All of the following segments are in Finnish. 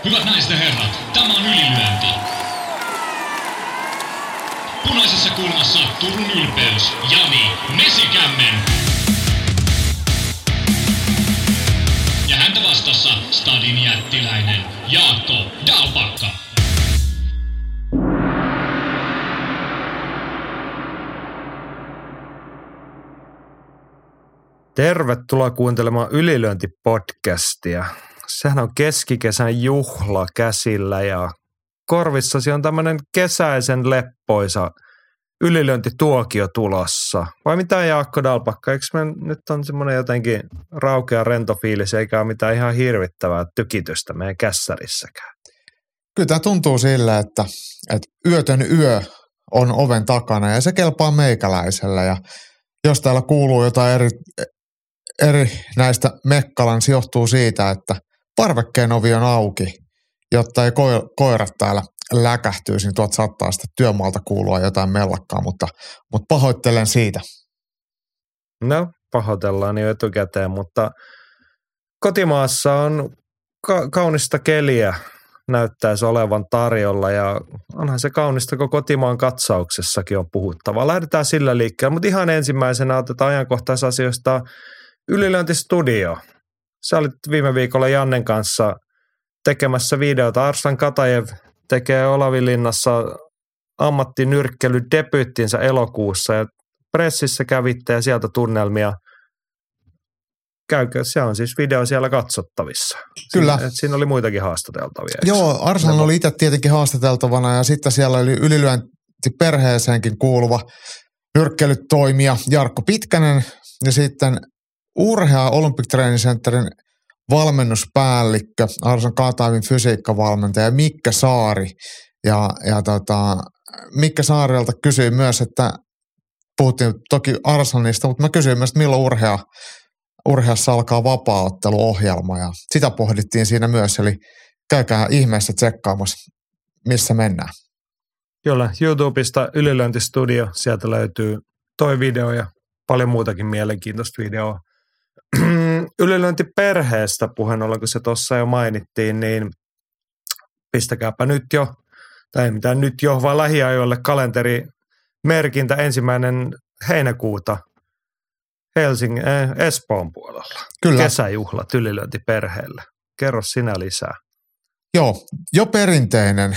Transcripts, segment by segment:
Hyvät naiset ja herrat, tämä on Ylilyönti. Punaisessa kulmassa Turun ylpeys, Jani Mesikämmen. Ja häntä vastassa Stadin jättiläinen Jaakko Dalpakka. Tervetuloa kuuntelemaan Ylilyönti-podcastia. Sehän on keskikesän juhla käsillä ja korvissasi on tämmöinen kesäisen leppoisa ylilyöntituokio tulossa. Vai mitä Jaakko Dalpakka, eikö me nyt on semmoinen jotenkin raukea rento fiilis eikä ole mitään ihan hirvittävää tykitystä meidän kässärissäkään? Kyllä tämä tuntuu sillä, että yötön yö on oven takana ja se kelpaa meikäläisellä ja jos täällä kuuluu jotain eri näistä mekkalan, niin se johtuu siitä, että parvekkeen ovi on auki, jotta ei koirat täällä läkähtyisi, niin tuolta saattaa sitten työmaalta kuulua jotain mellakkaa, mutta pahoittelen siitä. No, pahoitellaan jo etukäteen, mutta kotimaassa on kaunista keliä näyttäisi olevan tarjolla ja onhan se kaunista, kun kotimaan katsauksessakin on puhuttavaa. Lähdetään sillä liikkeelle, mutta ihan ensimmäisenä otetaan ajankohtaisasioista Ylilyöntistudio. Sä olit viime viikolla Jannen kanssa tekemässä videota. Arslan Katajev tekee Olavinlinnassa ammattinyrkkelydebyyttinsä elokuussa ja pressissä kävitte ja sieltä tunnelmia. Käykö, se on siis video siellä katsottavissa. Kyllä. Siinä oli muitakin haastateltavia. Joo, Arslan oli itse tietenkin haastateltavana ja sitten siellä oli ylilyöntiperheeseenkin kuuluva nyrkkelytoimija Jarkko Pitkänen ja sitten Urhea Olympic Training Centerin valmennuspäällikkö, Arslan Katavin fysiikkavalmentaja Mikke Saari. Ja Mikke Saarilta kysyi myös, että puhuttiin toki Arslanista, mutta mä kysyin myös, että milloin Urheassa alkaa vapaaotteluohjelma ja sitä pohdittiin siinä myös, eli käykää ihmeessä tsekkaamassa, missä mennään. Kyllä, YouTubesta Ylilyöntistudio, sieltä löytyy toi video ja paljon muutakin mielenkiintoista videoa. Ylilyöntiperheestä puheen ollen, kun se tuossa jo mainittiin, niin pistäkääpä nyt jo, tai ei mitään nyt jo, vaan lähiajoille kalenterimerkintä 1. heinäkuuta Espoon puolella. Kyllä. Kesäjuhlat Ylilyöntiperheelle. Kerro sinä lisää. Joo, jo perinteinen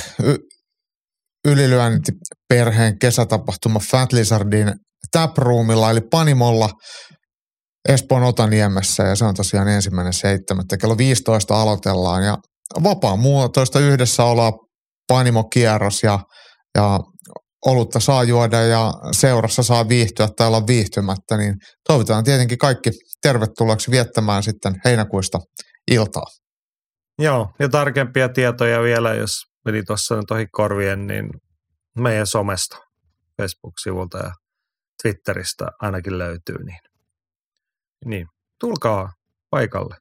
Ylilyöntiperheen kesätapahtuma Fat Lizardin Taproomilla eli Panimolla Espoon Otaniemessä ja se on tosiaan 1.7. Kello 15 aloitellaan ja vapaamuotoista yhdessäoloa Panimo-kierros ja olutta saa juoda ja seurassa saa viihtyä tai olla viihtymättä, niin toivotaan tietenkin kaikki tervetulleeksi viettämään sitten heinäkuista iltaa. Joo, ja tarkempia tietoja vielä, jos meni tuossa nyt ohi korvien, niin meidän somesta, Facebook-sivulta ja Twitteristä ainakin löytyy, niin tulkaa paikalle.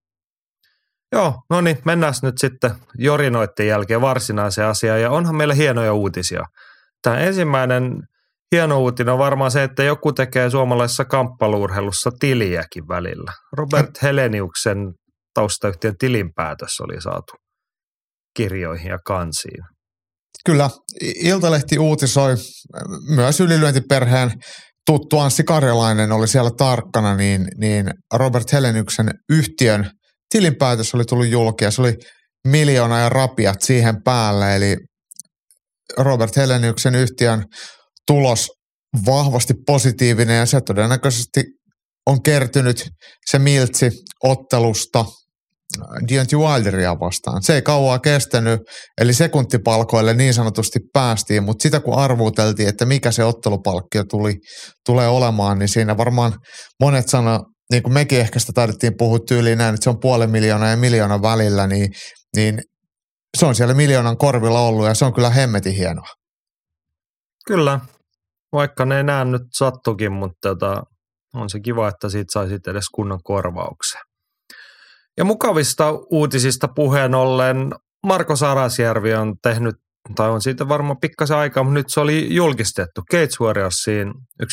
Joo, no niin, mennään nyt sitten jorinoitten jälkeen varsinaiseen asiaan, ja onhan meillä hienoja uutisia. Tämä ensimmäinen hieno uutinen on varmaan se, että joku tekee suomalaisessa kamppailuurheilussa tiliäkin välillä. Robert Heleniuksen taustayhtiön tilinpäätös oli saatu kirjoihin ja kansiin. Kyllä, Iltalehti uutisoi, myös Ylilyöntiperheen tuttu Anssi Karjalainen oli siellä tarkkana, niin Robert Heleniuksen yhtiön tilinpäätös oli tullut julki ja se oli 1 miljoona ja rapiat siihen päälle, eli Robert Heleniuksen yhtiön tulos vahvasti positiivinen ja se todennäköisesti on kertynyt se miltsi ottelusta Deontay Wilderia vastaan. Se ei kauaa kestänyt, eli sekuntipalkoille niin sanotusti päästiin, mutta sitä kun arvuuteltiin, että mikä se ottelupalkkio tulee olemaan, niin siinä varmaan monet sanoi, niin kuin mekin ehkä sitä taidettiin puhua tyyliin näin, että se on 500,000 ja 1 miljoona välillä, niin se on siellä 1 miljoonan korvilla ollut ja se on kyllä hemmetin hienoa. Kyllä, vaikka ne enää nyt sattukin, mutta on se kiva, että siitä sai sitten edes kunnon korvauksen. Ja mukavista uutisista puheen ollen Marko Sarasjärvi on tehnyt, tai on siitä varmaan pikkasen aikaa, mutta nyt se oli julkistettu. Cage Warriorsiin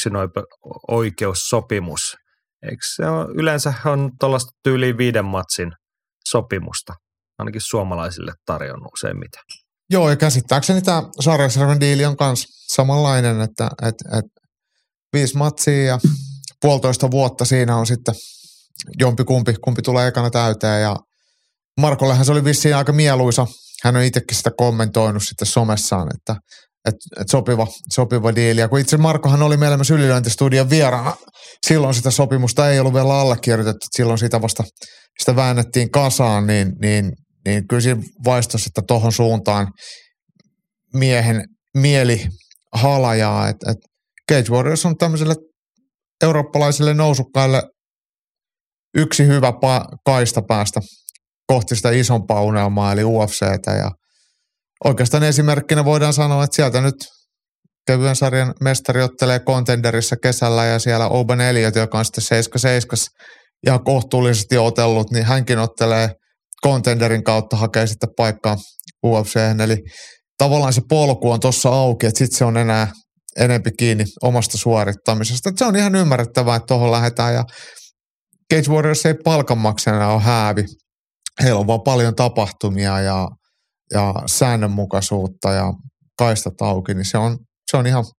yksinoikeussopimus. Eikö se ole, yleensä on tuollaista tyyliin 5 matsin sopimusta? ainakin suomalaisille tarjonnut useimmiten. Joo, ja käsittääkseni tämä Sarjasjärven diili on myös samanlainen, että 5 matsia ja 1,5 vuotta siinä on sitten kumpi tulee ekana täyteen. Ja Markollehan se oli vissiin aika mieluisa. Hän on itsekin sitä kommentoinut sitten somessaan, että sopiva diili. Ja kun itse Markohan oli meillä myös Ylilöintistudion vieraana, silloin sitä sopimusta ei ollut vielä allekirjoitettu, silloin sitä vasta sitä väännettiin kasaan, niin kyllä siinä vaistosi, että tohon suuntaan miehen mieli halajaa, että Cage Warriors on tämmöiselle eurooppalaisille nousukkaille yksi hyvä kaista päästä kohti sitä isompaa unelmaa, eli UFCtä, ja oikeastaan esimerkkinä voidaan sanoa, että sieltä nyt kevyen sarjan mestari ottelee Contenderissa kesällä, ja siellä Oben Elliot, joka on sitten 7-7 ihan kohtuullisesti otellut, niin hänkin ottelee Contenderin kautta, hakee sitten paikkaa UFC:hen, eli tavallaan se polku on tuossa auki, että sitten se on enää enempi kiinni omasta suorittamisesta. Että se on ihan ymmärrettävää, että tuohon lähdetään, ja Cage Warriors ei palkanmaksajana ole häävi. Heillä on vaan paljon tapahtumia ja säännönmukaisuutta ja kaistat auki, niin se on ihan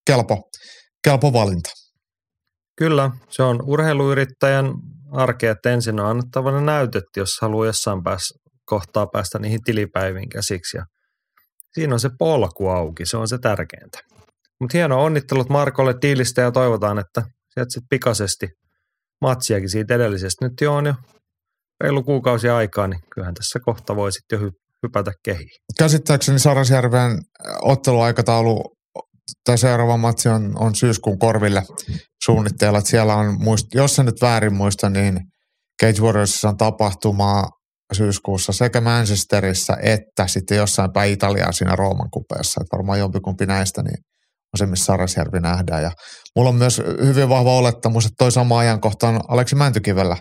kelpo valinta. Kyllä, se on urheiluyrittäjän arkea, että ensin on annettava ne näytöt, jos haluaa jossain kohtaa päästä niihin tilipäiviin käsiksi. Ja siinä on se polku auki, se on se tärkeintä. Mutta hienoa, onnittelut Markolle diilistä ja toivotaan, että sieltä sitten pikaisesti matsiakin siitä edellisestä. Nyt jo on jo reilu kuukausi aikaa, niin kyllähän tässä kohta voi sitten jo hypätä kehiin. Käsittääkseni Sarjasjärven otteluaikataulu tai seuraava matsi on syyskuun korville suunnitteilla. Että siellä on, jos sä nyt väärin muista, niin Cage Warriorsissa on tapahtumaa syyskuussa sekä Manchesterissa että sitten jossain päin Italiaa siinä Rooman kupeessa. Että varmaan jompikumpi näistä niin on se, missä Sarjasjärvi nähdään. Ja mulla on myös hyvin vahva olettamus, että toi sama ajankohta on Aleksi Mäntykivellä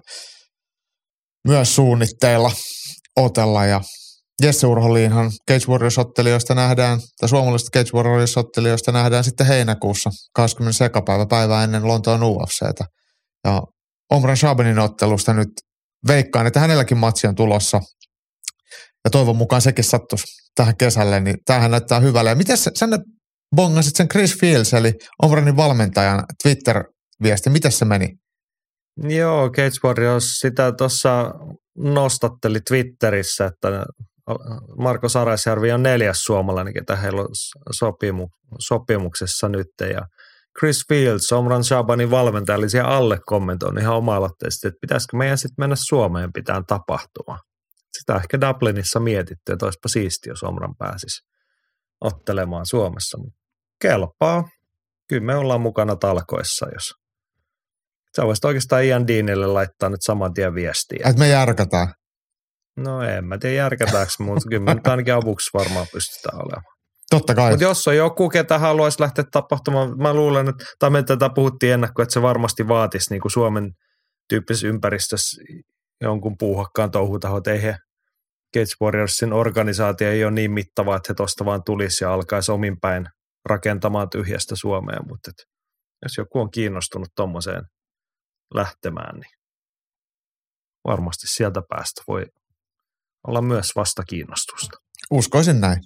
myös suunnitteilla otella. Ja Jesse Urholiinhan Cage Warriors-ottelijoista nähdään, tai suomalaisista Cage Warriors-ottelijoista nähdään sitten heinäkuussa 20. päivää ennen Lontoon UFC:tä. Ja Omran Shabanin ottelusta nyt veikkaan, että hänelläkin matsi on tulossa. Ja toivon mukaan sekin sattuisi tähän kesälle, niin tämähän näyttää hyvälle. Ja miten sä bongasit sen Chris Fields, eli Omranin valmentajan Twitter-viesti, miten se meni? Joo, Cage Warriors sitä tuossa nostatteli Twitterissä, että Marko Sarjasjärvi on 4. suomalainen, ketä heillä on sopimuksessa nyt. Ja Chris Fields, Omran Shabanin valmentaja, oli siellä alle kommentoinut ihan oma-aloitteisesti, että pitäisikö meidän sitten mennä Suomeen pitää tapahtuma. Sitä ehkä Dublinissa mietitty, että olisipa siisti, jos Omran pääsisi ottelemaan Suomessa. Kelpaa. Kyllä me ollaan mukana talkoissa, jos sä voisit oikeastaan Ian Deanille laittaa nyt saman tien viestiä. Että me järkätään. No en mä tiedä järkätäänkö, mutta kyllä me nyt ainakin avuksi varmaan pystytään olemaan. Totta kai. Mutta jos on joku, ketä haluaisi lähteä tapahtumaan, mä luulen, että me tätä puhuttiin ennakkoon, että se varmasti vaatisi niin kuin Suomen tyyppisessä ympäristössä jonkun puuhakkaan touhutahot. Ei he Cage Warriorsin organisaatio ei ole niin mittava, että he tuosta vaan tulisi ja alkaisi omin päin rakentamaan tyhjästä Suomea, mutta jos joku on kiinnostunut tuommoiseen lähtemään, niin varmasti sieltä päästä voi olla myös vasta kiinnostusta. Uskoisin näin.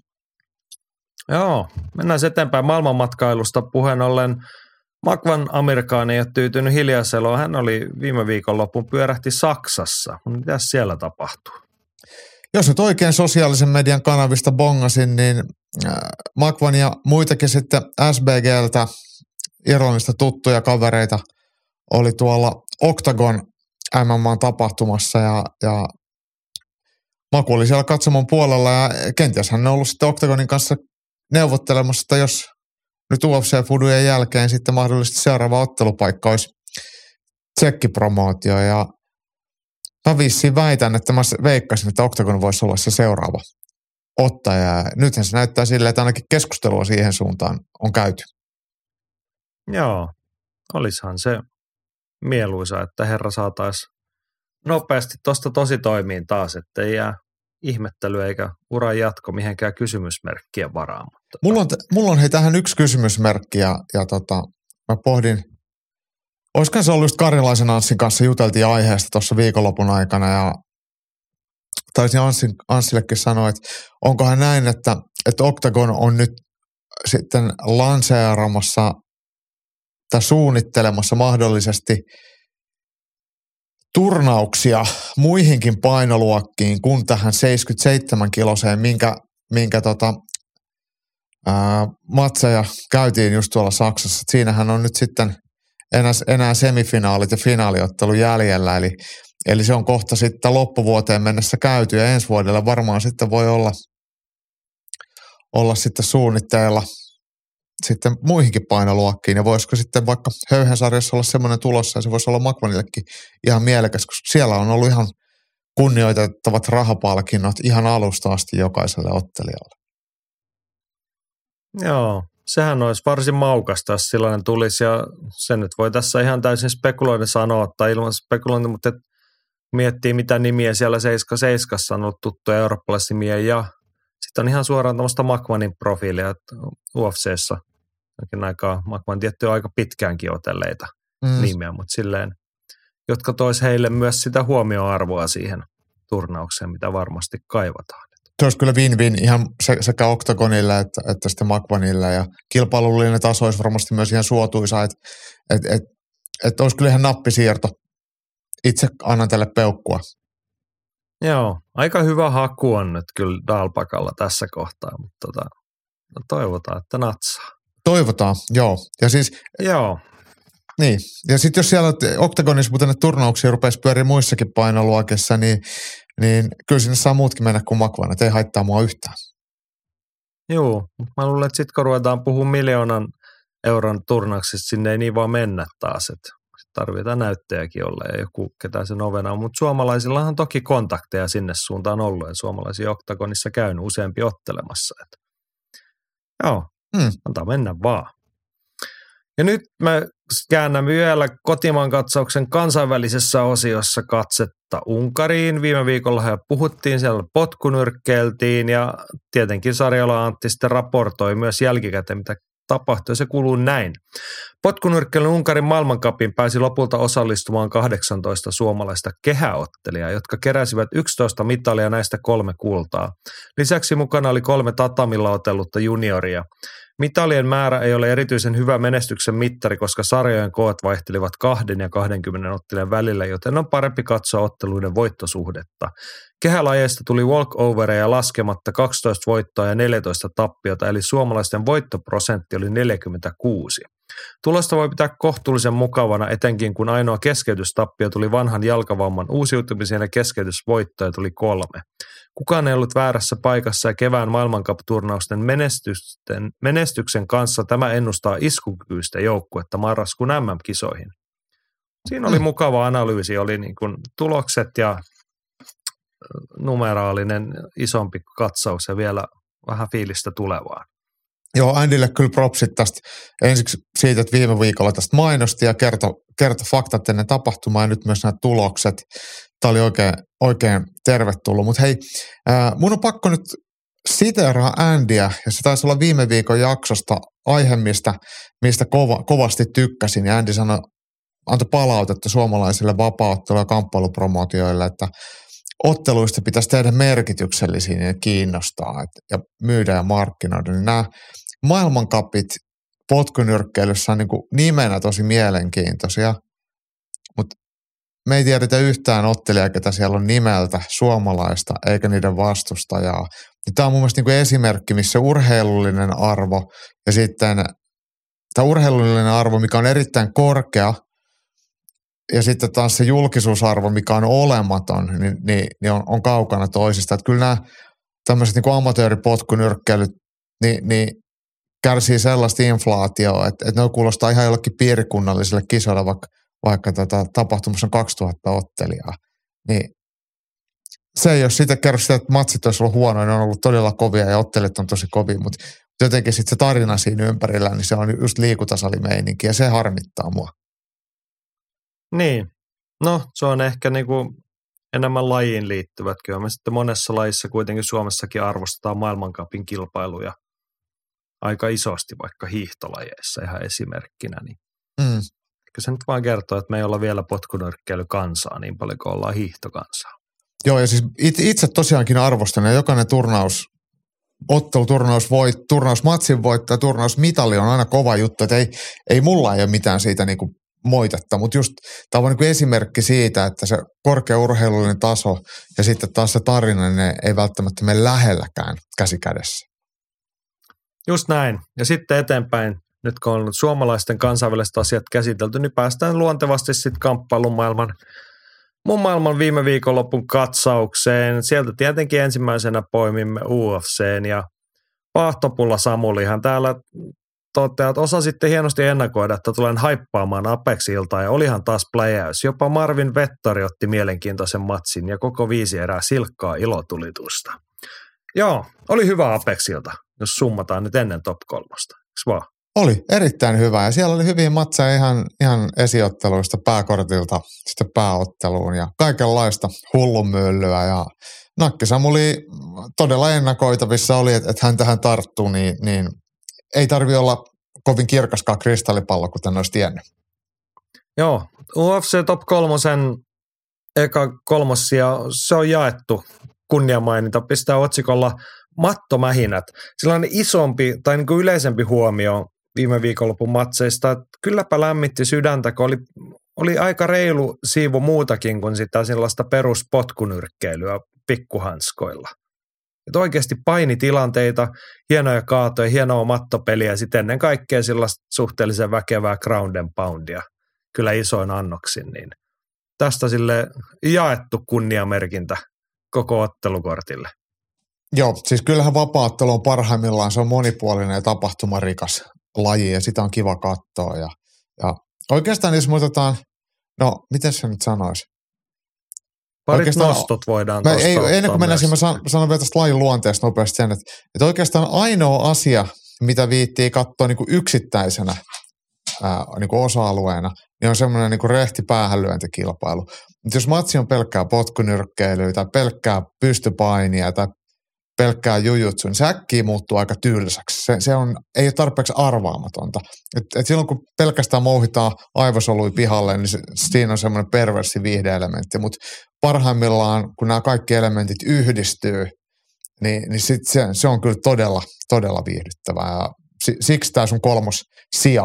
Joo, mennään eteenpäin maailmanmatkailusta puheen ollen. Makvan Amerikaani ei ole tyytynyt hiljaiseloon. Hän oli viime viikonloppuun pyörähti Saksassa. Mitäs siellä tapahtuu? Jos nyt oikein sosiaalisen median kanavista bongasin, niin Makvan ja muitakin sitten SBGltä Irlannista tuttuja kavereita oli tuolla Octagon MMA-tapahtumassa ja Maku oli siellä katsomon puolella ja kenties hän on ollut sitten Octagonin kanssa neuvottelemassa, että jos nyt UFC-fudujen jälkeen sitten mahdollisesti seuraava ottelupaikka olisi tsekkipromootio ja mä vissiin väitän, että mä veikkasin, että Octagon voisi olla se seuraava ottaja. Nythän se näyttää silleen, että ainakin keskustelua siihen suuntaan on käyty. Joo, olisihan se mieluisa, että herra saataisiin nopeasti tuosta tosi toimiin taas, ettei jää ihmettelyä eikä uran jatko mihinkään kysymysmerkkien varaan. Mulla on hei tähän yksi kysymysmerkki ja mä pohdin, olisikohan se ollut just Karjalaisen Anssin kanssa juteltiin aiheesta tuossa viikonlopun aikana ja taisin Anssillekin sanoa, että onkohan näin, että Octagon on nyt sitten lanseeramassa tai suunnittelemassa mahdollisesti turnauksia muihinkin painoluokkiin kuin tähän 77-kiloseen, minkä matseja käytiin just tuolla Saksassa. Siinähän on nyt sitten enää semifinaalit ja finaaliottelu jäljellä, eli se on kohta sitten loppuvuoteen mennessä käyty ja ensi vuodelle varmaan sitten voi olla sitten suunnitteilla sitten muihinkin painoluokkiin ja voisiko sitten vaikka höyhensarjassa olla semmoinen tulossa ja se voisi olla McMahonillekin ihan mielekäs, koska siellä on ollut ihan kunnioitettavat rahapalkinnot ihan alusta asti jokaiselle ottelijalle. Joo, sehän olisi varsin maukasta, jos sellainen tulisi ja sen nyt voi tässä ihan täysin spekuloida sanoa tai ilman spekulointia, mutta miettii mitä nimiä siellä 77 on ollut tuttuja eurooppalaisnimiä ja sitten on ihan suoraan tämmöistä McMahonin profiilia, että UFC:ssä jokin aikaa McMahon tietty aika pitkäänkin otelleita nimiä, mutta silleen, jotka tois heille myös sitä huomioarvoa siihen turnaukseen, mitä varmasti kaivataan. Se olisi kyllä win-win ihan sekä Octagonille että sitten McMahonille ja kilpailullinen taso olisi varmasti myös ihan suotuisa, että olisi kyllä ihan nappisiirto. Itse annan tälle peukkua. Joo, aika hyvä haku on nyt kyllä Dalbakalla tässä kohtaa, mutta toivotaan, että natsaa. Toivotaan, joo. Ja siis, joo. Niin, ja sitten jos siellä Octagonissa muuten turnauksia rupeaisi pyöriä muissakin painoluokissa, niin kyllä sinne saa muutkin mennä kuin McMahon, että ei haittaa mua yhtään. Joo, mutta mä luulen, että sitten kun ruvetaan puhumaan 1 miljoonan euron turnauksista, sinne ei niin vaan mennä taas, että tarvitaan näyttäjäkin olla ja joku, ketä sen ovena on, mutta suomalaisillahan on toki kontakteja sinne suuntaan ollut ja suomalaisia Octagonissa käynyt useampi ottelemassa. Että joo, antaa mennä vaan. Ja nyt me käännämme vielä kotimaan katsauksen kansainvälisessä osiossa katsetta Unkariin. Viime viikolla he puhuttiin, siellä potkunyrkkeiltiin ja tietenkin Sarjola Antti sitten raportoi myös jälkikäteen, mitä tapahtui. Se kuuluu näin. Potkunyrkkeilyn Unkarin maailmancupin pääsi lopulta osallistumaan 18 suomalaista kehäottelijaa, jotka keräsivät 11 mitalia, näistä 3 kultaa. Lisäksi mukana oli 3 tatamilla otellutta junioria. Mitalien määrä ei ole erityisen hyvä menestyksen mittari, koska sarjojen koot vaihtelivat 2 ja 20 ottelijan välillä, joten on parempi katsoa otteluiden voittosuhdetta. Kehälajeista tuli walkovereja laskematta 12 voittoa ja 14 tappiota, eli suomalaisten voittoprosentti oli 46. Tulosta voi pitää kohtuullisen mukavana, etenkin kun ainoa keskeytystappio tuli vanhan jalkavamman uusiutumisen ja keskeytysvoittoja tuli 3. Kukaan ei ollut väärässä paikassa ja kevään maailmankap-turnausten menestyksen kanssa tämä ennustaa iskukykyistä joukkuetta marraskuun MM-kisoihin. Siinä oli mukava analyysi, oli niin kuin tulokset ja numeraalinen isompi katsaus ja vielä vähän fiilistä tulevaan. Joo, Andylle kyllä propsit tästä ensiksi siitä, että viime viikolla tästä mainosti ja kertoi faktat ennen tapahtumaa ja nyt myös nämä tulokset. Tämä oli oikein tervetullut. Mutta hei, mun on pakko nyt siteeraa Andyä, ja se taisi olla viime viikon jaksosta aihe, mistä kovasti tykkäsin. Ja Andy antoi palautetta suomalaisille vapaa-ottelu- ja kamppailupromootioille, että otteluista pitäisi tehdä merkityksellisiä ja kiinnostaa ja myydä ja markkinoida. Niin nämä maailmancupit potkunyrkkeilyssä on niin kuin nimenä tosi mielenkiintoisia, mutta me ei tiedetä yhtään ottelijaa, ketä siellä on nimeltä suomalaista eikä niiden vastustajaa. Tämä on mun mielestä niin kuin esimerkki, missä urheilullinen arvo ja sitten tämä urheilullinen arvo, mikä on erittäin korkea, ja sitten taas se julkisuusarvo, mikä on olematon, niin on kaukana toisista. Että kyllä nämä tämmöiset niin kuin amatööripotkunyrkkeilyt niin kärsii sellaista inflaatioa, että ne kuulostaa ihan jollekin piirikunnalliselle kisoille, vaikka tapahtumassa on 2000 ottelijaa. Niin se ei ole siitä kerro sitä, että matsit olisi ollut huonoja, ne on ollut todella kovia ja ottelijat on tosi kovia, mutta jotenkin sitten se tarina siinä ympärillä, niin se on just liikuntasalimeininki ja se harmittaa mua. Niin, no se on ehkä niinku enemmän lajiin liittyvät. Kyllä me sitten monessa lajissa kuitenkin Suomessakin arvostetaan maailmancupin kilpailuja aika isosti, vaikka hiihtolajeissa ihan esimerkkinä. Niin se nyt vaan kertoo, että me ei olla vielä potkunyrkkeilykansaa niin paljon kuin ollaan hiihtokansaa. Joo, ja siis itse tosiaankin arvostan, ja jokainen turnausmatsin voittaa, turnausmitali on aina kova juttu, että ei mulla ei ole mitään siitä niinku moitetta, mutta just tämä on niinku esimerkki siitä, että se korkea urheilullinen taso ja sitten taas se tarina, ne ei välttämättä mene lähelläkään käsi kädessä. Just näin. Ja sitten eteenpäin, nyt kun on suomalaisten kansainväliset asiat käsitelty, niin päästään luontevasti sitten kamppailun mun maailman viime viikonlopun katsaukseen. Sieltä tietenkin ensimmäisenä poimimme UFC:n ja Pahtopulla Samulihan täällä toteaa, että osasitte hienosti ennakoida, että tulen haippaamaan Apexilta ja olihan taas pläjäys. Jopa Marvin Vettori otti mielenkiintoisen matsin ja koko 5 erää silkkaa ilotulitusta. Joo, oli hyvä Apexilta, jos summataan nyt ennen top 3. Eiks vaan? Oli erittäin hyvä ja siellä oli hyviä matseja ihan esiotteluista pääkortilta sitten pääotteluun ja kaikenlaista hullunmyllyä ja Nakki Samuli todella ennakoitavissa oli, että hän tähän tarttuu, niin ei tarvitse olla kovin kirkaskaan kristallipallo, kuten olisi tiennyt. Joo, UFC Top 3 eka kolmosia, se on jaettu kunniamaininta, pistää otsikolla mattomähinät. Sellainen isompi tai niin kuin yleisempi huomio viime viikonlopun matseista, että kylläpä lämmitti sydäntä, kun oli aika reilu siivu muutakin kuin sitä sellaista peruspotkunyrkkeilyä pikkuhanskoilla. Että oikeasti painitilanteita, hienoja kaatoja, hienoa mattopeliä ja sitten ennen kaikkea sellaista suhteellisen väkevää ground and poundia, kyllä isoin annoksin, niin tästä sille jaettu kunniamerkintä koko ottelukortille. Joo, siis kyllähän vapaaottelu on parhaimmillaan, se on monipuolinen ja tapahtumarikas laji ja sitä on kiva katsoa ja oikeastaan jos muistetaan, no miten se nyt sanoisi? Parit nostot voidaan tuosta ottaa. Ennen kuin mennään siihen, mä sanon vielä tästä lajin luonteesta nopeasti sen, että oikeastaan ainoa asia, mitä viittii katsoa niin kuin yksittäisenä niin kuin osa-alueena, niin on semmoinen niin kuin rehti päähänlyöntikilpailu. Mutta jos matsi on pelkkää potkunyrkkeilyä tai pelkkää pystypainia tai pelkkää jujutsu, niin se äkkiä muuttuu aika tylsäksi. Ei ole tarpeeksi arvaamatonta. Et silloin kun pelkästään mouhitaan aivosoluja pihalle, niin siinä on semmoinen perversi viihde-elementti. Mutta parhaimmillaan, kun nämä kaikki elementit yhdistyy, niin sit se on kyllä todella, todella viihdyttävää. Ja siksi tämä sun 3. sija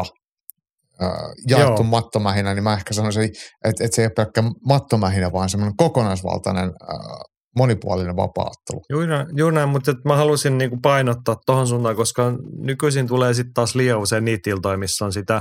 jaettu mattomähinä, niin mä ehkä sanoisin, että se ei ole pelkkä mattomähinä, vaan semmoinen kokonaisvaltainen monipuolinen vapaaottelu. Juuri näin, mutta mä halusin niinku painottaa tuohon suuntaan, koska nykyisin tulee sitten taas liian usein niitä iltoja, missä on sitä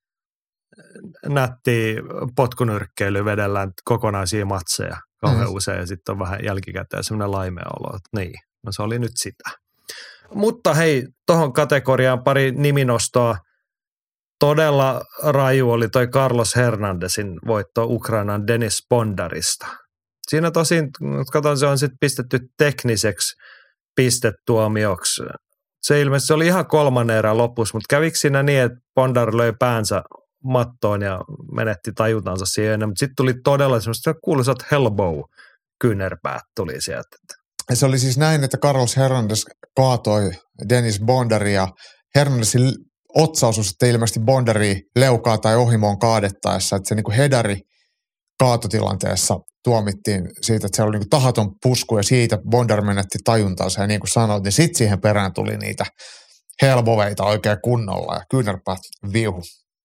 nättiä potkunyrkkeilyä, vedellään kokonaisia matseja kauhean usein ja sitten on vähän jälkikäteen semmoinen laimea olo, että niin, no se oli nyt sitä. Mutta hei, tuohon kategoriaan pari niminostoa. Todella raju oli toi Carlos Hernandezin voitto Ukrainan Denis Bondarista. Siinä tosin, katson, se on sitten pistetty tekniseksi pistetuomioksi. Se ilmeisesti oli ihan 3. erän lopussa, mutta kävikö siinä niin, että Bondar löi päänsä mattoon ja menetti tajuntansa siihen, mutta sitten tuli todella semmoista kuuluisat Hellbow-kyynärpäät tuli sieltä. Se oli siis näin, että Carlos Hernandez kaatoi Denis Bondaria. Hernandezin otsaus on sitten ilmeisesti Bondaria leukaa tai ohimoon kaadettaessa, että se niin kuin hedari kaatotilanteessa tuomittiin siitä, että se oli niin kuin tahaton pusku ja siitä Bondar menetti tajuntansa ja niin kuin sanoit, niin sitten siihen perään tuli niitä helboveita oikein kunnolla ja kyynärpäät viuhu.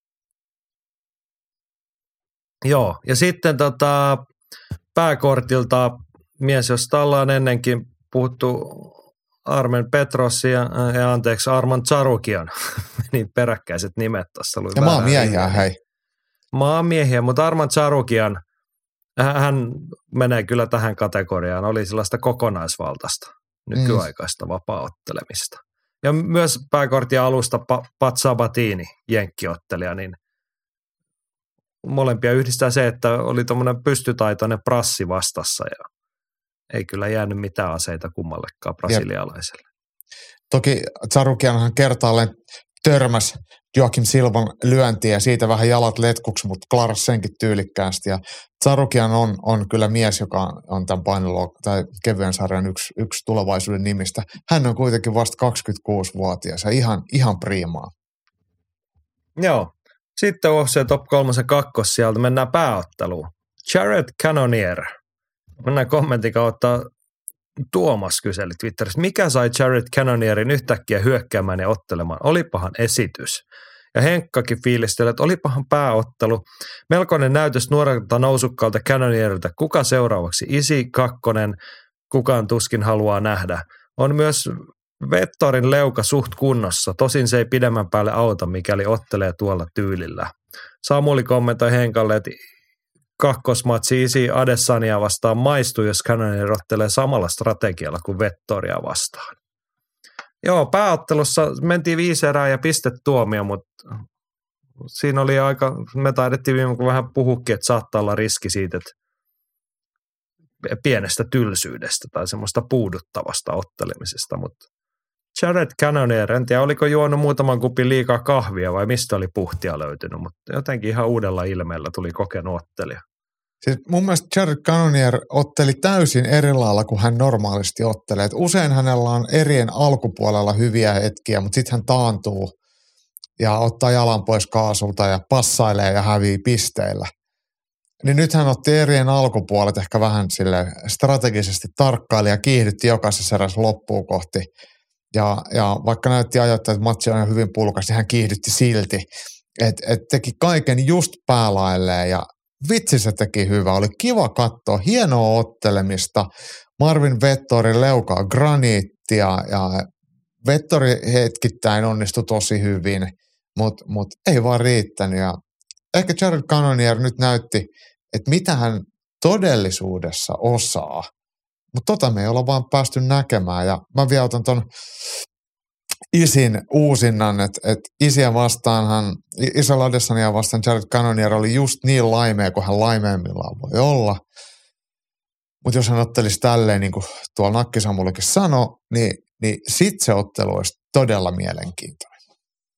Joo, ja sitten pääkortilta mies, josta ollaan ennenkin puhuttu, Armen Petros ja Arman Tsarukian, niin peräkkäiset nimet tuossa. Ja maamiehiä, hei. Maamiehiä, mutta Arman Tsarukian, hän menee kyllä tähän kategoriaan, oli sellaista kokonaisvaltaista nykyaikaista vapaaottelemista. Ja myös pääkortin alusta Pat Sabatini, jenkkiottelija, niin molempia yhdistää se, että oli tuommoinen pystytaitoinen prassi vastassa ja ei kyllä jäänyt mitään aseita kummallekaan brasilialaiselle. Toki Tsarukianhan kertaalleen törmäsi Joakim Silvan lyöntiä ja siitä vähän jalat letkuksi, mutta klarasi senkin tyylikkäästi. Ja Tsarukian on kyllä mies, joka on tämän tai kevyen sarjan yksi tulevaisuuden nimistä. Hän on kuitenkin vasta 26-vuotias ja ihan priimaa. Joo. Sitten UFC Top 3 kakkos sieltä mennään pääotteluun. Jared Cannonier Mennään kommentin kautta. Tuomas kyseli Twitterissä, mikä sai Jared Cannonierin yhtäkkiä hyökkäämään ja ottelemaan? Olipahan esitys. Ja Henkkakin fiilisteli, että olipahan pääottelu. Melkoinen näytös nuorelta nousukkaalta Cannonierilta. Kuka seuraavaksi? Isi, kakkonen, kukaan tuskin haluaa nähdä. On myös Vettorin leuka suht kunnossa. Tosin se ei pidemmän päälle auta, mikäli ottelee tuolla tyylillä. Samuli kommentoi Henkalle, että kakkosmatsi Isi Adesanya vastaan maistuu, jos Cannonier ottelee samalla strategialla kuin Vettoria vastaan. Joo, pääottelussa mentiin 5 erää ja pistetuomio, mutta siinä oli me taidettiin viime vähän puhukin, että saattaa olla riski siitä, että pienestä tylsyydestä tai semmoista puuduttavasta ottelemisesta, mutta Jared Cannonier, en tiedä oliko juonut muutaman kupin liikaa kahvia vai mistä oli puhtia löytynyt, mutta jotenkin ihan uudella ilmeellä tuli kokenut ottelija. Siis mun mielestä Jared Cannonier otteli täysin eri lailla kuin hän normaalisti ottelee. Et usein hänellä on erien alkupuolella hyviä hetkiä, mutta sitten hän taantuu ja ottaa jalan pois kaasulta ja passailee ja hävii pisteillä. Niin nyt hän otti erien alkupuolet ehkä vähän sille strategisesti tarkkaili ja kiihdytti jokaisessa erässä loppuun kohti. Ja vaikka näytti ajoittaa, että matsi on hyvin pulkas, niin hän kiihdytti silti. Et teki kaiken just päälailleen ja vitsi se teki hyvä. Oli kiva katsoa, hienoa ottelemista. Marvin Vettorin leukaa graniittia ja Vettori hetkittäin onnistui tosi hyvin, mutta ei vaan riittänyt. Ja ehkä Jared Cannonier nyt näytti, että mitä hän todellisuudessa osaa. Mutta me ei olla vaan päästy näkemään. Ja mä vielä otan ton Isin uusinnan, että Isiä vastaanhan, Israel Adesanya vastaan Jared Cannonier oli just niin laimea kuin hän laimeimmillaan voi olla. Mutta jos hän ottelisi tälleen, niin kuin tuolla Nakkisamullekin sanoi, niin sit se ottelu olisi todella mielenkiintoinen.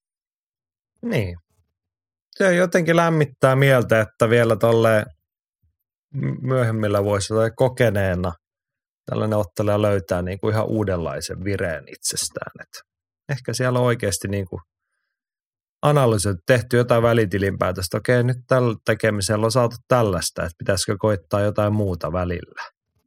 Niin. Se jotenkin lämmittää mieltä, että vielä tolleen myöhemmillä vuosilla tai kokeneena tällainen ottelija löytää niin kuin ihan uudenlaisen vireen itsestään. Et ehkä siellä on oikeasti niin kuin analysoitu, tehty jotain välitilinpäätöstä. Okei, nyt tällä tekemisellä on saatu tällaista, että pitäisikö koittaa jotain muuta välillä.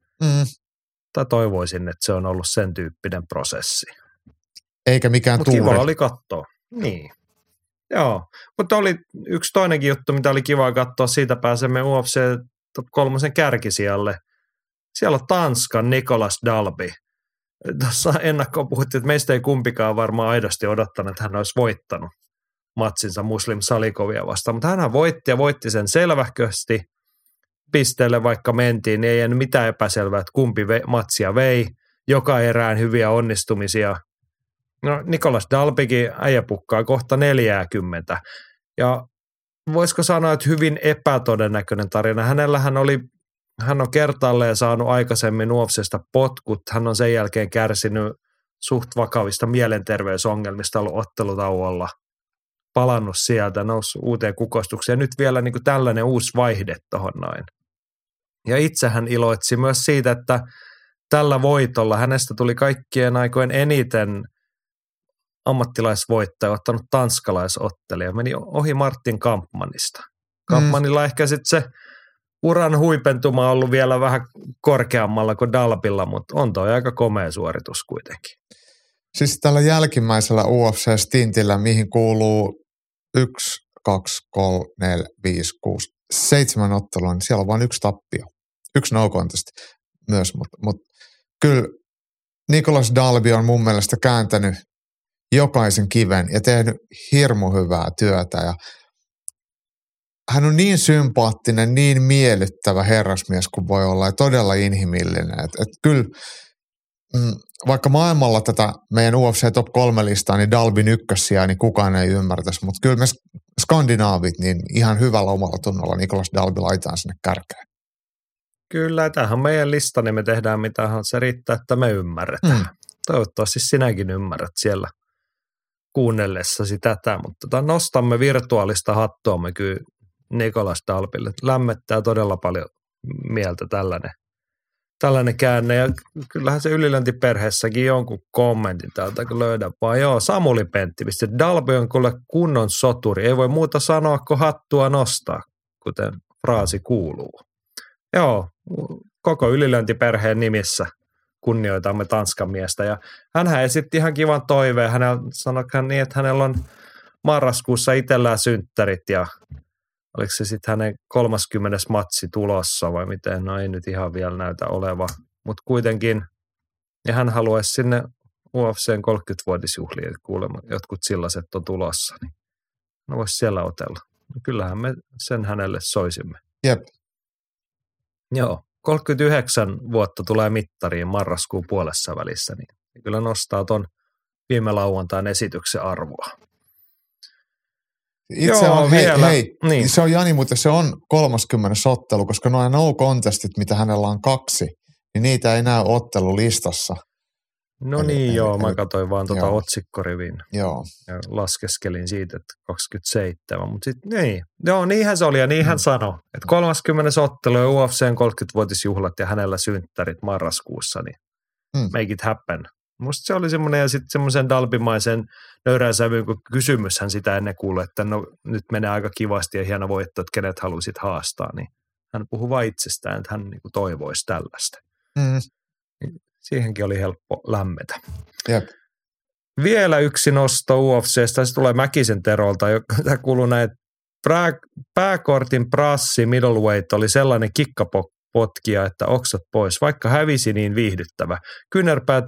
Tai toivoisin, että se on ollut sen tyyppinen prosessi. Eikä mikään tuuri. Mutta kiva oli katsoa. Niin. Joo, mutta oli yksi toinenkin juttu, mitä oli kiva katsoa. Siitä pääsemme UFC Top 3 kärkisijalle. Siellä on Tanskan Nicolas Dalby. Tuossa ennakkoon puhuttiin, että meistä ei kumpikaan varmaan aidosti odottanut, että hän olisi voittanut matsinsa Muslim Salikovia vastaan. Mutta hän voitti ja voitti sen selvähkösti pisteelle, vaikka mentiin, niin ei jäänyt mitään epäselvää, että kumpi matsia vei. Joka erään hyviä onnistumisia. No Nicolas Dalbykin äijä pukkaa kohta 40. Ja voisiko sanoa, että hyvin epätodennäköinen tarina. Hän on kertaalleen saanut aikaisemmin UFC:stä potkut. Hän on sen jälkeen kärsinyt suht vakavista mielenterveysongelmista, ollut ottelutauolla, palannut sieltä, noussut uuteen kukoistukseen. Nyt vielä niin kuin tällainen uusi vaihde tuohon noin. Ja itse hän iloitsi myös siitä, että tällä voitolla hänestä tuli kaikkien aikojen eniten ammattilaisvoittaja, ottanut tanskalaisottelija. Meni ohi Martin Kampmanista. Kampmanilla ehkä sitten se uran huipentuma on ollut vielä vähän korkeammalla kuin Dalbylla, mutta on toi aika komea suoritus kuitenkin. Siis tällä jälkimmäisellä UFC-stintillä, mihin kuuluu 1, 2, 3, 4, 5, 6, 7 ottelua, niin siellä on vain 1 tappio. 1 no contest myös, mutta kyllä Nicolas Dalby on mun mielestä kääntänyt jokaisen kiven ja tehnyt hirmu hyvää työtä ja hän on niin sympaattinen, niin miellyttävä herrasmies kuin voi olla ja todella inhimillinen. Et kyllä, vaikka maailmalla tätä meidän UFC Top 3-listaa, niin Dalbyn ykkössiä, niin kukaan ei ymmärtäisi. Mutta kyllä me skandinaavit, niin ihan hyvällä omalla tunnolla Nicolas Dalby laitaan sinne kärkeen. Kyllä, tämähän on meidän lista, niin me tehdään mitähän se riittää, että me ymmärretään. Toivottavasti sinäkin ymmärrät siellä kuunnellessasi tätä, mutta nostamme virtuaalista hattuamme kyllä Nicolas Dalbylle. Lämmettää todella paljon mieltä tällainen käänne. Ja kyllähän se ylilöntiperheessäkin jonkun kommentin täältä kun löydän. Vaan joo, Samuli Pentti pisti, Dalby on kuule kunnon soturi. Ei voi muuta sanoa, kun hattua nostaa, kuten fraasi kuuluu. Joo, koko ylilöintiperheen nimissä kunnioitamme Tanskan miestä. Ja hänhän esitti ihan kivan toiveen. Hänellä sanoi niin, että hänellä on marraskuussa itsellään synttärit ja oliko se sitten hänen 30. matsi tulossa vai miten? No ei nyt ihan vielä näytä oleva, mutta kuitenkin. Ja hän haluaisi sinne UFC:n 30-vuotisjuhliin, kuulemma jotkut sellaiset on tulossa, niin no voisi siellä otella. Kyllähän me sen hänelle soisimme. Jep. Joo, 39 vuotta tulee mittariin marraskuun puolessa välissä, niin kyllä nostaa ton viime lauantain esityksen arvoa. Itse on, niin. Se on Jani, mutta se on 30. ottelu, koska nuo no-contestit, mitä hänellä on 2, niin niitä ei näy ottelulistassa. No mä katsoin vaan otsikkorivin ja laskeskelin siitä, että 27, mutta sitten niin. Joo, niinhän se oli ja niinhän sanoi, että 30. ottelu ja UFC:n 30-vuotisjuhlat ja hänellä synttärit marraskuussa, niin make it happen. Musta se oli semmoinen ja sitten semmoisen dalbimaisen nöyrän sävyyn, kun kysymyshän sitä ennen kuului, että no nyt menee aika kivasti ja hieno voitto, että kenet haluaisit haastaa, niin hän puhui vain itsestään, että hän niinku toivoisi tällaista. Siihenkin oli helppo lämmetä. Jep. Vielä yksi nosto UFC:stä, se tulee Mäkisen Terolta, joka kuuluu näin, että pääkortin prassi middleweight oli sellainen kikkapotkia, että oksat pois. Vaikka hävisi, niin viihdyttävä. Kyynärpää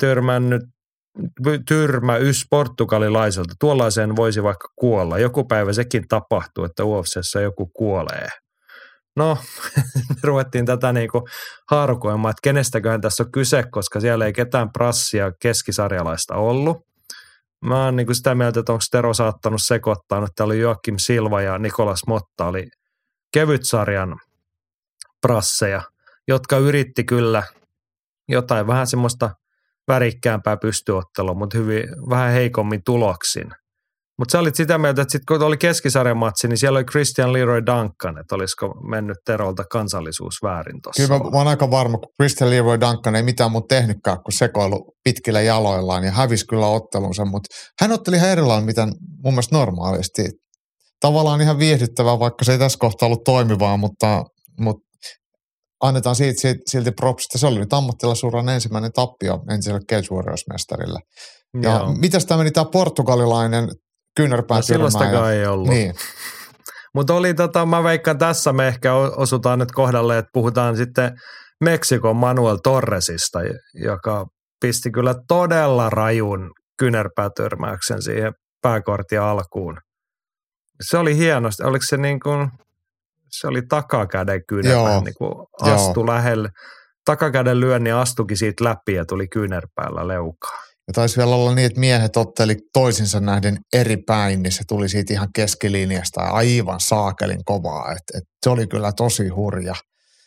tyrmäys portugalilaiselta. Tuollaiseen voisi vaikka kuolla. Joku päivä sekin tapahtuu, että UFC:ssä joku kuolee. No, ruvettiin tätä niinku haarukoimaan, että kenestäköhän tässä on kyse, koska siellä ei ketään prassia keskisarjalaista ollut. Mä oon niinku sitä mieltä, että onko Tero saattanut sekoittaa, että oli Joakim Silva ja Nicolas Motta oli kevytsarjan prasseja, jotka yritti kyllä jotain vähän semmoista värikkäämpää pystyottelua, mutta vähän heikommin tuloksin. Mutta sä olit sitä mieltä, että sitten kun oli keskisarjan matsi, niin siellä oli Christian Leroy Duncan, että olisiko mennyt Terolta kansallisuus väärin tuossa. Kyllä mä oon aika varma, kun Christian Leroy Duncan ei mitään muuta tehnytkään, kun sekoilu pitkillä jaloillaan ja hävisi kyllä ottelunsa, mutta hän otteli ihan erilainen, mitä mun mielestä normaalisti. Tavallaan ihan viehdyttävää, vaikka se ei tässä kohtaa ollut toimivaa, mutta annetaan silti propsista. Se oli nyt ammattilaisuuran ensimmäinen tappio entiselle Cage Warriors-mestarille. Ja mitäs tämä meni tämä portugalilainen kyynärpää tyrmää? Silloistakaan ei ollut. Niin. Mutta oli mä veikkaan tässä me ehkä osutaan nyt kohdalle, että puhutaan sitten Meksikon Manuel Torresista, joka pisti kyllä todella rajun kyynärpäätörmäyksen siihen pääkortin alkuun. Se oli hienosti. Oliko se niin kuin, se oli takakäden kyynärpää, niin kuin astui lähelle. Takakäden lyönnin astukin siitä läpi ja tuli kyynärpäällä leukaan. Ja taisi vielä olla niin, että miehet otteli toisinsa nähden eri päin, niin se tuli siitä ihan keskilinjasta ja aivan saakelin kovaa. Et se oli kyllä tosi hurja.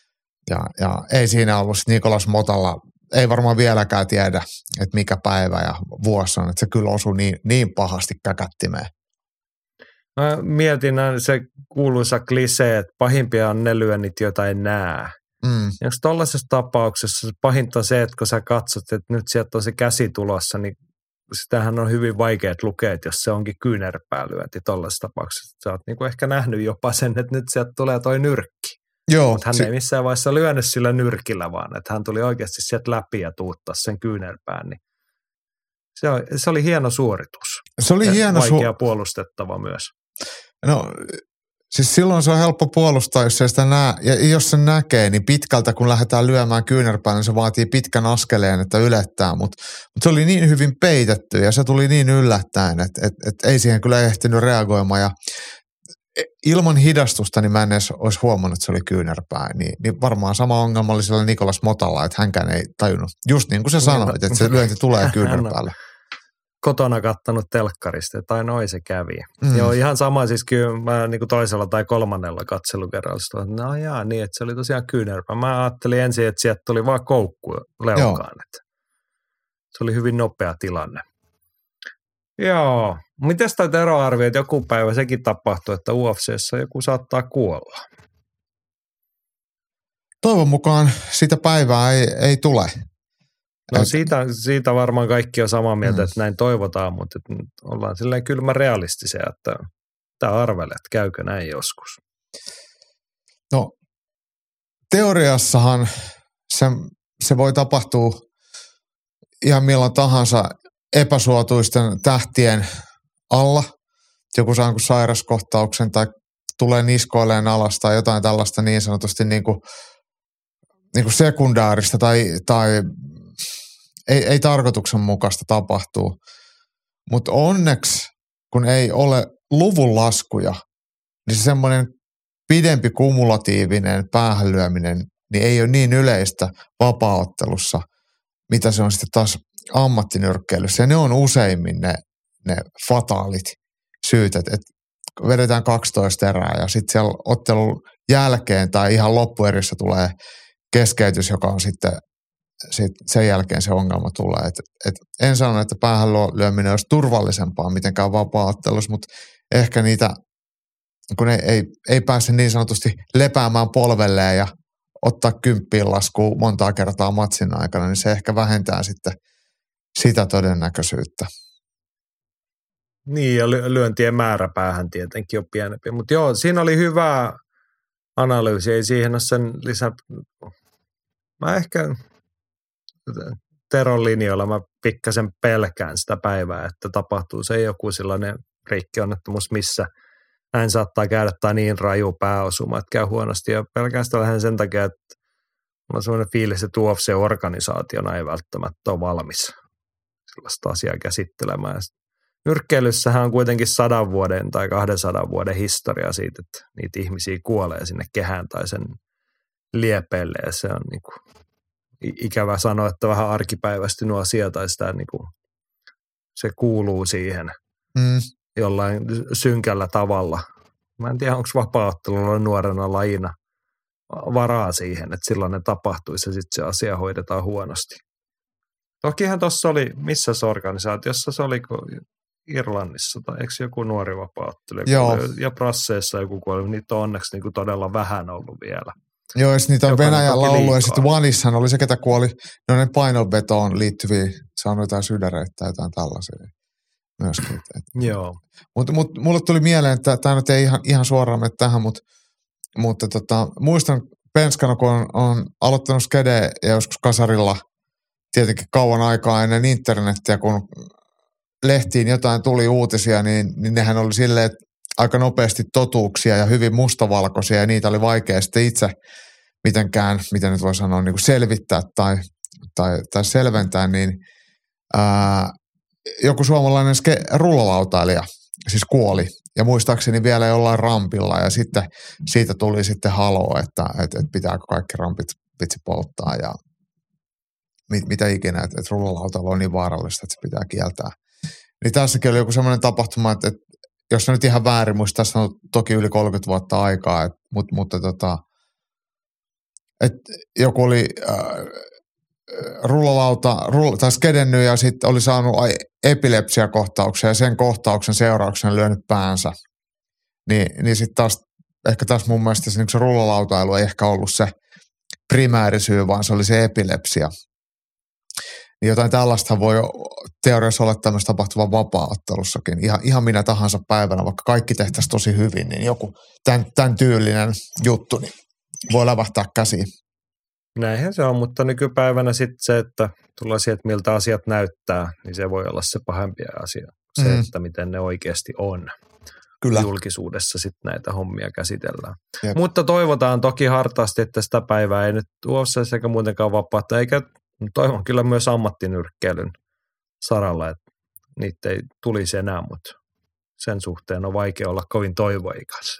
Ja ei siinä ollut Nicolas Motalla, ei varmaan vieläkään tiedä, että mikä päivä ja vuosi on. Että se kyllä osui niin pahasti käkättimeen. Mä mietin se kuuluisa klisee, että pahimpia on ne lyönnit, joita ei näe. Onko tuollaisessa tapauksessa pahinta se, että kun sä katsot, että nyt sieltä on se käsi tulossa, niin sitähän on hyvin vaikea lukea, että jos se onkin kyynärpäälyönti tuollaisessa tapauksessa. Sä oot niinku ehkä nähnyt jopa sen, että nyt sieltä tulee toi nyrkki. Mutta hän ei missään vaiheessa lyönyt sillä nyrkillä, vaan että hän tuli oikeasti sieltä läpi ja tuuttaa sen kyynärpään. Niin se oli hieno suoritus. Se oli hieno vaikea puolustettava myös. No siis silloin se on helppo puolustaa, jos ei sitä näe. Ja jos se näkee, niin pitkältä kun lähdetään lyömään kyynärpään, niin se vaatii pitkän askeleen, että ylettää. Mutta se oli niin hyvin peitetty ja se tuli niin yllättäen, että ei siihen kyllä ehtinyt reagoimaan. Ja ilman hidastusta niin mä en edes olisi huomannut, että se oli kyynärpää. Niin varmaan sama ongelma oli sillä Nicolas Motalla, että hänkään ei tajunnut. Just niin kuin sä sanoit, että se lyönti tulee kyynärpäälle. Kotona kattanut telkkarista, tai noin se kävi. Joo, ihan sama siis kyllä mä niin kuin toisella tai kolmannella katselukerralla, että no jaa, niin, että se oli tosiaan kyynärpää. Mä ajattelin ensin, että sieltä tuli vaan koukku leukaan. Että se oli hyvin nopea tilanne. Joo, mites toi Tero arvioi, että joku päivä sekin tapahtuu, että UFC:ssä joku saattaa kuolla? Toivon mukaan sitä päivää ei tule. No siitä varmaan kaikki on samaa mieltä, että näin toivotaan, mutta ollaan silleen kylmä realistisia, että tämä arvelee, että käykö näin joskus. No teoriassahan se voi tapahtua ihan milloin tahansa epäsuotuisten tähtien alla. Joku saa sairaskohtauksen tai tulee niskoilleen alas tai jotain tällaista niin sanotusti niin kuin sekundaarista tai ei tarkoituksenmukaista tapahtuu. Mutta onneksi, kun ei ole luvunlaskuja, niin se semmoinen pidempi kumulatiivinen päähänlyöminen niin ei ole niin yleistä vapaaottelussa, mitä se on sitten taas ammattinyrkkeilyssä. Ja ne on useimmin ne fataalit syyt, että vedetään 12 erää ja sitten siellä ottelun jälkeen tai ihan loppuerissä tulee keskeytys, joka on sitten sen jälkeen se ongelma tulee. Et en sano, että päähän lyöminen olisi turvallisempaa mitenkään vapaa-ottelussa, mutta ehkä niitä, kun ei pääse niin sanotusti lepäämään polvelleen ja ottaa kymppiin laskuun montaa kertaa matsin aikana, niin se ehkä vähentää sitten sitä todennäköisyyttä. Niin, ja lyöntien määrä päähän tietenkin on pienempi. Mutta joo, siinä oli hyvä analyysi, ei siihen ole sen lisää. Mä ehkä Teron linjoilla mä pikkasen pelkään sitä päivää, että tapahtuu se joku sellainen riikkionnettomuus, missä näin saattaa käydä tai niin raju pääosuma, että käy huonosti. Ja pelkään sitä lähden sen takia, että mulla on sellainen fiilis, että UFC-organisaationa ei välttämättä ole valmis sellaista asiaa käsittelemään. Nyrkkeilyssähän on kuitenkin 100 vuoden tai 200 vuoden historia siitä, että niitä ihmisiä kuolee sinne kehään tai sen liepeille. Ja se on niin kuin ikävä sanoa, että vähän arkipäivästynyt asia tai sitä niin kuin, se kuuluu siihen jollain synkällä tavalla. Mä en tiedä, onko vapaa-ottelulla nuorena lajina varaa siihen, että silloin ne tapahtuisi ja sitten se asia hoidetaan huonosti. Tokihan tuossa oli, missä se organisaatiossa se oli, Irlannissa tai eikö joku nuori vapaa-ottelija? Joo. Ja Brasseissa joku kuoli, niitä on onneksi niin kuin todella vähän ollut vielä. Joo, ja niitä on Venäjällä ollut, ja sitten Vanissahan oli se, ketä kuoli noiden painonvetoon liittyviä, saanut jotain sydäreitä tai jotain tällaisia myöskin. Joo. Mutta mulle tuli mieleen, että tämä nyt ei ihan suoraan mene tähän, mutta muistan penskana, kun on aloittanut skede ja joskus kasarilla tietenkin kauan aikaa ennen internettiä, kun lehtiin jotain tuli uutisia, niin nehän oli silleen, että aika nopeasti totuuksia ja hyvin mustavalkoisia, ja niitä oli vaikea sitten itse mitenkään, miten nyt voi sanoa, niin kuin selvittää tai selventää, niin joku suomalainen rullalautailija siis kuoli, ja muistaakseni vielä jollain rampilla, ja sitten siitä tuli sitten haloo, että pitääkö kaikki rampit vitsi polttaa, ja mitä ikinä, että rullalautailu on niin vaarallista, että se pitää kieltää. Niin tässäkin oli joku semmoinen tapahtuma, että jos on nyt ihan väärin, muista tässä on toki yli 30 vuotta aikaa, mutta joku oli tai skedennyt ja sitten oli saanut epilepsiakohtauksia ja sen kohtauksen seurauksena lyönyt päänsä. Niin sitten taas mun mielestä se rullalautailu ei ehkä ollut se primäärisyy, vaan se oli se epilepsia. Niin jotain tällaista voi teoriassa olla tämmöistä tapahtuvan vapaa-ottelussakin. Ihan minä tahansa päivänä, vaikka kaikki tehtäisiin tosi hyvin, niin joku tämän tyylinen juttu niin voi lävähtää käsiin. Näinhän se on, mutta nykypäivänä sitten se, että tullaan siihen, että miltä asiat näyttää, niin se voi olla se pahempi asia. Se, että miten ne oikeasti on. Kyllä. Julkisuudessa sitten näitä hommia käsitellään. Jep. Mutta toivotaan toki hartaasti, että sitä päivää ei nyt UFC eikä muutenkaan vapaata, eikä toivon kyllä myös ammattinyrkkeilyn saralla, että niitä ei tulisi enää, mutta sen suhteen on vaikea olla kovin toivoikas.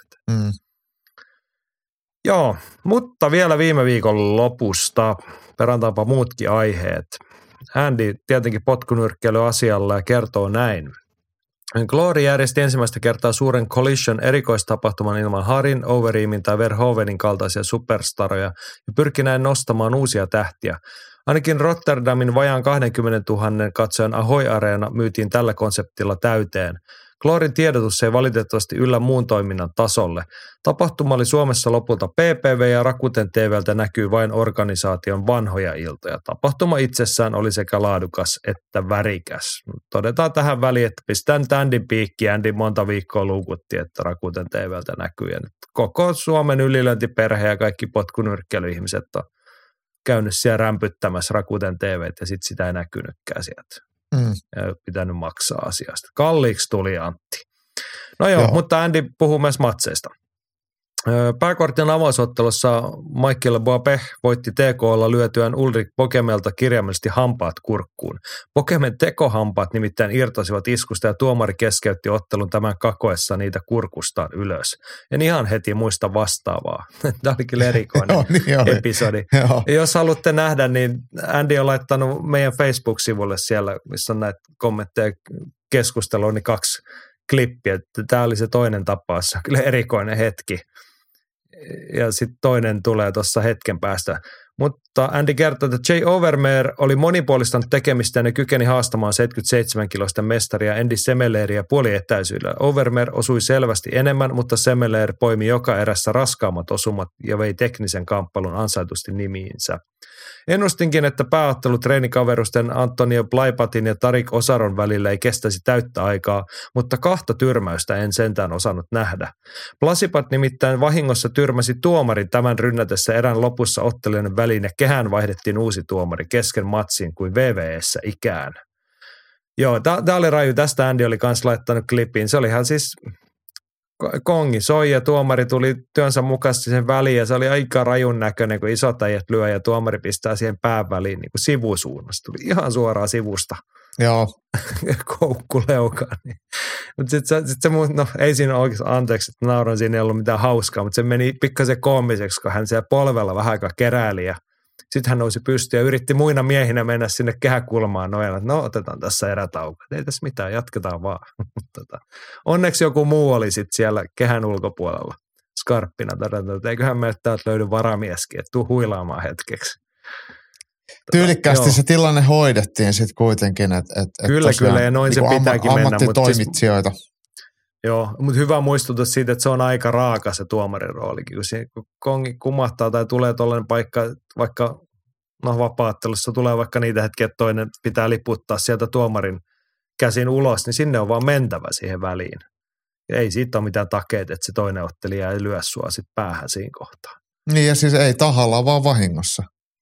Joo, mutta vielä viime viikon lopusta, perjantaapa muutkin aiheet. Andy tietenkin potkunyrkkeilyasialla ja kertoo näin. Glory järjesti ensimmäistä kertaa suuren Collision erikoistapahtuman ilman Harin, Overeemin tai Verhoevenin kaltaisia superstaroja ja pyrki näin nostamaan uusia tähtiä. Ainakin Rotterdamin vajaan 20 000 katsojan Ahoy-areena myytiin tällä konseptilla täyteen. Gloryn tiedotus ei valitettavasti yllä muun toiminnan tasolle. Tapahtuma oli Suomessa lopulta PPV ja Rakuten TV:ltä näkyy vain organisaation vanhoja iltoja. Tapahtuma itsessään oli sekä laadukas että värikäs. Todetaan tähän väliin, että pistän Andyn piikkiä. Andy monta viikkoa luukutti, että Rakuten TV:ltä näkyy. Ja nyt koko Suomen ylilöintiperhe ja kaikki potkunyrkkeilyihmiset on käynyt siellä rämpyttämässä Rakuten TV:t ja sitten sitä ei näkynytkään sieltä. Ja pitänyt maksaa asiasta. Kalliiksi tuli Antti. No joo, mutta Andy puhuu myös matseista. Pääkortin avausottelussa Michael Boapeh voitti TK:lla lyötyään Ulrik Pokemelta kirjaimellisesti hampaat kurkkuun. Pokemen tekohampaat nimittäin irtosivat iskusta ja tuomari keskeytti ottelun tämän kakoessa niitä kurkustaan ylös. En ihan heti muista vastaavaa. Tämä oli kyllä erikoinen episodi. Ja jos haluatte nähdä, niin Andy on laittanut meidän Facebook-sivulle siellä, missä on näitä kommentteja keskustelua, niin 2 klippiä. Tämä oli se toinen tapaus. Kyllä erikoinen hetki. Ja sitten toinen tulee tuossa hetken päästä. Mutta Andy kertoo, että Jay Overmeer oli monipuolistanut tekemistä ja ne kykeni haastamaan 77-kiloista mestaria Andy Semeleriä puolietäisyydellä. Overmeer osui selvästi enemmän, mutta Semeler poimi joka erässä raskaammat osumat ja vei teknisen kamppailun ansaitusti nimiinsä. Ennustinkin, että pääottelu treenikaverusten Antonio Blaipatin ja Tarik Osaron välillä ei kestäisi täyttä aikaa, mutta 2 tyrmäystä en sentään osannut nähdä. Blasipat nimittäin vahingossa tyrmäsi tuomarin tämän rynnätessä erän lopussa ottelijoiden väliin ja kehään vaihdettiin uusi tuomari kesken matsin kuin VVE:ssä ikään. Joo, tämä oli raju. Tästä Andy oli kans laittanut klippiin. Se oli ihan siis kongi soi ja tuomari tuli työnsä mukaisesti sen väliin ja se oli aika rajun näköinen, kun isot äijät lyö ja tuomari pistää siihen pään väliin niin kuin sivusuunnasta. Tuli ihan suoraan sivusta. Joo. Koukkuleukaan. Niin. Mutta sitten se no ei siinä oikeastaan, anteeksi, että nauran, siinä ei ollut mitään hauskaa, mutta se meni pikkasen koomiseksi, kun hän siellä polvella vähän aikaa keräili ja sitten hän nousi pystyyn ja yritti muina miehinä mennä sinne kehäkulmaan nojalla, että no otetaan tässä erätauko. Ei tässä mitään, jatketaan vaan. Onneksi joku muu oli sitten siellä kehän ulkopuolella skarppina. Että eiköhän meiltä täältä löydy varamieskin, että tuu huilaamaan hetkeksi. Tyylikkäästi se tilanne hoidettiin sitten kuitenkin. Kyllä, ja noin niin se pitääkin mennä. Ammattitoimitsijoita. Joo, mutta hyvä muistutus siitä, että se on aika raaka se tuomarin roolikin, kun kongi kumahtaa tai tulee tuollainen paikka, vaikka vapaattelussa tulee vaikka niitä hetkiä, että toinen pitää liputtaa sieltä tuomarin käsin ulos, niin sinne on vaan mentävä siihen väliin. Ja ei siitä ole mitään takeita, että se toinen ottelija ei lyö sua sitten päähän siinä kohtaa. Niin ja siis ei tahalla, vaan vahingossa.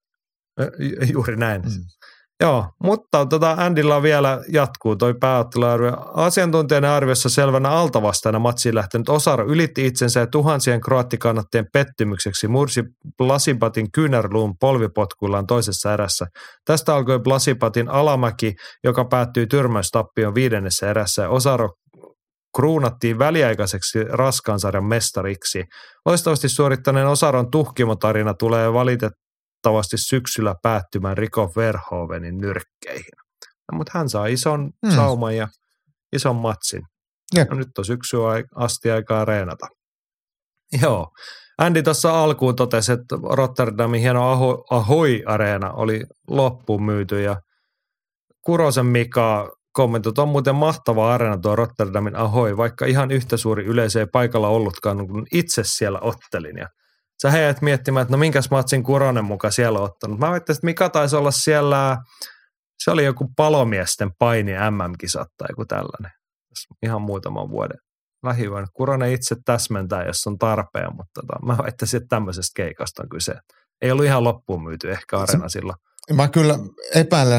Juuri näin. Joo, mutta Andylla vielä jatkuu toi pääotteluarvio. Asiantuntijan arviossa selvänä altavastaina matsiin lähtenyt Osaro ylitti itsensä ja tuhansien kroattikannattajien pettymykseksi mursi Blasipatin kyynärluun polvipotkuillaan toisessa erässä. Tästä alkoi Blasipatin alamäki, joka päättyi tyrmäystappioon 5. erässä ja Osaro kruunattiin väliaikaiseksi raskaan sarjan mestariksi. Loistavasti suorittaneen Osaron tuhkimotarina tulee valitettavasti syksyllä päättymään Rico Verhoevenin nyrkkeihin. No, mutta hän saa ison sauman ja ison matsin. No, nyt on syksyä asti aikaa reenata. Joo. Andy tuossa alkuun totesi, että Rotterdamin hieno Ahoy-areena oli loppuun myyty ja Kurosen Mika kommentoi, että on muuten mahtava areena tuo Rotterdamin Ahoy, vaikka ihan yhtä suuri yleisö ei paikalla ollutkaan, kun itse siellä ottelin. Ja sä heidät miettimään, että no minkäs matsin Kuronen muka siellä ottanut. Mä väittäisin, että Mika taisi olla siellä, se oli joku palomiesten paini MM-kisat tai joku tällainen. Ihan muutaman vuoden lähivuonna. Kuronen itse täsmentää, jos on tarpeen, mutta mä väittäisin, että tämmöisestä keikasta on kyse. Ei ollut ihan loppuun myyty ehkä areena silloin. Mä kyllä epäilen,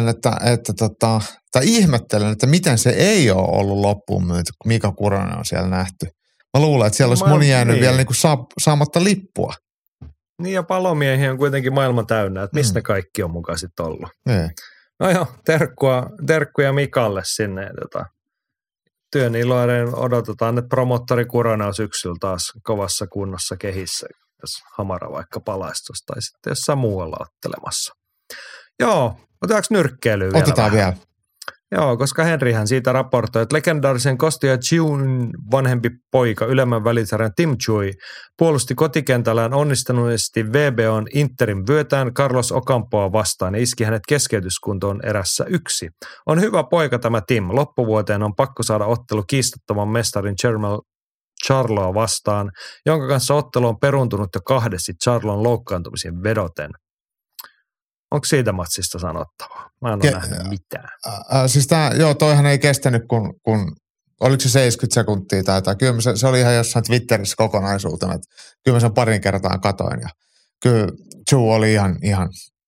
tai ihmettelen, että miten se ei ole ollut loppuun myyty, kun Mika Kuronen on siellä nähty. Mä luulen, että siellä olisi moni jäänyt vielä niin kuin saamatta lippua. Niin ja palomiehiä on kuitenkin maailma täynnä, että mistä kaikki on mukaan sitten ollut. No joo, terkkuja Mikalle sinne. Työn iloinen odotetaan, että promottori Kuronen on syksyllä taas kovassa kunnossa kehissä, jos Hamara vaikka palaistus tai sitten jossain muualla ottelemassa. Joo, otetaanko nyrkkeilyä vielä? Otetaan vielä. Joo, koska Henrihän siitä raportoi, että legendaarisen Kostya Tszyu vanhempi poika ylemmän välisarjan Tim Tszyu puolusti kotikentällään onnistuneesti VBOn Interin vyötään Carlos Ocampoa vastaan ja iski hänet keskeytyskuntoon erässä 1. On hyvä poika tämä Tim. Loppuvuoteen on pakko saada ottelu kiistattoman mestarin Charloa vastaan, jonka kanssa ottelu on peruuntunut jo 2 Charlon loukkaantumisen vedoten. Onko siitä matsista sanottavaa? Mä en ole nähnyt mitään. Siis toihan ei kestänyt, kun oliko se 70 sekuntia tai kyllä se oli ihan jossain Twitterissä kokonaisuutena. Että kyllä mä sen parin kertaan katoin ja kyllä Tszyu oli ihan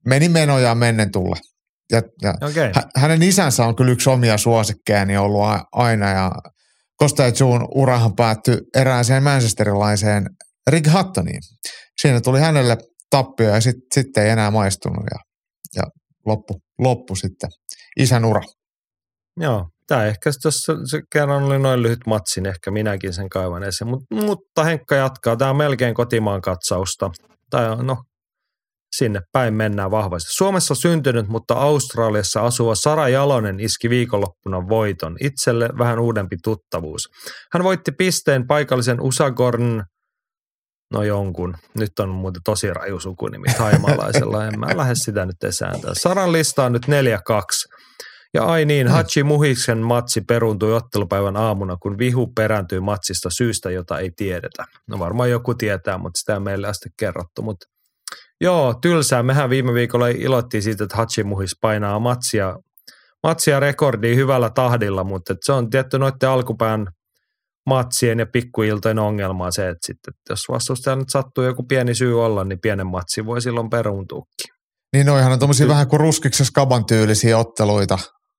meni menojaan mennen tulla. Ja Okay. hänen isänsä on kyllä yksi omia suosikkejani ollut aina ja Costa June urahan päättyi erääseen manchesterilaiseen Rick Hattoniin. Siinä tuli hänelle tappio ja sitten ei enää maistunut ja loppu sitten isän ura. Joo, tämä ehkä jos se kerran oli noin lyhyt matsi, niin ehkä minäkin sen kaivan esiin. Mutta Henkka jatkaa. Tämä on melkein kotimaan katsausta. Sinne päin mennään vahvasti. Suomessa syntynyt, mutta Australiassa asuva Sara Jalonen iski viikonloppuna voiton. Itselle vähän uudempi tuttavuus. Hän voitti pisteen paikallisen Usagorn, jonkun. Nyt on muuten tosi raju sukunimi haimalaisella. En mä lähde sitä nyt esääntää. Saran lista on nyt 4-2. Ja ai niin, Hachi Muhiksen matsi peruuntui ottelupäivän aamuna, kun Vihu perääntyi matsista syystä, jota ei tiedetä. No varmaan joku tietää, mutta sitä ei meille asti kerrottu. Mutta joo, tylsää. Mehän viime viikolla iloittiin siitä, että Hachi Muhis painaa matsia rekordia hyvällä tahdilla, mutta se on tietty noiden alkupään matsien ja pikkuiltojen ongelmaa se, että sitten, jos vastustajalla nyt sattuu joku pieni syy olla, niin pienen matsi voi silloin peruuntuukin. Niin noihan on tommosia vähän kuin Ruskiksen Skaban tyylisiä otteluita.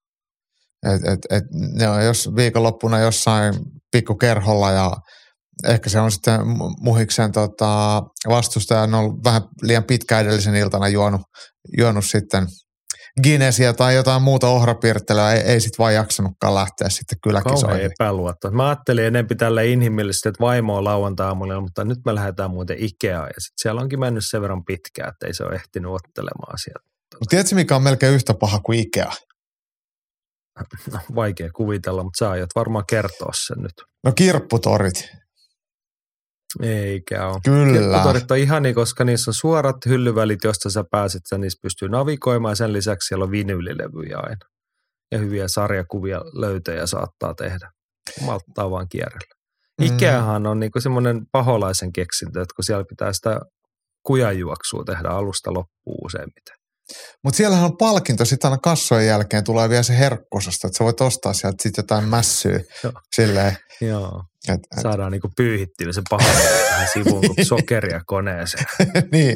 Ne on jos viikonloppuna jossain pikkukerholla ja ehkä se on sitten Muhiksen vastustaja on ollut vähän liian pitkä edellisen iltana juonut sitten Guinnessia tai jotain muuta ohrapirttelyä, ei sit vaan jaksanutkaan lähteä sitten kyläkisoihin. Kauhean epäluotto. Mä ajattelin enempi tälle inhimillisesti, että vaimo on lauantai-aamulla, mutta nyt me lähdetään muuten Ikeaan ja sitten siellä onkin mennyt sen verran pitkään, että ei se ole ehtinyt ottelemaan sieltä. Mutta tiedätkö mikä on melkein yhtä paha kuin Ikea? No, vaikea kuvitella, mutta sä aiot varmaan kertoa sen nyt. No kirpputorit. Eikä ole. Kyllä. Kirpputorit on ihania, koska niissä on suorat hyllyvälit, josta sä pääset, ja niissä pystyy navigoimaan, ja sen lisäksi siellä on vinyylilevyjä aina. Ja hyviä sarjakuvia löytöjä saattaa tehdä. Malttaa vaan kierrellä. Ikeahan on niinku semmoinen paholaisen keksintö, että kun siellä pitää sitä kujanjuoksua tehdä alusta loppuun useimmiten. Mutta siellähän on palkinto, sitten aina kassojen jälkeen tulee vielä se herkkosasta, että sä voit ostaa sieltä sitten jotain mässyä silleen. Joo, saadaan niinku pyyhittyä se paholainen tähän sivuun kuin sokeria koneeseen. niin.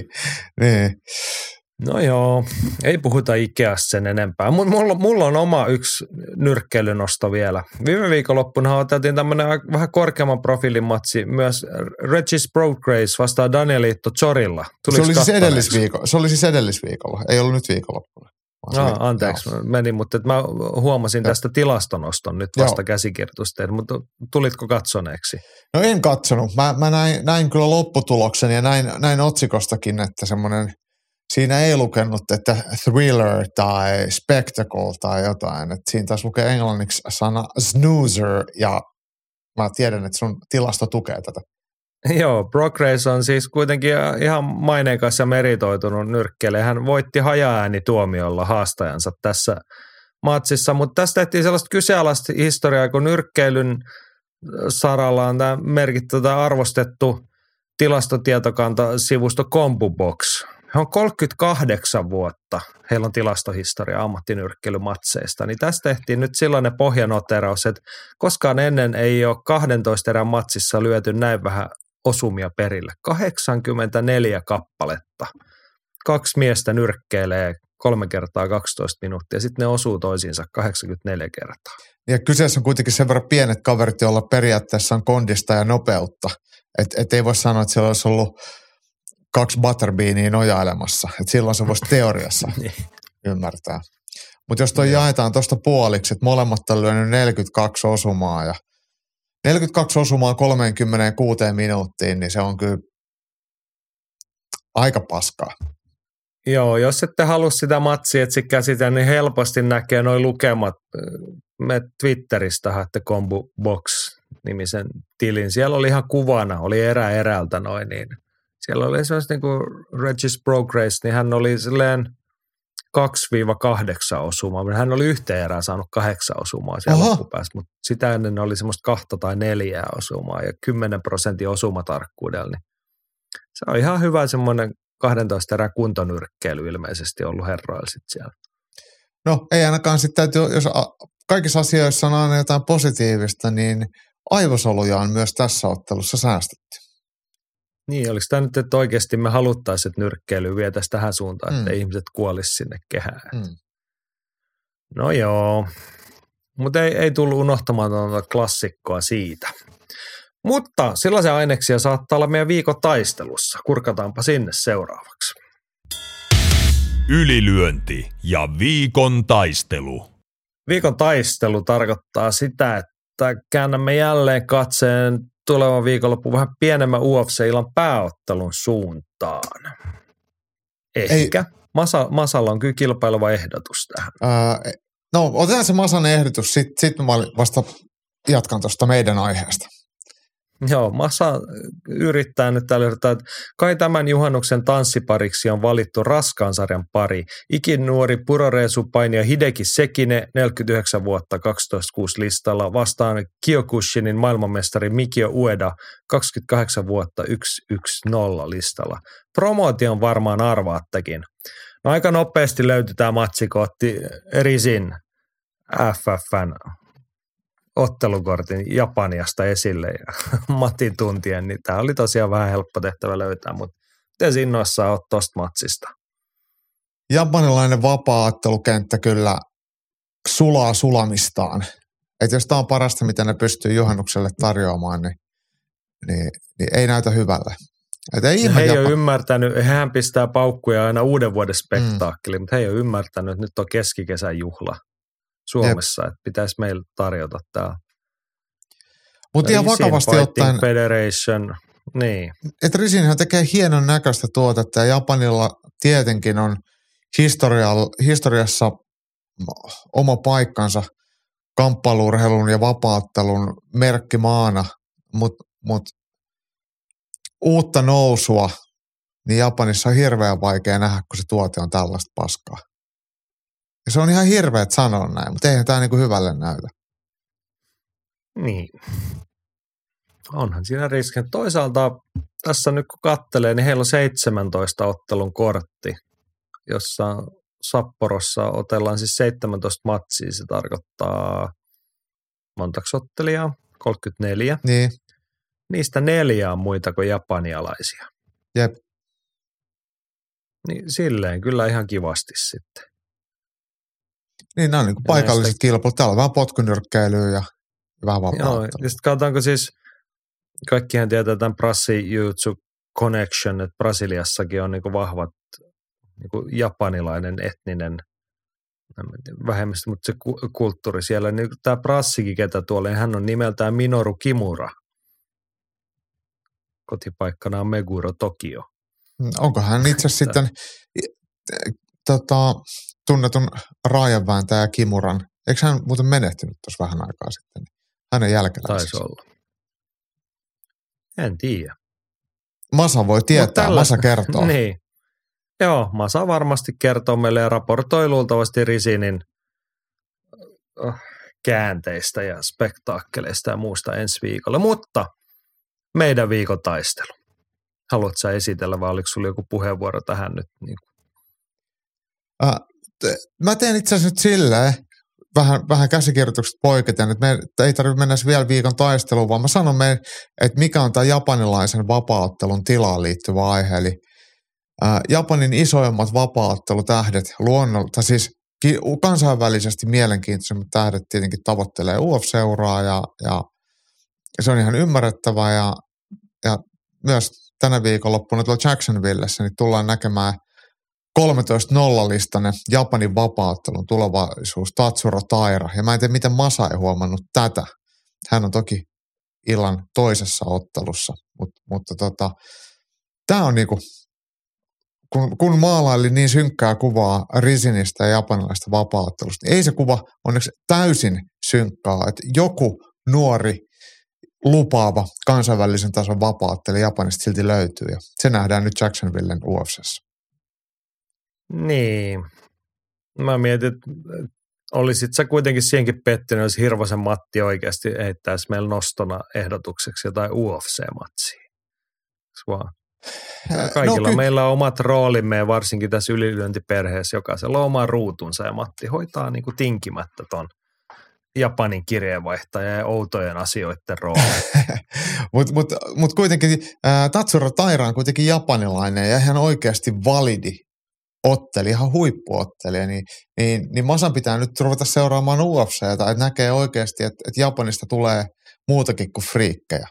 No joo, ei puhuta Ikeasta sen enempää. Mulla on oma yksi nyrkkeilynosto vielä. Viime viikonloppuna otettiin tämmöinen vähän korkeamman profiilin matsi myös Regis Prograis vastaan Danielito Zorilla. Se oli siis edellisviikolla, ei ollut nyt viikonloppuna. Anteeksi, menin, mutta mä huomasin tästä tilastonoston nyt vasta käsikirjoitusten, mutta tulitko katsoneeksi? No en katsonut. Mä näin kyllä lopputuloksen ja näin otsikostakin, että semmoinen siinä ei lukenut, että thriller tai spectacle tai jotain. Että siinä taas lukee englanniksi sana snoozer ja mä tiedän, että sun tilasto tukee tätä. Joo, Progress on siis kuitenkin ihan maineikas ja meritoitunut nyrkkeilijä. Hän voitti hajaäänituomiolla haastajansa tässä matsissa, mutta tästä tehtiin sellaista kyseenalaista historiaa, kun nyrkkeilyn saralla on tämä merkittävä arvostettu tilastotietokanta-sivusto CompuBox. He on 38 vuotta, heillä on tilastohistoria ammattinyrkkeilymatseista, niin tästä tehtiin nyt sellainen pohjanoteraus, että koskaan ennen ei ole 12 erän matsissa lyöty näin vähän osumia perille. 84 kappaletta. 2 miestä nyrkkeilee 3 kertaa 12 minuuttia, sitten ne osuu toisiinsa 84 kertaa. Ja kyseessä on kuitenkin sen verran pienet kaverit, joilla periaatteessa on kondista ja nopeutta. Et ei voi sanoa, että siellä olisi ollut 2 butterbeania nojailemassa. Että silloin se voisi teoriassa ymmärtää. Mutta jos toi jaetaan tuosta puoliksi, että molemmat on lyönyt 42 osumaa ja 42 osumaa 36 minuuttiin, niin se on kyllä aika paskaa. Joo, jos ette halua sitä matsia etsikää sitä, niin helposti näkee nuo lukemat. Me Twitteristä haatte CompuBox-nimisen tilin. Siellä oli ihan kuvana, oli erältä noin, niin siellä oli esimerkiksi niin kuin Regis Progress, niin hän oli silleen 2-8 osumaa. Hän oli yhteen erään saanut 8 osumaa siellä loppupäässä, mutta sitä ennen oli semmoista 2 tai 4 osumaa ja 10% osumatarkkuudella. Niin se on ihan hyvä semmoinen 12 erän kuntonyrkkeily ilmeisesti ollut herroilla sitten siellä. No ei ainakaan sitten täytyy, jos kaikissa asioissa on aina jotain positiivista, niin aivosoluja on myös tässä ottelussa säästetty. Niin, oliko tämä nyt, että oikeasti me haluttaisiin, että nyrkkeily vietäisiin tähän suuntaan, että ihmiset kuolisi sinne kehään. No joo, mutta ei tullut unohtamaan tuota klassikkoa siitä. Mutta sellaisia aineksia saattaa olla meidän viikon taistelussa. Kurkataanpa sinne seuraavaksi. Ylilyönti ja viikon taistelu. Viikon taistelu tarkoittaa sitä, että käännämme jälleen katseen tulevan viikonloppuun vähän pienemmän UFC-illan pääottelun suuntaan. Ehkä. Masalla on kyllä kilpaileva ehdotus tähän. No otetaan se Masan ehdotus, sitten mä vasta jatkan tuosta meidän aiheesta. Joo, Masa yrittää nyt täällä yrittää, että kai tämän juhannuksen tanssipariksi on valittu raskaan sarjan pari. Ikinuori puroreisupainija Hideki Sekine, 49 vuotta, 12-6 listalla, vastaan Kyokushinin maailmanmestari Mikio Ueda, 28 vuotta, 1-1-0 listalla. Promootion varmaan arvaattekin. No aika nopeasti löytyi tämä matsi, kun otti Rizin FF:n ottelukortin Japaniasta esille ja Matin tuntien, niin tämä oli tosiaan vähän helppo tehtävä löytää, mutta miten innoissaan olet tuosta matsista? Japanilainen vapaa-ottelukenttä kyllä sulaa sulamistaan. Että jos tämä on parasta, mitä ne pystyy juhannukselle tarjoamaan, niin ei näytä hyvälle. He ei ole ymmärtänyt, hän pistää paukkuja aina uuden vuoden spektaakkeliin, mutta he ei ole ymmärtänyt, että nyt on keskikesän juhla Suomessa, että pitäisi meille tarjota tämä. Mutta ihan vakavasti ottaen, Federation, niin. Että Risinhän tekee hienon näköistä tuotetta ja Japanilla tietenkin on historiassa oma paikkansa kamppailuurheilun ja vapaattelun merkkimaana, mutta uutta nousua, niin Japanissa on hirveän vaikea nähdä, kun se tuote on tällaista paskaa. Ja se on ihan hirveät sanoa näin, mutta eihän tämä niinku hyvälle näytä. Niin. Onhan siinä riski. Toisaalta tässä nyt kun katselee, niin heillä on 17 ottelun kortti, jossa Sapporossa otellaan siis 17 matsia. Se tarkoittaa montako ottelijaa? 34. Niin. Niistä 4 on muita kuin japanialaisia. Jep. Niin silleen kyllä ihan kivasti sitten. Niin nämä on niin kuin paikalliset kilpailut. Täällä on vähän potkunyrkkeilyä ja vähän vapauttelua. Joo, ja sitten katsotaanko siis, kaikkihan tietää tämän Brasi-Jiu-Jitsu Connection, että Brasiliassakin on niin kuin vahvat niin kuin japanilainen etninen vähemmistö, mutta se kulttuuri siellä. Niin tämä Brassikin, ketä tuolla, niin hän on nimeltään Minoru Kimura. Kotipaikkana on Meguro, Tokio. Onko hän itse sitten tunnetun raajanvääntäjä Kimuran, eikö hän muuten menehtynyt tuossa vähän aikaa sitten? Hänen jälkeläisensä. Taisi olla. En tiedä. Masa voi tietää, Masa kertoo. Niin. Joo, Masa varmasti kertoo meille ja raportoi luultavasti Risinin käänteistä ja spektaakkeleista ja muusta ensi viikolla. Mutta meidän viikon taistelu. Haluatko sä esitellä vai oliko sulla joku puheenvuoro tähän nyt? Mä teen itse asiassa nyt silleen, vähän käsikirjoitukset poiketen, että me ei tarvitse mennä vielä viikon taisteluun, vaan mä sanon että mikä on tämä japanilaisen vapaaottelun tilaan liittyvä aihe. Eli Japanin isoimmat vapaaottelutähdet siis kansainvälisesti mielenkiintoisemmat tähdet tietenkin tavoittelee UFC-uraa ja se on ihan ymmärrettävää ja myös tänä viikonloppuna tuolla Jacksonvillessä niin tullaan näkemään 13-0-listainen Japanin vapaaottelun tulevaisuus Tatsuro Taira. Ja mä en tiedä, miten Masa ei huomannut tätä. Hän on toki illan toisessa ottelussa, mutta tämä on niinku, kun maalaili niin synkkää kuvaa Risinistä ja japanilaista vapaaottelusta, niin ei se kuva onneksi täysin synkkää, että joku nuori lupaava kansainvälisen tason vapaattelija Japanista silti löytyy ja se nähdään nyt Jacksonvillen UFC:ssä. Niin. Mä mietin, että olisit sä kuitenkin siihenkin pettynyt, jos Hirvosen Matti oikeasti heittäisi meillä nostona ehdotukseksi jotain UFC-matsia. Kaikilla meillä on omat roolimme ja varsinkin tässä ylilyöntiperheessä jokaisella on oma ruutunsa ja Matti hoitaa niin kuin tinkimättä ton Japanin kirjeenvaihtaja ja outojen asioiden rooli. Mut kuitenkin Tatsuro Taira on kuitenkin japanilainen ja ihan oikeasti validi otteli, ihan huippuottelija, niin Masan pitää nyt ruveta seuraamaan UFC:tä, että näkee oikeasti, että Japanista tulee muutakin kuin friikkejä.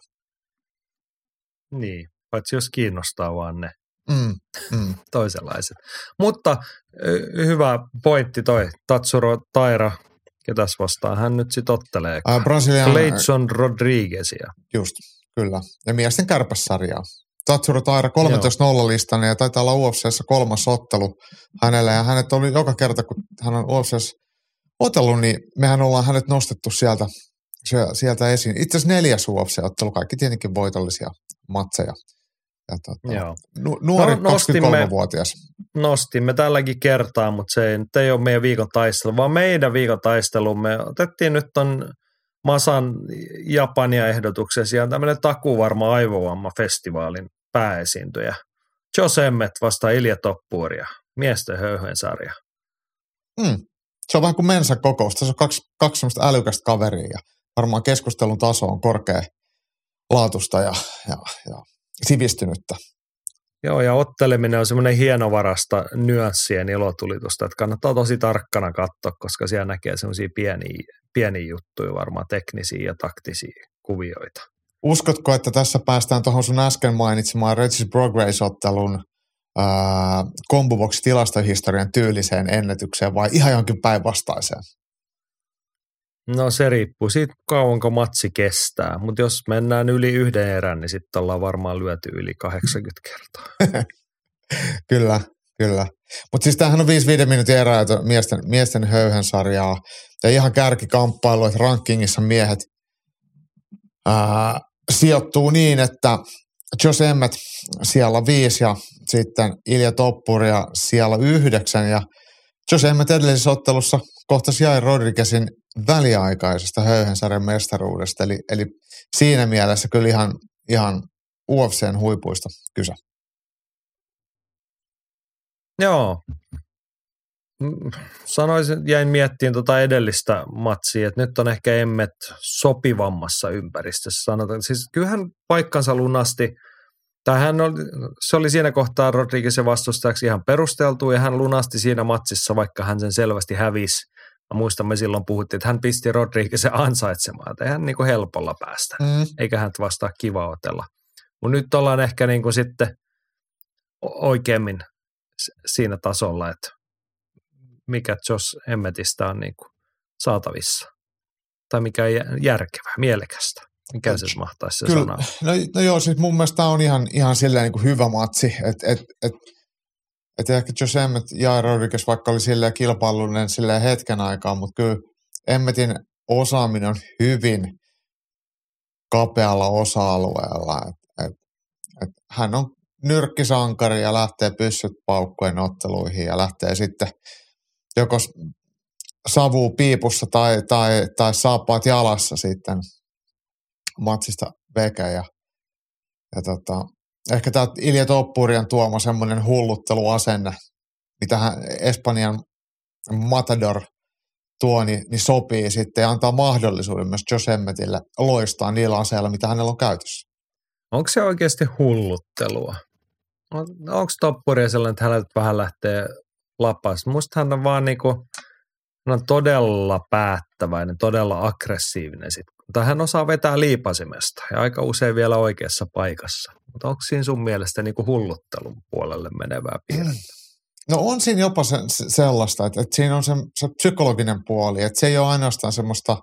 Niin, paitsi jos kiinnostaa vaan ne toisenlaiset. Mutta hyvä pointti toi Tatsuro Taira, ketäs vastaan hän nyt sit ottelee? Brasilian Leidson Rodriguezia. Just, kyllä. Ja miesten kärpässarjaa. Tatsuro Taira 13-0-listainen ja taitaa olla UFC:ssä 3. ottelu hänelle. Ja hänet oli joka kerta, kun hän on UFC:ssä otellut, niin mehän ollaan hänet nostettu sieltä esiin. Itse asiassa 4. UFC-ottelu, kaikki tietenkin voitollisia matseja. Ja nuori 23-vuotias. Nostimme tälläkin kertaa, mutta se ei ole meidän viikon taistelu, vaan meidän viikon taistelumme. Otettiin nyt ton Masan Japania ehdotuksen sijaan tämmöinen takuvarma aivovamma-festivaalin pääesiintyjä. Josh Emmett vastaa Ilja Toppuria, miesten höyhensarja. Se on vähän kuin Mensa kokous. Tässä on kaksi semmoista älykästä kaveria ja varmaan keskustelun taso on korkealaatuista ja sivistynyttä. Joo, ja otteleminen on semmoinen hienovarasta nyanssien ilotulitusta, että kannattaa tosi tarkkana katsoa, koska siellä näkee semmoisia pieniä juttuja, varmaan teknisiä ja taktisia kuvioita. Uskotko, että tässä päästään tuohon sun äsken mainitsemaan Regis Prograis-ottelun Combobox-tilastohistorian tyyliseen ennätykseen vai ihan jonkin päinvastaiseen? No se riippuu siitä, kauanko matsi kestää, mutta jos mennään yli 1 erän, niin sitten ollaan varmaan lyöty yli 80 kertaa. Kyllä. Mutta siis tämähän on 5 minuutin erää miesten höyhensarjaa ja ihan kärkikamppailu, että rankingissa miehet sijoittuu niin, että Josh Emmett siellä 5 ja sitten Ilja Toppuria siellä 9 ja Josh Emmett edellisessä ottelussa kohtasi Jair Rodriguezin väliaikaisesta höyhensarjan mestaruudesta, eli siinä mielessä kyllä ihan UFC:n huipuista kyse. Joo. Sanoisin, jäin miettimään tuota edellistä matsia, että nyt on ehkä Emmett sopivammassa ympäristössä. Sanotaan. Siis kyllähän paikkansa lunasti, se oli siinä kohtaa Rodriguezin vastustajaksi ihan perusteltu ja hän lunasti siinä matsissa, vaikka hän sen selvästi hävisi. Mä muistan, me silloin puhuttiin, että hän pisti Rodriguezin ansaitsemaan, että eihän niin kuin helpolla päästä, eikä hän vastaa kiva otella. Mutta nyt ollaan ehkä niin kuin sitten oikeammin siinä tasolla, että mikä Josh Emmettistä on niin kuin saatavissa. Tai mikä on järkevää, mielekästä. Mikä se mahtaisi se sana? No joo, siis mun mielestä tämä on ihan silleen niin kuin hyvä matsi. Että ehkä Josh Emmett ja Rodriguez vaikka oli silleen kilpailullinen silleen hetken aikaa, mutta kyllä Emmettin osaaminen on hyvin kapealla osa-alueella. Et hän on nyrkkisankari ja lähtee pyssyt paukkojen otteluihin ja lähtee sitten joko savuu piipussa tai saappaat jalassa sitten matsista veke. Ja ehkä tämä Ilja Toppurian tuoma semmoinen hullutteluasenne, mitä hän Espanjan Matador tuo, niin sopii sitten ja antaa mahdollisuuden myös Josh Emmettille loistaa niillä aseilla, mitä hänellä on käytössä. Onko se oikeasti hulluttelua? Onko Toppuria sellainen, että häneltä vähän lähtee lapas? Musta hän on vaan niinku, hän on todella päättäväinen, todella aggressiivinen sitten. Tai hän osaa vetää liipasimesta ja aika usein vielä oikeassa paikassa. Mutta onko siinä sun mielestä niinku hulluttelun puolelle menevää piirrettä? No on siinä jopa sellaista, että siinä on se psykologinen puoli, että se ei ole ainoastaan semmoista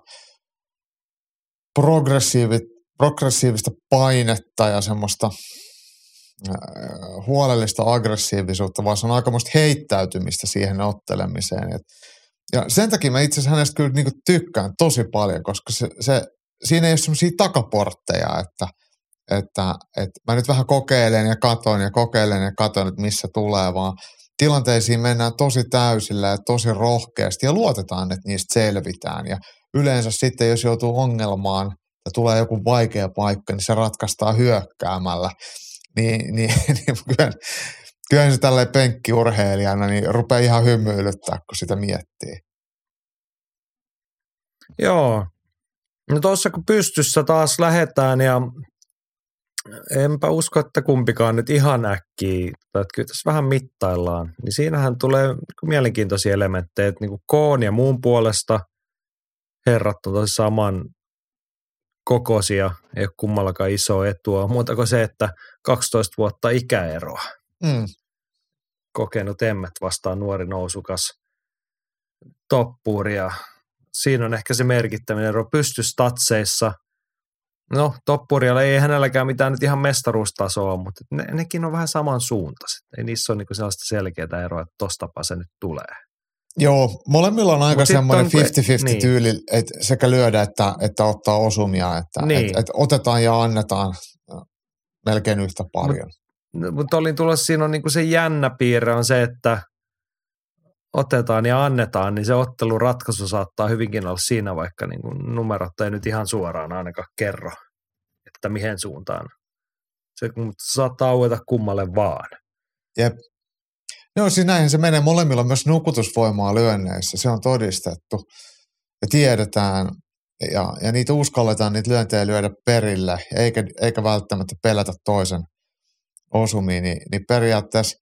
progressiivista painetta ja semmoista huolellista aggressiivisuutta, vaan se on aikamoista heittäytymistä siihen ottelemiseen. Ja sen takia mä itse asiassa hänestä kyllä niinku tykkään tosi paljon, koska siinä ei ole semmoisia takaportteja, että mä nyt vähän kokeilen ja katon, että missä tulee, vaan tilanteisiin mennään tosi täysillä ja tosi rohkeasti ja luotetaan, että niistä selvitään. Ja yleensä sitten, jos joutuu ongelmaan ja tulee joku vaikea paikka, niin se ratkaistaan hyökkäämällä. Niin kyllä se tälleen penkkiurheilijana niin rupeaa ihan hymyilyttää, kun sitä miettii. Joo. No tuossa kun pystyssä taas lähdetään ja enpä usko, että kumpikaan nyt ihan äkkiä, että kyllä tässä vähän mittaillaan, niin siinähän tulee mielenkiintoisia elementtejä, että niin kuin koon ja muun puolesta herrat on tosi saman kokoisia, ei ole kummallakaan isoa etua, muuta kuin se, että 12 vuotta ikäeroa. Kokenut emmet vastaan nuori nousukas toppuuri ja siinä on ehkä se merkittävinen ero pystystatseissa. No, toppurialla ei hänelläkään mitään nyt ihan mestaruustasoa, mutta nekin on vähän samansuuntaiset. Ei niissä ole niinku sellaista selkeää eroa, että tostapa se nyt tulee. Joo, molemmilla on aika semmoinen 50-50 niin. tyyli, että sekä lyödä että ottaa osumia, että niin. että otetaan ja annetaan melkein yhtä paljon. Mutta olin tulossa, siinä on niinku se jännä piirre on se, että otetaan ja annetaan, niin se ottelun ratkaisu saattaa hyvinkin olla siinä, vaikka niin kuin numerot ei nyt ihan suoraan ainakaan kerro, että mihin suuntaan. Se saattaa aueta kummalle vaan. Jep. Joo, siis näinhän se menee. Molemmilla myös nukutusvoimaa lyönneissä. Se on todistettu ja tiedetään ja niitä uskalletaan niitä lyöntejä lyödä perille, eikä välttämättä pelätä toisen osumia, niin periaatteessa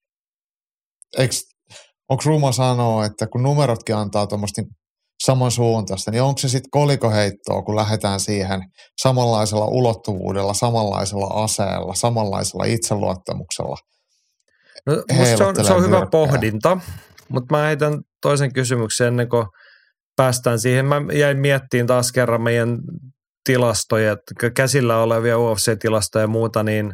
onko ruma sanoa, että kun numerotkin antaa tuommoista samansuuntaista, niin onko se sitten kolikoheittoa, kun lähdetään siihen samanlaisella ulottuvuudella, samanlaisella aseella, samanlaisella itseluottamuksella? No, musta se on hyvä pohdinta, mutta mä heitän toisen kysymyksen ennen kuin päästään siihen. Mä jäin miettimään taas kerran meidän tilastoja, käsillä olevia UFC-tilastoja ja muuta, niin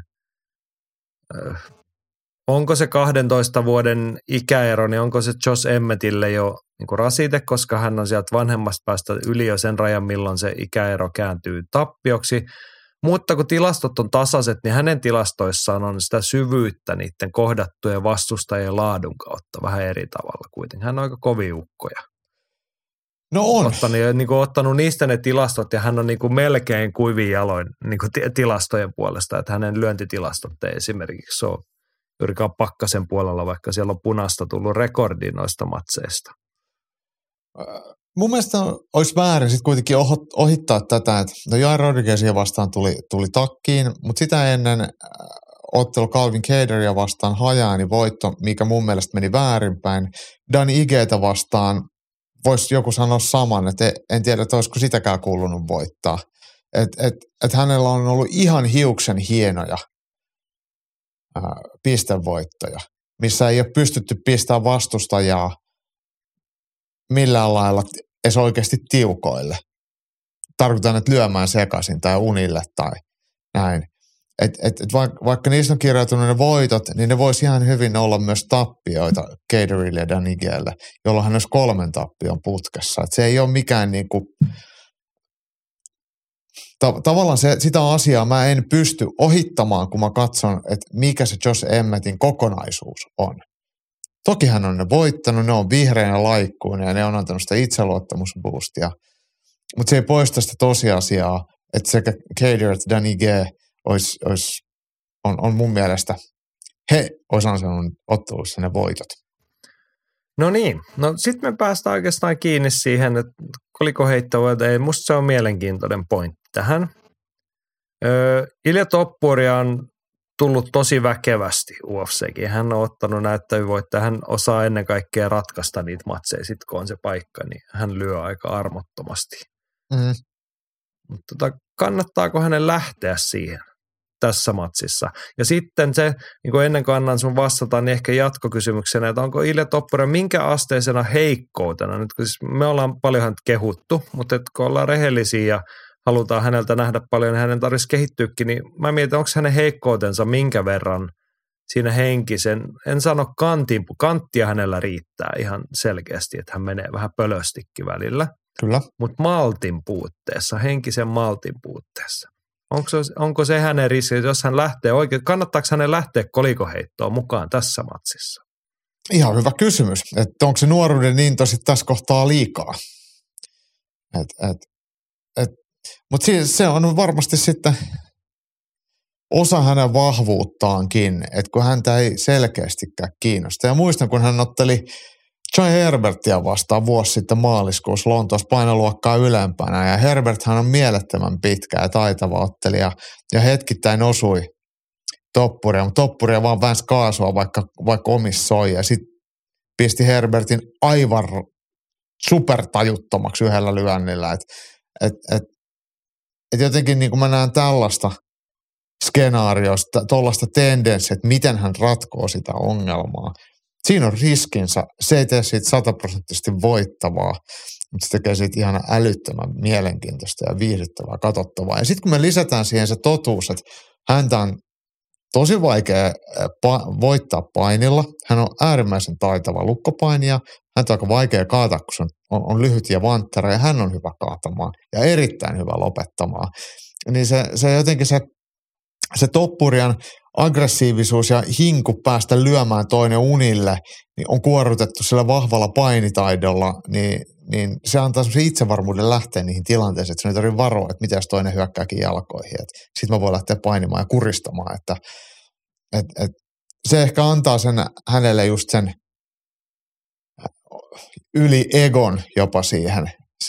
onko se 12 vuoden ikäero, niin onko se Josh Emmettille jo niin kuin rasite, koska hän on sieltä vanhemmasta päästä yli jo sen rajan, milloin se ikäero kääntyy tappioksi. Mutta kun tilastot on tasaiset, niin hänen tilastoissaan on sitä syvyyttä niiden kohdattujen vastustajien laadun kautta vähän eri tavalla kuitenkin. Hän on aika kovia ukkoja. No on. Ottanut niistä ne tilastot ja hän on niin kuin melkein kuivin jaloin niin kuin tilastojen puolesta, että hänen lyöntitilastot ei esimerkiksi ole juurikaan pakkasen puolella, vaikka siellä on punaista tullut rekordi noista matseista. Mun mielestä olisi väärin sitten kuitenkin ohittaa tätä, että no Jair Rodriguezia vastaan tuli takkiin, mutta sitä ennen ottelu Calvin Kattarria vastaan hajaani voitto, mikä mun mielestä meni väärinpäin. Dan Igetä vastaan voisi joku sanoa saman, että en tiedä, että olisiko sitäkään kuulunut voittaa. Että hänellä on ollut ihan hiuksen hienoja pistevoittoja, missä ei ole pystytty pistämään vastustajaa millään lailla edes oikeasti tiukoille. Tarkoitan, että lyömään sekaisin tai unille tai näin. Vaikka niistä on kirjautunut ne voitot, niin ne voisi ihan hyvin olla myös tappioita Kattarille ja Dan Igelle, jolloin hän olisi 3 tappion putkessa. Et se ei ole mikään niinku tavallaan sitä asiaa mä en pysty ohittamaan, kun mä katson, että mikä se Josh Emmettin kokonaisuus on. Toki hän on ne voittanut, ne on vihreinä laikkuina ja ne on antanut sitä itseluottamusboostia, mutta se ei poista sitä tosiasiaa, että sekä Kattar että Dan Ige on mun mielestä, he olisi ansainnut ottelussa ne voitot. No niin, no sitten me päästään oikeastaan kiinni siihen, että kolikoheittoa, ei musta se on mielenkiintoinen pointti tähän. Ilja Toppuri on tullut tosi väkevästi UFC:kin. Hän on ottanut näyttävyysvoittoja, hän osaa ennen kaikkea ratkaista niitä matseja, sit kun on se paikka, niin hän lyö aika armottomasti. Mm. Mutta kannattaako hänen lähteä siihen tässä matsissa? Ja sitten se, niin kuin ennen kuin annan sun vastata, niin ehkä jatkokysymyksenä, että onko Ilja Toppuri minkä asteisena heikkoutena? Nyt kun siis me ollaan paljon häntä kehuttu, mutta että kun ollaan rehellisiä ja halutaan häneltä nähdä paljon, niin hänen tarvitsisi kehittyäkin, niin mä mietin, onko hänen heikkoutensa minkä verran siinä henkisen, en sano kanttia hänellä riittää ihan selkeästi, että hän menee vähän pölöstikin välillä. Kyllä. Mutta maltin puutteessa, henkisen maltin puutteessa. Onko se hänen riski, jos hän lähtee oikein, kannattaako hänen lähteä kolikoheittoon mukaan tässä matsissa? Ihan hyvä kysymys, että onko se nuoruuden into sitten tässä kohtaa liikaa? Mutta se on varmasti sitten osa hänen vahvuuttaankin, että kun häntä ei selkeästikään kiinnosta. Ja muistan, kun hän otteli Joy Herbertia vastaan vuosi sitten maaliskuussa Lontoossa painoluokkaa ylempänä. Ja Herberthän on mielettömän pitkä ja taitava ottelija ja hetkittäin osui toppuria, mutta toppuria vaan väänsi kaasua vaikka omissa soi ja sitten pisti Herbertin aivan supertajuttomaksi yhdellä lyönnillä. Et jotenkin niin kuin mä näen tällaista skenaariosta, tuollaista tendenssiä, että miten hän ratkoo sitä ongelmaa. Siinä on riskinsä. Se ei tee siitä 100% voittavaa, mutta se tekee siitä ihan älyttömän mielenkiintoista ja viihdyttävää, katsottavaa. Ja sitten kun me lisätään siihen se totuus, että häntä on tosi vaikea voittaa painilla. Hän on äärimmäisen taitava lukkopainija. Häntä on aika vaikea kaataa, kun se on lyhyt ja vanttera ja hän on hyvä kaatamaan ja erittäin hyvä lopettamaan. Niin se jotenkin se toppurian aggressiivisuus ja hinku päästä lyömään toinen unille niin on kuorrutettu sillä vahvalla painitaidolla, niin se antaa semmoisen itsevarmuuden lähteä niihin tilanteisiin, että se ei tarvitse varoa, että mitä jos toinen hyökkääkin jalkoihin. Sitten mä voin lähteä painimaan ja kuristamaan. Että se ehkä antaa hänelle just sen yli egon jopa siihen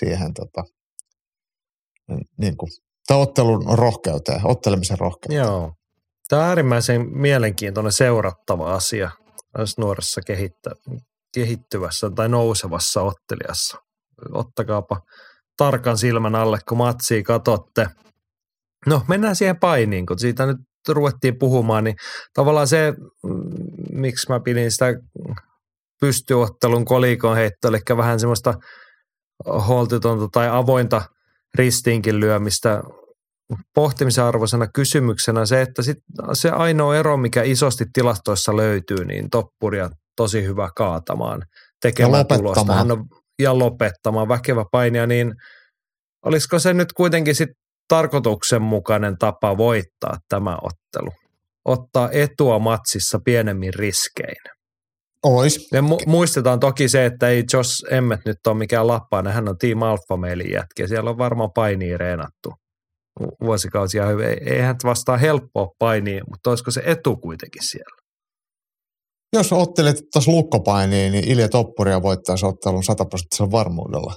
niin kuin ottelun rohkeuteen, ottelemisen rohkeuteen. Joo. Tämä on äärimmäisen mielenkiintoinen seurattava asia tässä nuoressa kehittyvässä tai nousevassa ottelijassa. Ottakaapa tarkan silmän alle, kun matsia katsotte. No, mennään siihen painiin, kun siitä nyt ruvettiin puhumaan, niin tavallaan se, miksi mä pidin sitä pystyottelun kolikon heittoa, eli vähän semmoista holtitonta tai avointa ristiinkin lyömistä pohtimisen arvoisena kysymyksenä se, että se ainoa ero, mikä isosti tilastoissa löytyy, niin toppuria tosi hyvä kaatamaan, tekemään tulosta ja lopettamaan väkevä painia, niin olisiko se nyt kuitenkin sitten tarkoituksenmukainen tapa voittaa tämä ottelu? Ottaa etua matsissa pienemmin riskein. Ois. Me muistetaan toki se, että ei Josh Emmett nyt ole mikään lappainen, hän on Team Alpha Mailin jätkä, siellä on varmaan painia reenattu vuosikausia hyvin. Eihän vastaa helppoa painia, mutta olisiko se etu kuitenkin siellä? Jos ottelet taas lukkopainiin, niin Ilja Toppuria voittaisi ottelun 100% varmuudella.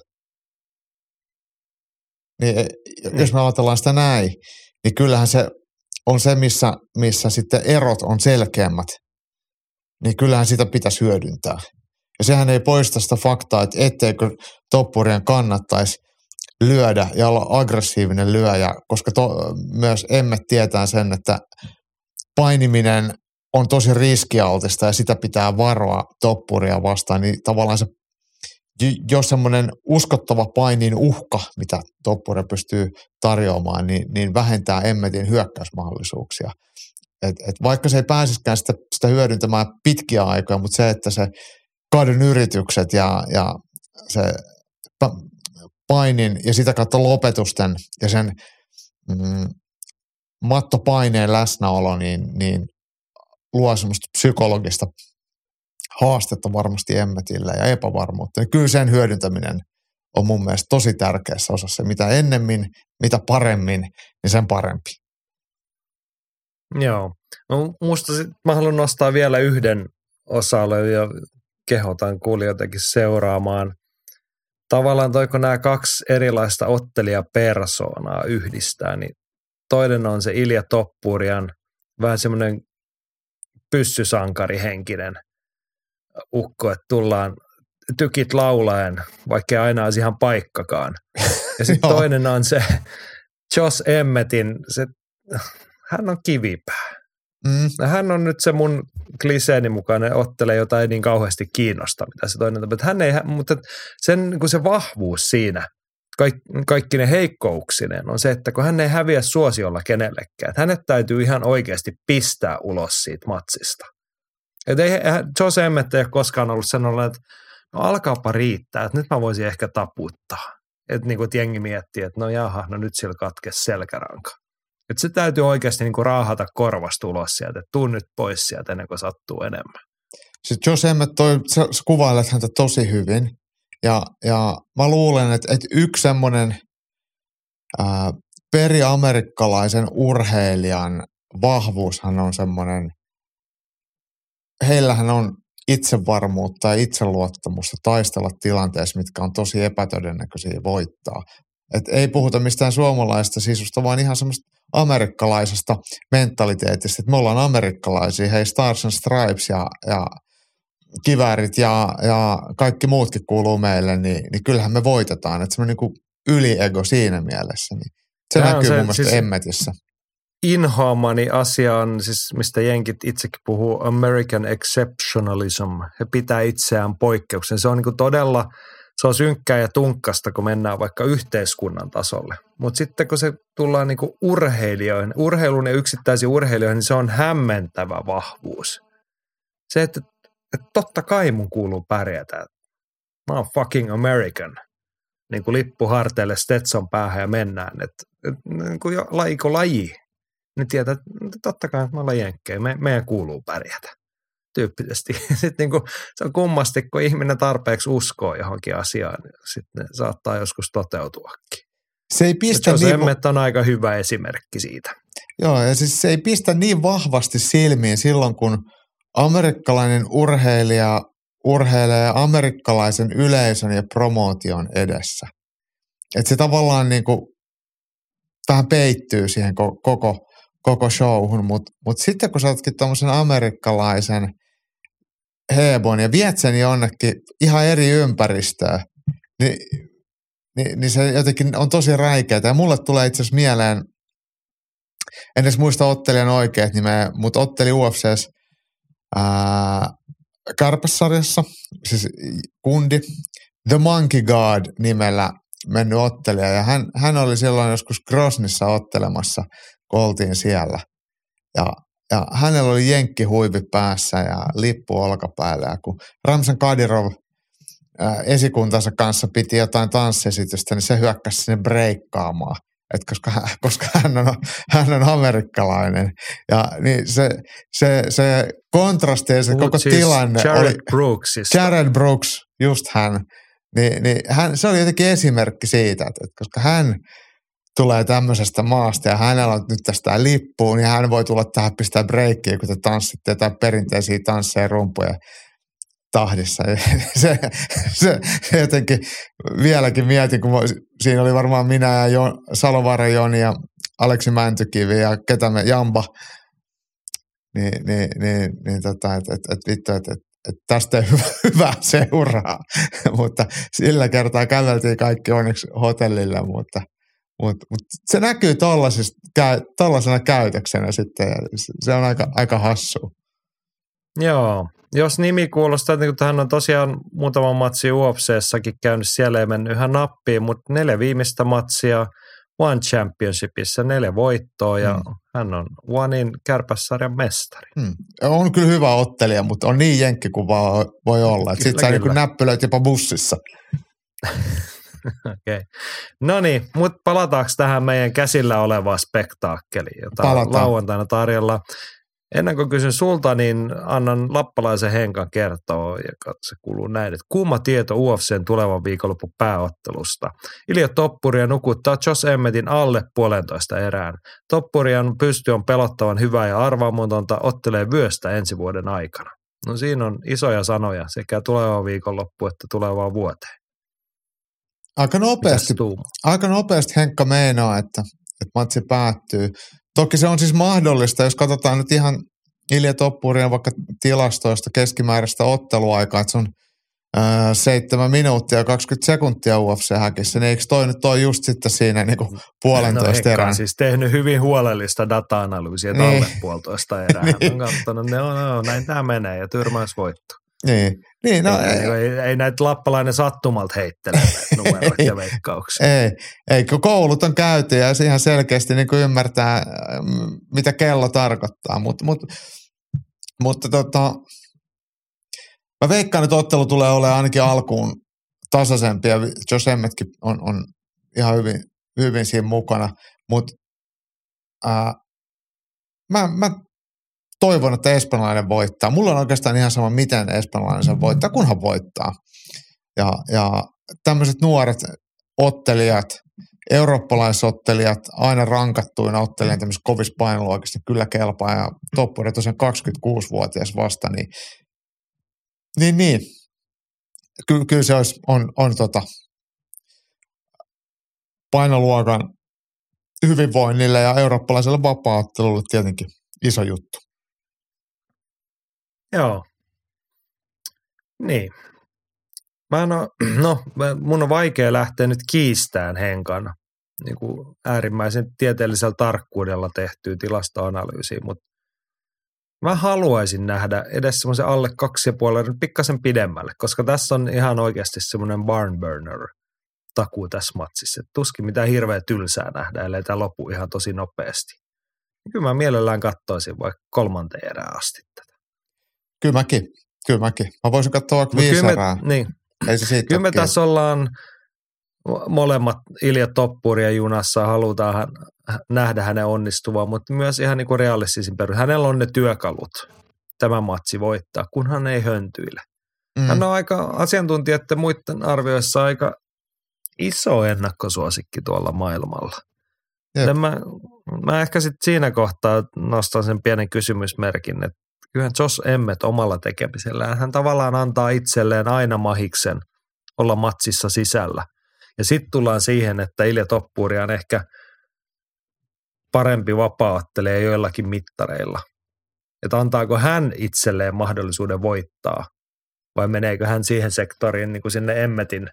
Niin, jos me ajatellaan sitä näin, niin kyllähän se on se, missä sitten erot on selkeämmät, niin kyllähän sitä pitäisi hyödyntää. Ja sehän ei poista sitä faktaa, että etteikö Toppurien kannattaisi lyödä ja olla aggressiivinen lyöjä, koska myös Emmett tietää sen, että painiminen on tosi riskialtista ja sitä pitää varoa Toppuria vastaan, niin tavallaan se, jos semmoinen uskottava painin uhka, mitä Toppuri pystyy tarjoamaan, niin vähentää Emmettin hyökkäysmahdollisuuksia. Et vaikka se ei pääsisikään sitä hyödyntämään pitkiä aikoja, mutta se, että se kaadun yritykset ja se painin ja sitä kautta lopetusten ja sen mattopaineen läsnäolo, niin luo semmoista psykologista haastetta varmasti Emmetille ja epävarmuutta. Ja kyllä sen hyödyntäminen on mun mielestä tosi tärkeässä osassa. Mitä ennemmin, mitä paremmin, niin sen parempi. Joo. No, musta mä haluan nostaa vielä yhden osa-alueen ja kehotan kuulijoitakin seuraamaan. Tavallaan toiko nämä kaksi erilaista ottelijapersoonaa yhdistää, niin toinen on se Ilja Toppurian vähän semmoinen pyssysankarihenkinen ukko, että tullaan tykit laulaen, vaikkei aina olisi ihan paikkakaan. Ja sitten toinen on se Josh Emmettin, hän on kivipää. Hän on nyt se mun kliseeni mukainen ottelija, jota ei niin kauheasti kiinnosta, mitä se toinen tapaa. Mutta sen kun se vahvuus siinä, kaikki ne heikkouksineen on se, että kun hän ei häviä suosiolla kenellekään, että hänet täytyy ihan oikeasti pistää ulos siitä matsista. Että Josh Emmett ei ole koskaan ollut sellainen, että no alkaapa riittää, että nyt mä voisin ehkä taputtaa. Että niin kuin jengi miettii, että no jaha, no nyt sillä katkesi selkäranka. Että se täytyy oikeasti niin kuin raahata korvasta ulos sieltä, että tuu nyt pois sieltä ennen kuin sattuu enemmän. Sitten Josh Emmett sä kuvailet häntä tosi hyvin. Ja mä luulen, että yksi semmoinen periamerikkalaisen urheilijan vahvuushan on semmoinen, heillähän on itsevarmuutta ja itseluottamusta taistella tilanteessa, mitkä on tosi epätodennäköisiä voittaa. Et ei puhuta mistään suomalaisesta sisusta, vaan ihan semmoista amerikkalaisesta mentaliteetistä, että me ollaan amerikkalaisia, hei Stars and Stripes ja kiväärit ja kaikki muutkin kuuluu meille, niin kyllähän me voitetaan. Että semmoinen niin yliego siinä mielessä, niin se näkyy mun mielestä siis Emmetissä. Inhoamani asia on siis, mistä jenkit itsekin puhuu, American exceptionalism. He pitää itseään poikkeuksen. Se on niin kuin todella, se on synkkää ja tunkkasta, kun mennään vaikka yhteiskunnan tasolle. Mutta sitten kun se tullaan niin kuin urheilijoihin, urheilun ja yksittäisiin urheilijoihin, niin se on hämmentävä vahvuus. Se, että totta kai mun kuuluu pärjätä. Mä oon fucking American. Niin kuin lippu harteille, Stetson päähän ja mennään. Niin kuin laji. Niin tietää, että totta kai me ollaan jenkkejä. Meidän kuuluu pärjätä. Tyyppisesti. Sitten niin kuin, se on kummasti, kun ihminen tarpeeksi uskoo johonkin asiaan, niin sitten saattaa joskus toteutuakin. Se ei pistä niin Emmet on aika hyvä esimerkki siitä. Joo, ja siis se ei pistä niin vahvasti silmiin silloin, kun amerikkalainen urheilija urheilee amerikkalaisen yleisön ja promootion edessä. Että se tavallaan niin kuin vähän peittyy siihen koko showhun, mutta sitten kun sä ootkin tommosen amerikkalaisen hebon ja viet sen jonnekin ihan eri ympäristöön, niin se jotenkin on tosi räikeää. Ja mulle tulee itse asiassa mieleen, en edes muista ottelijan oikeat nimeä, mutta otteli UFC:ssä Kärpässarjassa, siis kundi, The Monkey God nimellä mennyt ottelija. Ja hän oli silloin joskus Grosnissa ottelemassa, kun oltiin siellä. Ja hänellä oli jenkkihuivi päässä ja lippu olkapäällä. Ja kun Ramzan Kadyrov esikuntansa kanssa piti jotain tanssiesitystä, niin se hyökkäsi sinne breikkaamaan. Että koska hän on amerikkalainen. Ja niin se kontrasti ja se koko tilanne Jared Brooks, just hän. Niin se oli jotenkin esimerkki siitä, että koska hän tulee tämmöisestä maasta ja hänellä on nyt tästä lippuun, niin hän voi tulla tähän pistää breikkiä, kun te tanssitte jotain perinteisiä tansseja rumpuja tahdissa. Se jotenkin vieläkin mietin, kun siinä oli varmaan minä ja Salovaara Joni ja Aleksi Mäntykivi ja Jamba, että vittu, että tästä ei tästä seuraa, mutta sillä kertaa käveltiin kaikki onneksi hotellille, mutta se näkyy tollaisena käytöksenä sitten ja se on aika hassua. Joo, jos nimi kuulostaa, että hän on tosiaan muutaman matsin UFC:ssäkin käynyt, siellä ei mennyt ihan nappiin, mutta 4 viimeistä matsia One Championshipissa, 4 voittoa ja hän on Onein Kärpässarjan mestari. On kyllä hyvä ottelija, mutta on niin jenkki kuin vaan voi olla. Sitten sä niin näppylöit jopa bussissa. Okei. No niin, mutta palataanko tähän meidän käsillä olevaan spektaakkeliin, jota on lauantaina tarjolla. Ennen kuin kysyn sulta, niin annan lappalaisen Henkan kertoa, ja se kuuluu näin, että kuuma tieto UFC:n tulevan viikonlopun pääottelusta. Ilja Toppuria nukuttaa Josh Emmetin alle 1,5 erään. Toppurian pysty on pelottavan hyvää ja arvaamatonta, ottelee vyöstä ensi vuoden aikana. No siinä on isoja sanoja sekä tulevaan viikonloppu että tulevaan vuoteen. Aika nopeasti Henkka meinaa, että matsi päättyy. Toki se on siis mahdollista, jos katsotaan nyt ihan Ilja Toppurien vaikka tilastoista keskimääräistä otteluaikaa, että se on 7 minuuttia ja 20 sekuntia UFC-häkissä, niin eikö toi just sitten siinä niin kuin 1,5 erää? On siis tehnyt hyvin huolellista data-analyysiä alle 1,5 erää. Niin. On katsonut, näin tämä menee ja tyrmäysvoitto. Niin, no ei näitä lappalainen sattumalta heittele numerot ja veikkauksia. Ei, kun koulut on käyty ja se ihan selkeästi niin kuin ymmärtää, mitä kello tarkoittaa, mutta mä veikkaan, että ottelu tulee olemaan ainakin alkuun tasaisempi ja Josh Emmetkin on ihan hyvin siinä mukana, mutta mä toivon, että espanjalainen voittaa. Mulla on oikeastaan ihan sama, miten espanjalainen sen voittaa, kunhan voittaa. Ja tämmöiset nuoret ottelijat, eurooppalaisottelijat, aina rankattuina ottelijat tämmöisessä kovissa painoluokissa kyllä kelpaa. Ja Toppuri tosiaan 26-vuotias vasta, niin Niin. Kyllä se on painoluokan hyvinvoinnille ja eurooppalaiselle vapaa-ottelulle tietenkin iso juttu. Joo. Niin. Mun on vaikea lähteä nyt kiistämään Henkan niin kuin äärimmäisen tieteellisellä tarkkuudella tehtyä tilastoanalyysiä, mutta mä haluaisin nähdä edes semmoisen alle 2,5 pikkasen pidemmälle, koska tässä on ihan oikeasti semmoinen barn burner takuu tässä matsissa. Et tuskin mitään hirveä tylsää nähdä, ellei tämä lopu ihan tosi nopeasti. Kyllä mä mielellään katsoisin vaikka 3. erään asti tätä. Kyllä mäkin. Mä voisin katsoa vaikka 5 erää. Niin. Ei se siitä kyllä me tässä ollaan molemmat Ilja Toppuria junassa, halutaan nähdä hänen onnistuvan, mutta myös ihan niin kuin realistisin perus. Hänellä on ne työkalut tämä matsi voittaa, kun hän ei höntyile. Hän on aika asiantuntijoiden muiden arvioissa aika iso ennakkosuosikki tuolla maailmalla. Mä ehkä sitten siinä kohtaa nostan sen pienen kysymysmerkin, että kyllähän Josh Emmett omalla tekemisellään, hän tavallaan antaa itselleen aina mahiksen olla matsissa sisällä. Ja sitten tullaan siihen, että Ilja Toppuri on ehkä parempi vapaa-ottelija joillakin mittareilla. Että antaako hän itselleen mahdollisuuden voittaa vai meneekö hän siihen sektoriin niin kuin sinne Emmetin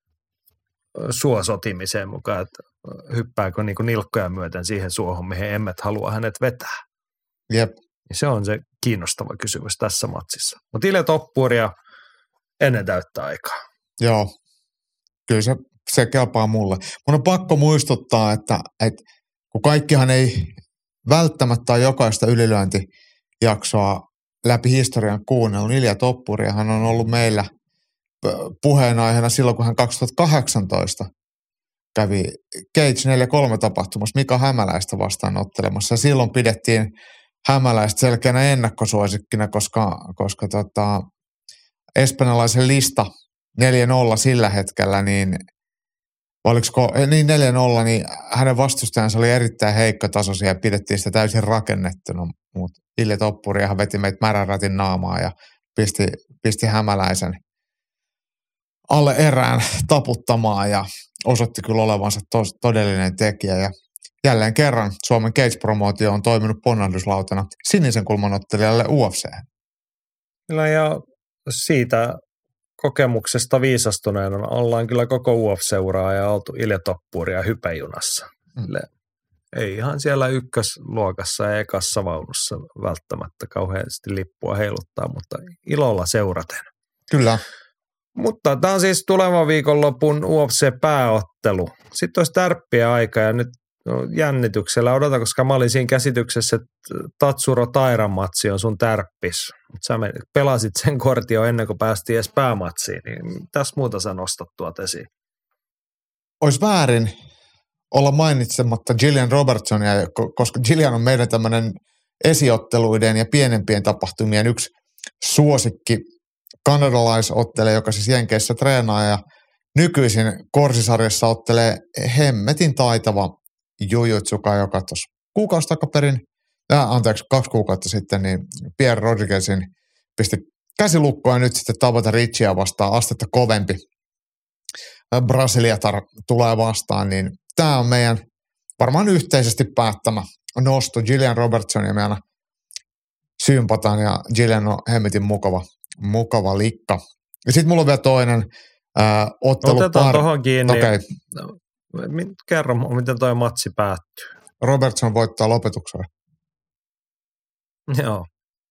suosotimiseen mukaan, että hyppääkö niin kuin nilkkoja myöten siihen suohon, mihin Emmet haluaa hänet vetää. Jep. Ja se on se kiinnostava kysymys tässä matsissa. Mutta Ilja Toppuria ennen täyttä aikaa. Joo, kyllä se kelpaa mulle. Mun on pakko muistuttaa, että kun kaikkihan ei välttämättä ole jokaista ylilyöntijaksoa läpi historian kuunnellut, Ilja Toppuriahan on ollut meillä puheenaiheena silloin, kun hän 2018 kävi Cage 4-3 tapahtumassa Mika Hämäläistä vastaanottelemassa. Ja silloin pidettiin Hämäläistä selkeänä ennakkosuosikkina, koska espanjalaisen lista 4-0 sillä hetkellä, niin 4-0, niin hänen vastustajansa oli erittäin heikkotasoisia ja pidettiin sitä täysin rakennettuna, mutta Ilja Toppuriahan veti meitä märänrätin naamaa ja pisti Hämäläisen alle erään taputtamaan ja osoitti kyllä olevansa todellinen tekijä. Ja jälleen kerran Suomen Cage-promootio on toiminut ponnahduslautana sinisen kulman ottelijalle UFC. Ja siitä kokemuksesta viisastuneena ollaan kyllä koko UFC-uraa ja oltu Ilja Toppuria hypejunassa. Ei ihan siellä ykkösluokassa ja ekassa vaunussa välttämättä kauheasti lippua heiluttaa, mutta ilolla seuraten. Kyllä. Mutta tämä on siis tulevan viikonlopun UFC-pääottelu. Sitten olisi tärppiä aika ja nyt jännityksellä odotan, koska mä olin siinä käsityksessä, että Tatsuro Tairan matsi on sun tärppis. Sä pelasit sen kortin jo ennen kuin päästiin edes päämatsiin, niin tässä muuta sä nostat tuot esiin. Olisi väärin olla mainitsematta Gillian Robertsonia, koska Gillian on meidän tämmöinen esiotteluiden ja pienempien tapahtumien yksi suosikki kanadalaisottelija, joka siis Jenkeissä treenaa ja nykyisin Korsisarjassa ottelee hemmetin taitava jujutsuka, joka tuossa 2 kuukautta sitten, niin Pierre Rodriguezin pisti käsilukkoa ja nyt sitten Tabata Richia vastaan astetta kovempi. Brasiliatar tulee vastaan, niin tämä on meidän varmaan yhteisesti päättämä nosto. Gillian Robertson ja me aina sympataan ja Gillian on hemmetin mukava likka. Ja sitten mulla on vielä toinen ottelu. Otetaan tuohon kiinni. Okay. Kerro, miten toi matsi päättyy. Robertson voittaa lopetuksella. Joo.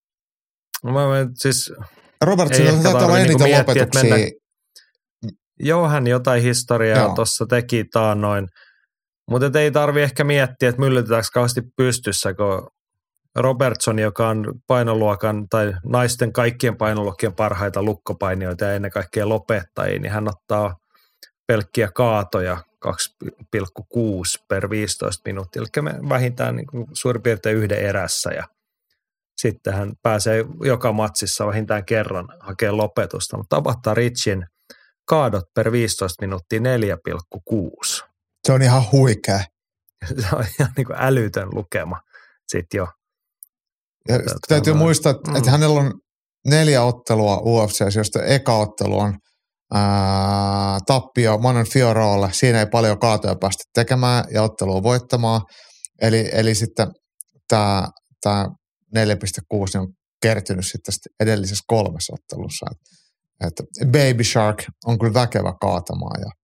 Siis Robertson taitaa olla eniten lopetuksia. Joo, hän jotain historiaa tuossa teki taannoin. Mutta ei tarvi ehkä miettiä, että myllytetäänkö kauheasti pystyssä, kun Robertson, joka on painoluokan tai naisten kaikkien painoluokkien parhaita lukkopainijoita ja ennen kaikkea lopettajia, niin hän ottaa pelkkiä kaatoja 2,6 per 15 minuuttia, eli me vähintään niin kuin suurin piirtein yhden erässä ja sitten hän pääsee joka matsissa vähintään kerran hakemaan lopetusta, mutta Tabata Richin kaadot per 15 minuuttia 4,6. Se on ihan huikea. Se on ihan niin kuin älytön lukema sitten jo. Ja täytyy muistaa, että hänellä on 4 ottelua UFC, josta eka ottelu on tappio Manon Fioroolle. Siinä ei paljon kaatoja päästä tekemään ja ottelua voittamaan. Eli sitten tämä 4,6 on kertynyt sitten edellisessä 3 ottelussa. Että Baby Shark on kyllä väkevä kaatamaan. Ja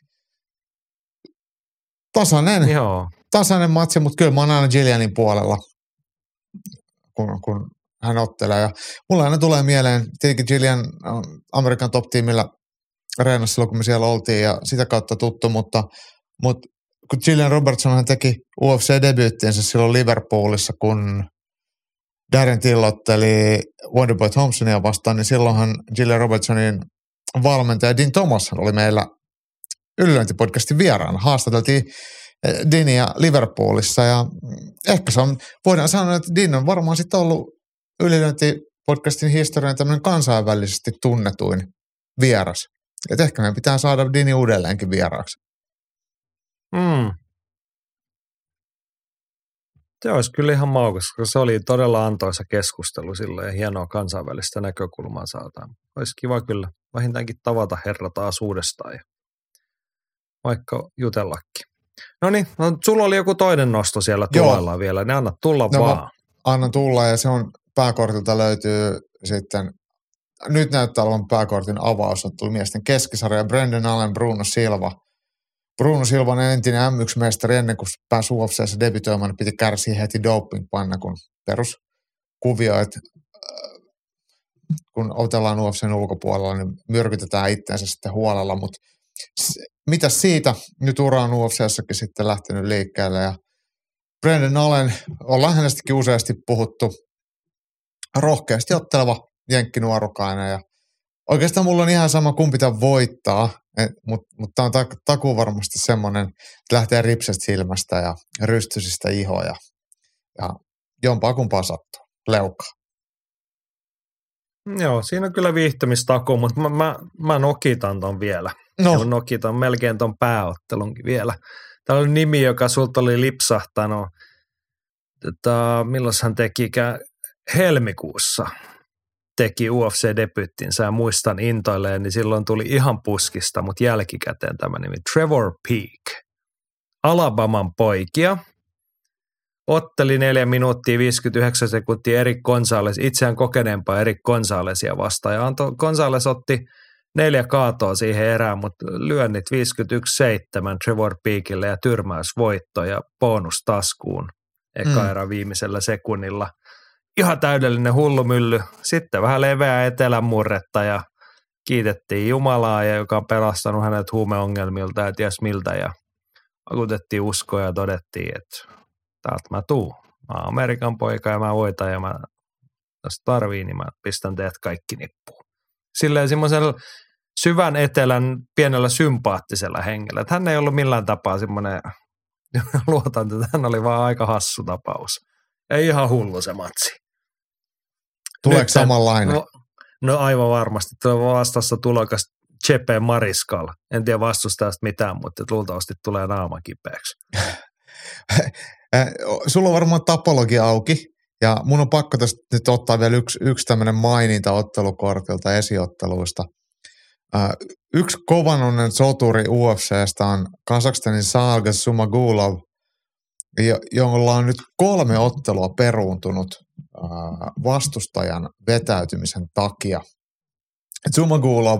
tasainen matsi, mutta kyllä mä oon aina Gillianin puolella, kun hän ottelee. Ja mulla aina tulee mieleen, tietenkin Gillian Amerikan top-tiimillä reenassa silloin, kun me siellä oltiin ja sitä kautta tuttu, mutta kun Gillian Robertson hän teki UFC-debyyttiensä silloin Liverpoolissa, kun Darren Till otteli Wonderboy Thompsonia vastaan, niin silloinhan Gillian Robertsonin valmentaja Dean Thomas oli meillä ylilöintipodcastin vieraana. Haastateltiin Dinia Liverpoolissa ja ehkä voidaan sanoa, että Dean on varmaan sitten ollut ylilöintipodcastin historian tämmöinen kansainvälisesti tunnetuin vieras. Että ehkä meidän pitää saada Dini uudelleenkin vieraaksi. Se olisi kyllä ihan maukas, koska se oli todella antoisa keskustelu silloin ja hienoa kansainvälistä näkökulmaa saadaan. Olisi kiva kyllä vähintäänkin tavata herra taas uudestaan ja vaikka jutellakin. No niin, sulla oli joku toinen nosto siellä tulella vielä, niin anna tulla vaan. Annan tulla ja se on pääkortilta löytyy sitten, nyt näyttää olevan pääkortin avausottelu miesten keskisarja, Brendan Allen, Bruno Silva. Bruno Silva on entinen M1-mestari ennen kuin pääsi UFC:ssä debytoimaan, niin piti kärsiä heti doping-panna, kun peruskuvio, että kun otellaan UFC:n ulkopuolella, niin myrkytetään itseensä sitten huolella, mutta mitä siitä? Nyt ura on UFC:ssäkin sitten lähtenyt liikkeelle ja Brendan Allen, ollaan hänestäkin useasti puhuttu, rohkeasti otteleva jenkkinuorukainen ja oikeastaan mulla on ihan sama kumpi tämän voittaa, mutta tämä on takuu varmasti semmoinen, että lähtee ripsestä silmästä ja rystysistä ihoja ja jompaa kumpaa sattuu, leukaa. Joo, siinä on kyllä viihtymistakuu, mutta mä nokitan ton vielä. No. Nokitan melkein ton pääottelunkin vielä. Täällä oli nimi, joka sulta oli lipsahtanut, milloin hän teki helmikuussa. Teki UFC-debyttinsä ja muistan intoilleen, niin silloin tuli ihan puskista, mutta jälkikäteen tämä nimi. Trevor Peek, Alabaman poikia, otteli 4 minuuttia 59 sekuntia Erik Gonzalez, itseään kokeneempaa Erik Gonzalezia vastaan. Ja Gonzalez otti 4 kaatoa siihen erään, mutta lyönnit 51-7 Trevor Peekille ja tyrmäysvoitto ja bonus taskuun eka erä viimeisellä sekunnilla. Ihan täydellinen hullumylly. Sitten vähän leveää etelän murretta ja kiitettiin Jumalaa, joka on pelastanut hänet huumeongelmilta ja ties miltä. Ja vakuutettiin uskoa ja todettiin, että täältä mä tuun. Mä oon Amerikan poika ja mä voitan ja jos tarvii, niin mä pistän teet kaikki nippuun. Silleen semmoisella syvän etelän pienellä sympaattisella hengellä. Että hän ei ollut millään tapaa semmoinen, luotan, että hän oli vaan aika hassu tapaus. Ei ihan hullu se matsi. Tuleeko samanlainen? No aivan varmasti. Tulee vastassa tulokas Chepe Mariskal. En tiedä vastustajasta mitään, mutta luultavasti tulee naama kipeäksi. Sulla on varmaan tapologia auki. Ja mun on pakko tästä nyt ottaa vielä yksi tämmöinen maininta ottelukortilta esiotteluista. Yksi kovanonnen soturi UFC:stä on Kazakstanin Salgas Zhumagulov, jolla on nyt 3 ottelua peruuntunut vastustajan vetäytymisen takia. Zhumagulov,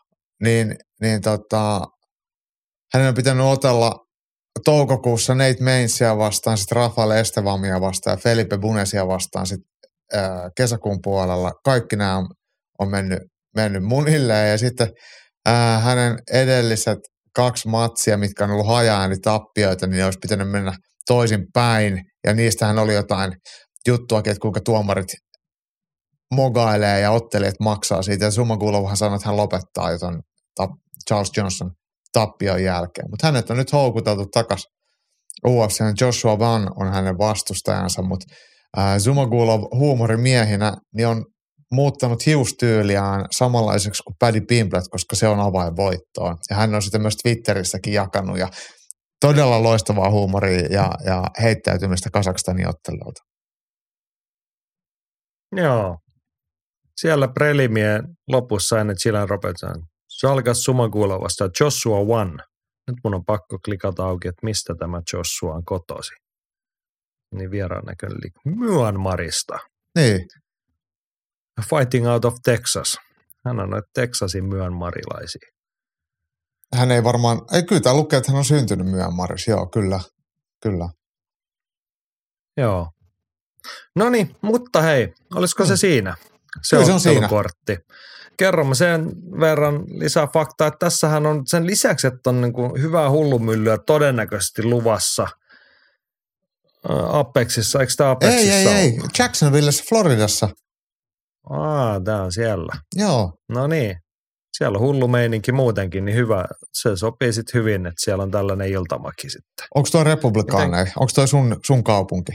hänen on pitänyt otella toukokuussa Nate Mainsia vastaan, sitten Rafael Estevamia vastaan ja Felipe Bunesia vastaan sitten kesäkuun puolella. Kaikki nämä on mennyt munille ja sitten hänen edelliset 2 matsia, mitkä on ollut hajaääni tappioita, niin olisi pitänyt mennä toisin päin. Ja niistähän oli jotain juttuakin, että kuinka tuomarit mogailee ja ottelijat maksaa siitä. Ja Zhumagulovhan sanoi, että hän lopettaa jotain Charles Johnson tappion jälkeen. Mutta hänet on nyt houkuteltu takaisin UFC. Joshua Van on hänen vastustajansa, mutta Zhumagulov huumorimiehinä niin on muuttanut hiustyyliään samanlaiseksi kuin Paddy Pimblett, koska se on avainvoittoon. Ja hän on sitä myös Twitterissäkin jakanut ja todella loistavaa huumoria ja heittäytymistä Kazakstanin ottelulta. Joo. Siellä prelimien lopussa ennen Chilan Robertson. Jalgas Sumagulo vastaa Joshua One. Nyt mun on pakko klikata auki, että mistä tämä Joshua on kotosi. Niin vieraan näköinen Myanmarista. Niin. Fighting out of Texas. Hän on noita Texasin myanmarilaisia. Hän ei varmaan, kyllä tämä lukee, että hän on syntynyt Myanmarissa. Joo, kyllä. Joo. Noniin, mutta hei, olisiko se siinä? Se on siinä. Kortti. Kerromme sen verran lisää faktaa, että tässähän on sen lisäksi, että on niin kuin hyvää hullumyllyä todennäköisesti luvassa Apexissa. Eikö tämä Apexissa Ei. Jacksonvillessä, Floridassa. Tämä on siellä. Joo. No niin. Siellä on hullu meininki muutenkin, niin hyvä. Se sopii sitten hyvin, että siellä on tällainen iltamaki sitten. Onko tuo republikaaneja? Onko tuo sun kaupunki?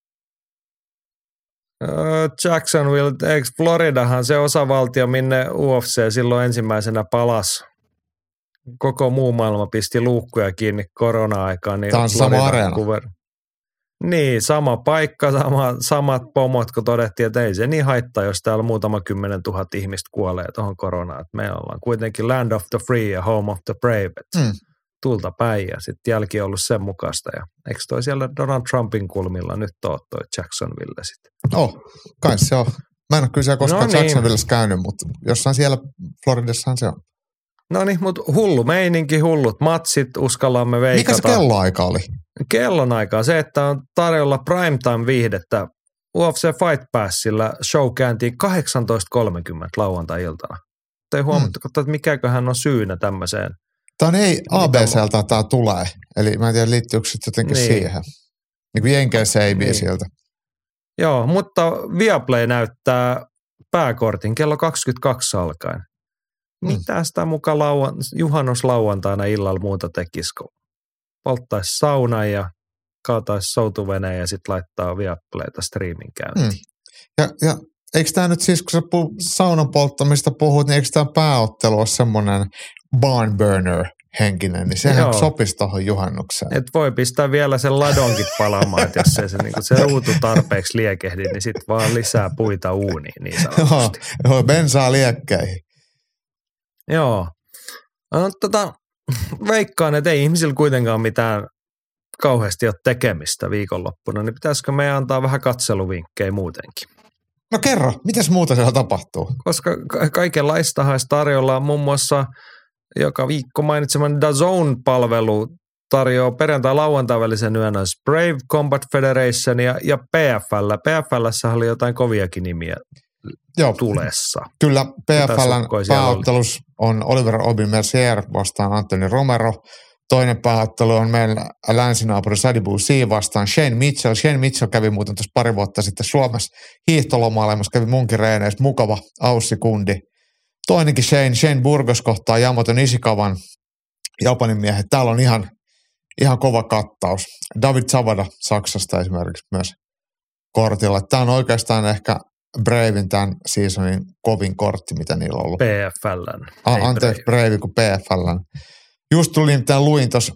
Jacksonville, eikö Floridahan se osavaltio, minne UFC silloin ensimmäisenä palasi. Koko muu maailma pisti luukkuja kiinni korona-aikaan. Niin tämä on sama areena. Niin, sama paikka, samat pomot, kun todettiin, että ei se niin haittaa, jos täällä muutama 10 000 ihmistä kuolee tuohon koronaan. Me ollaan kuitenkin land of the free ja home of the brave. Tulta päin ja sitten jälki on ollut sen mukaista. Ja eikö toi siellä Donald Trumpin kulmilla nyt ole toi Jacksonville sitten? Kai se on. Mä en ole kyllä siellä koskaan Jacksonvillessä käynyt, mutta jossain siellä Floridassahan se on. No niin, mutta hullu meininki, hullut matsit, uskallamme veikata. Mikä se kelloaika oli? Kellonaika on se, että on tarjolla primetime-viihdettä. UFC Fight Passilla show kääntiin 18.30 lauantai-iltana. Ei huomattu, että mikäköhän on syynä tämmöiseen. Tämä ei ABCltä tämä tulee. Eli mä en tiedä, liittyykö se jotenkin siihen. Niin kuin Jenkeissä ei sieltä. Joo, mutta Viaplay näyttää pääkortin kello 22 alkaen. Mitä sitä mukaan juhannuslauantaina illalla muuta tekisi, kun polttaisi saunan ja kaataisi soutuveneen ja sitten laittaa Viaplayta striimin käyntiin. Ja eikö tämä nyt siis, kun sä saunan polttamista puhut, niin eikö tämä pääottelu ole semmoinen barn burner henkinen, niin sehän sopisi tuohon juhannukseen. Et voi pistää vielä sen ladonkin palaamaan, että jos ei se ruutu tarpeeksi liekehdi, niin sitten vaan lisää puita uuniin niin sanotusti. Joo, bensaa liekkeihin. Joo. No, veikkaan, että ei ihmisillä kuitenkaan mitään kauheasti ole tekemistä viikonloppuna, niin pitäisikö meidän antaa vähän katseluvinkkejä muutenkin? No kerro, mitäs muuta siellä tapahtuu? Koska kaikenlaista olisi tarjolla, muun muassa joka viikko mainitseman DAZN-palvelu tarjoaa perjantai-lauantai välisen yön Brave Combat Federation ja PFL. PFL:ssä oli jotain koviakin nimiä tulessa. Kyllä, PFL:n pääottelus on Oliver Aubin Mercier vastaan Anthony Romero. Toinen pääottelu on meillä länsinaapuri Sadibou Sy vastaan Shane Mitchell. Shane Mitchell kävi muuten tuossa pari vuotta sitten Suomessa hiihtolomailemassa, kävi munkin reeneissä, mukava aussikundi. Toinenkin Shane Burgos kohtaa Yamato Nishikawan, Japanin miehet. Täällä on ihan kova kattaus. David Savada Saksasta esimerkiksi myös kortilla. Tämä on oikeastaan ehkä Braven tämän seasonin kovin kortti, mitä niillä on ollut. PFL:n. Anteeksi, Brave kuin PFL:n. Just luin tuossa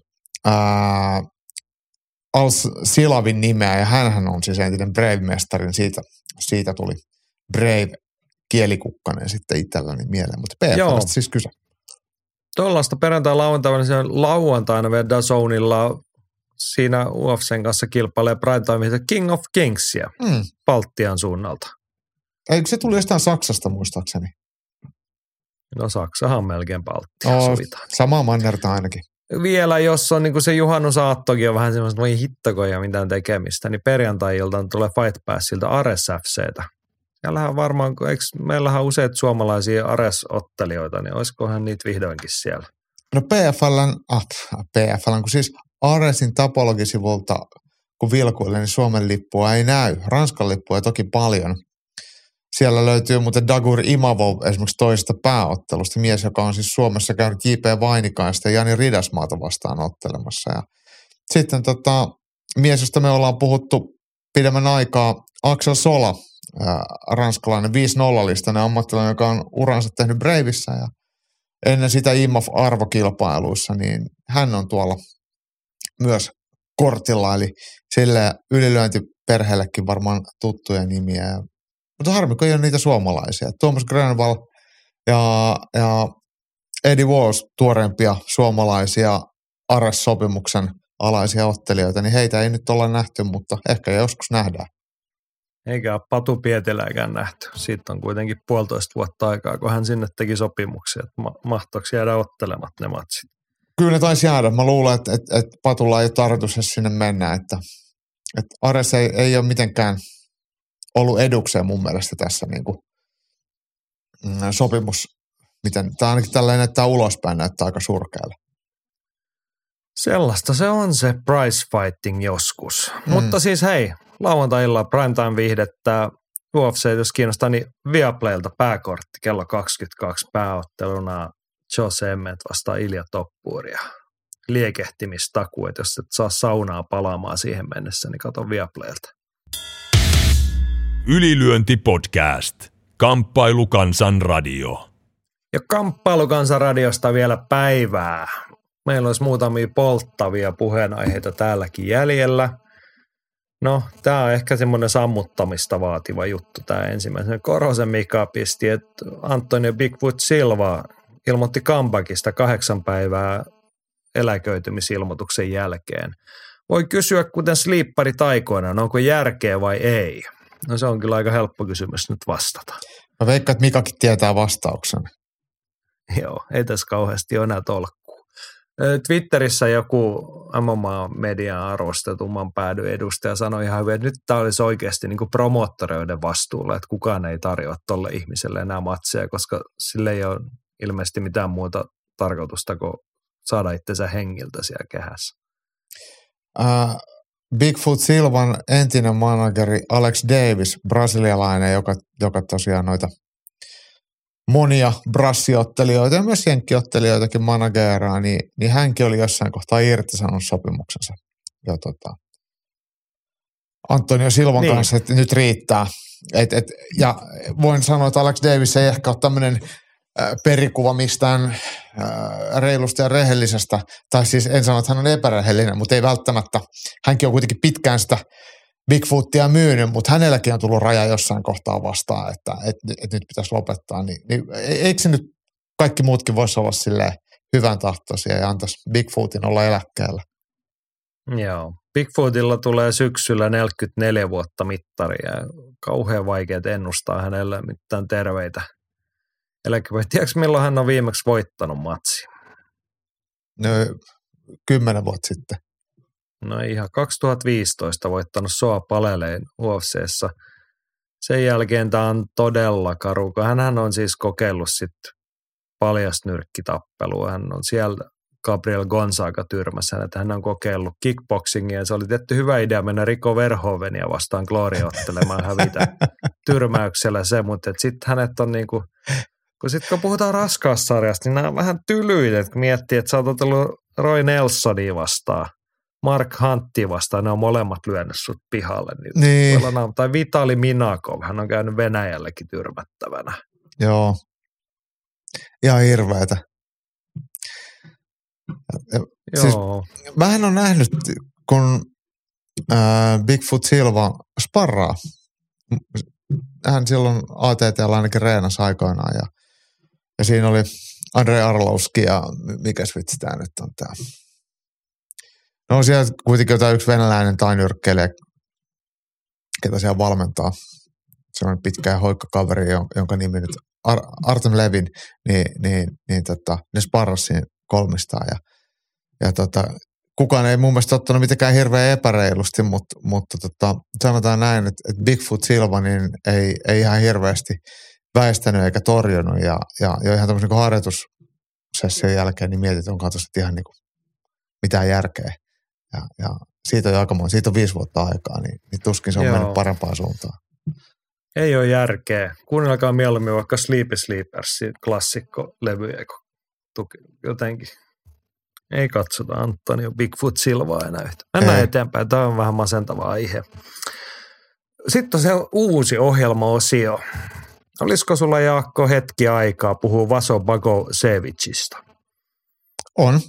Al-Silavin nimeä, ja hänhän on siis entinen Brave-mestari, siitä tuli Brave-kielikukkanen sitten itselläni mieleen, mutta PFL:stä siis kyse. Tuollaista lauantaina vielä DAZNilla siinä UFCn kanssa kilpailee primetime King of Kingsia Baltian suunnalta. Eikö se tuli jostain Saksasta muistaakseni? No Saksahan melkein Baltia sovitaan. Samaa mannerta ainakin. Vielä jos on niin kuin se juhannusaattokin on vähän semmoista, voi hittakoja mitään tekemistä, niin perjantai-iltaan tulee Fight Passilta Ares FC:tä. Siellähän varmaan, eikö meillähän on useat suomalaisia Ares-ottelijoita, niin olisikohan niitä vihdoinkin siellä? No PFL:n, kun siis Aresin tapologisivulta, kun vilkuilee, niin Suomen lippua ei näy. Ranskan lippua ei toki paljon. Siellä löytyy muuten Dagur Imavov esimerkiksi toisesta pääottelusta, mies, joka on siis Suomessa käynyt J.P. Vainikaista ja Jani Ridasmaata vastaan ottelemassa. Ja sitten mies, josta me ollaan puhuttu pidemmän aikaa, Axel Sola, ranskalainen 5-0-listainen ammattilainen, joka on uransa tehnyt Bravissä ja ennen sitä IMAF-arvokilpailuissa, niin hän on tuolla myös kortilla, eli sille ylilyöntiperheellekin varmaan tuttuja nimiä. Mutta harmi, kun ei ole niitä suomalaisia. Tuomas Grönvall ja Eddie Walls, tuoreempia suomalaisia Ares-sopimuksen alaisia ottelijoita, niin heitä ei nyt olla nähty, mutta ehkä joskus nähdään. Eikä ole Patu Pietilääkään nähty. Siitä on kuitenkin 1,5 vuotta aikaa, kun hän sinne teki sopimuksia, että mahtoiko jäädä ottelemat ne matsit. Kyllä ne taisi jäädä. Mä luulen, että Patulla ei ole tarkoitus sinne mennä, että Ares ei ole mitenkään ollut edukseen mun mielestä tässä niin kuin sopimus. Tämä ainakin tällainen näyttää ulospäin, näyttää aika surkealle. Sellaista se on se prize fighting joskus. Mutta siis hei, lauantai-illalla primetime-viihdettä UFC, jos kiinnostaa, niin Viaplaylta pääkortti kello 22 pääotteluna Jose Emmett vastaan Ilja Toppuria. Liekehtimistaku, että jos et saa saunaa palaamaan siihen mennessä, niin kato Viaplaylta. Ylilyönti-podcast. Kamppailukansan radio. Ja Kamppailukansan radiosta vielä päivää. Meillä olisi muutamia polttavia puheenaiheita täälläkin jäljellä. No, tämä on ehkä semmoinen sammuttamista vaativa juttu tämä ensimmäisen. Korhosen Mika pisti, että Antonio Bigfoot Silva ilmoitti comebackista 8 päivää eläköitymisilmoituksen jälkeen. Voi kysyä, kuten slipparit aikoinaan, onko järkeä vai ei? No se on kyllä aika helppo kysymys nyt vastata. Mä veikkaan, että Mikakin tietää vastauksen. Joo, ei tässä kauheasti ole enää tolkkua. Twitterissä joku MMA-median arvostetumman päädyn edustaja sanoi ihan hyvin, että nyt tämä olisi oikeasti niin kuin promoottoreiden vastuulla, että kukaan ei tarjoa tolle ihmiselle enää matseja, koska sille ei ole ilmeisesti mitään muuta tarkoitusta kuin saada itsensä hengiltä siellä kehässä. Bigfoot Silvan entinen manageri Alex Davis, brasilialainen, joka tosiaan noita monia brassiottelijoita ja myös jenkkiottelijoitakin manageraa, niin hänkin oli jossain kohtaa irtisanonut sopimuksensa. Ja Antonio Silvan kanssa, että nyt riittää. Ja voin sanoa, että Alex Davis ei ehkä ole tämmöinen perikuva mistään reilusta ja rehellisestä, tai siis en sano, että hän on epärehellinen, mutta ei välttämättä. Hänkin on kuitenkin pitkään sitä Bigfootia myynyt, mutta hänelläkin on tullut raja jossain kohtaa vastaan, että nyt pitäisi lopettaa. Niin eikö se nyt kaikki muutkin voisi olla silleen hyvän tahtoisia ja antaisi Bigfootin olla eläkkeellä? Joo. Bigfootilla tulee syksyllä 44 vuotta mittaria ja kauhean vaikeat ennustaa hänelle mitään terveitä eläkepäivät. Tiedätkö, milloin hän on viimeksi voittanut matsia? No, 10 vuotta sitten. No ihan 2015 voittanut Soa Paleleen UFC:ssä. Sen jälkeen tämä on todella karu, kun hänhän on siis kokeillut sitten paljasnyrkkitappelua. Hän on siellä Gabriel Gonzaga tyrmässä, että hän on kokeillut kickboxingia ja se oli tietty hyvä idea mennä Rico Verhovenia vastaan gloriottelemaan hävitä tyrmäyksellä se, mutta sitten hänet on niinku, kun puhutaan raskaussarjasta, niin nämä on vähän tylyitä, kun miettii, että sä oot otellut Roy Nelsonia vastaan, Mark Huntia vastaan, ne on molemmat lyönyt sut pihalle. Niin. Tai Vitali Minakov, hän on käynyt Venäjällekin tyrmättävänä. Joo, ihan hirveätä. Siis, mähän on nähnyt, kun Bigfoot Silva sparraa. Hän silloin ATT:llä ainakin reenasi aikoinaan ja siinä oli Andrei Arlovski ja mikäs vitsi tämä nyt on tämä. No siellä kuitenkin jotain yksi venäläinen tainyrkkeilijä, ketä siellä valmentaa. Se on pitkä ja hoikka kaveri, jonka nimi nyt Artem Levin, ne sparrasi siinä kolmistaan ja kukaan ei mun mielestä ottanut mitenkään hirveän epäreilusti, mutta sanotaan näin, että Bigfoot Silva niin ei ihan hirveästi väistänyt eikä torjunut ja ihan tämmöisen niin harjoitussession jälkeen niin mietit, onko tuossa ihan niin kuin mitään järkeä. Ja siitä on aika monta, siitä on 5 vuotta aikaa, niin tuskin se on mennyt parempaan suuntaan. Ei ole järkeä. Kuunnelkaa mieluummin vaikka Sleepy Sleepersin klassikkolevyjä, jotenkin. Ei katsota Antonio Bigfoot Silvaa enää yhtä. Mennään eteenpäin. Tämä on vähän masentava aihe. Sitten on se uusi ohjelmaosio. Olisiko sulla, Jaakko, hetki aikaa puhua Vaso Bagosevicista? On.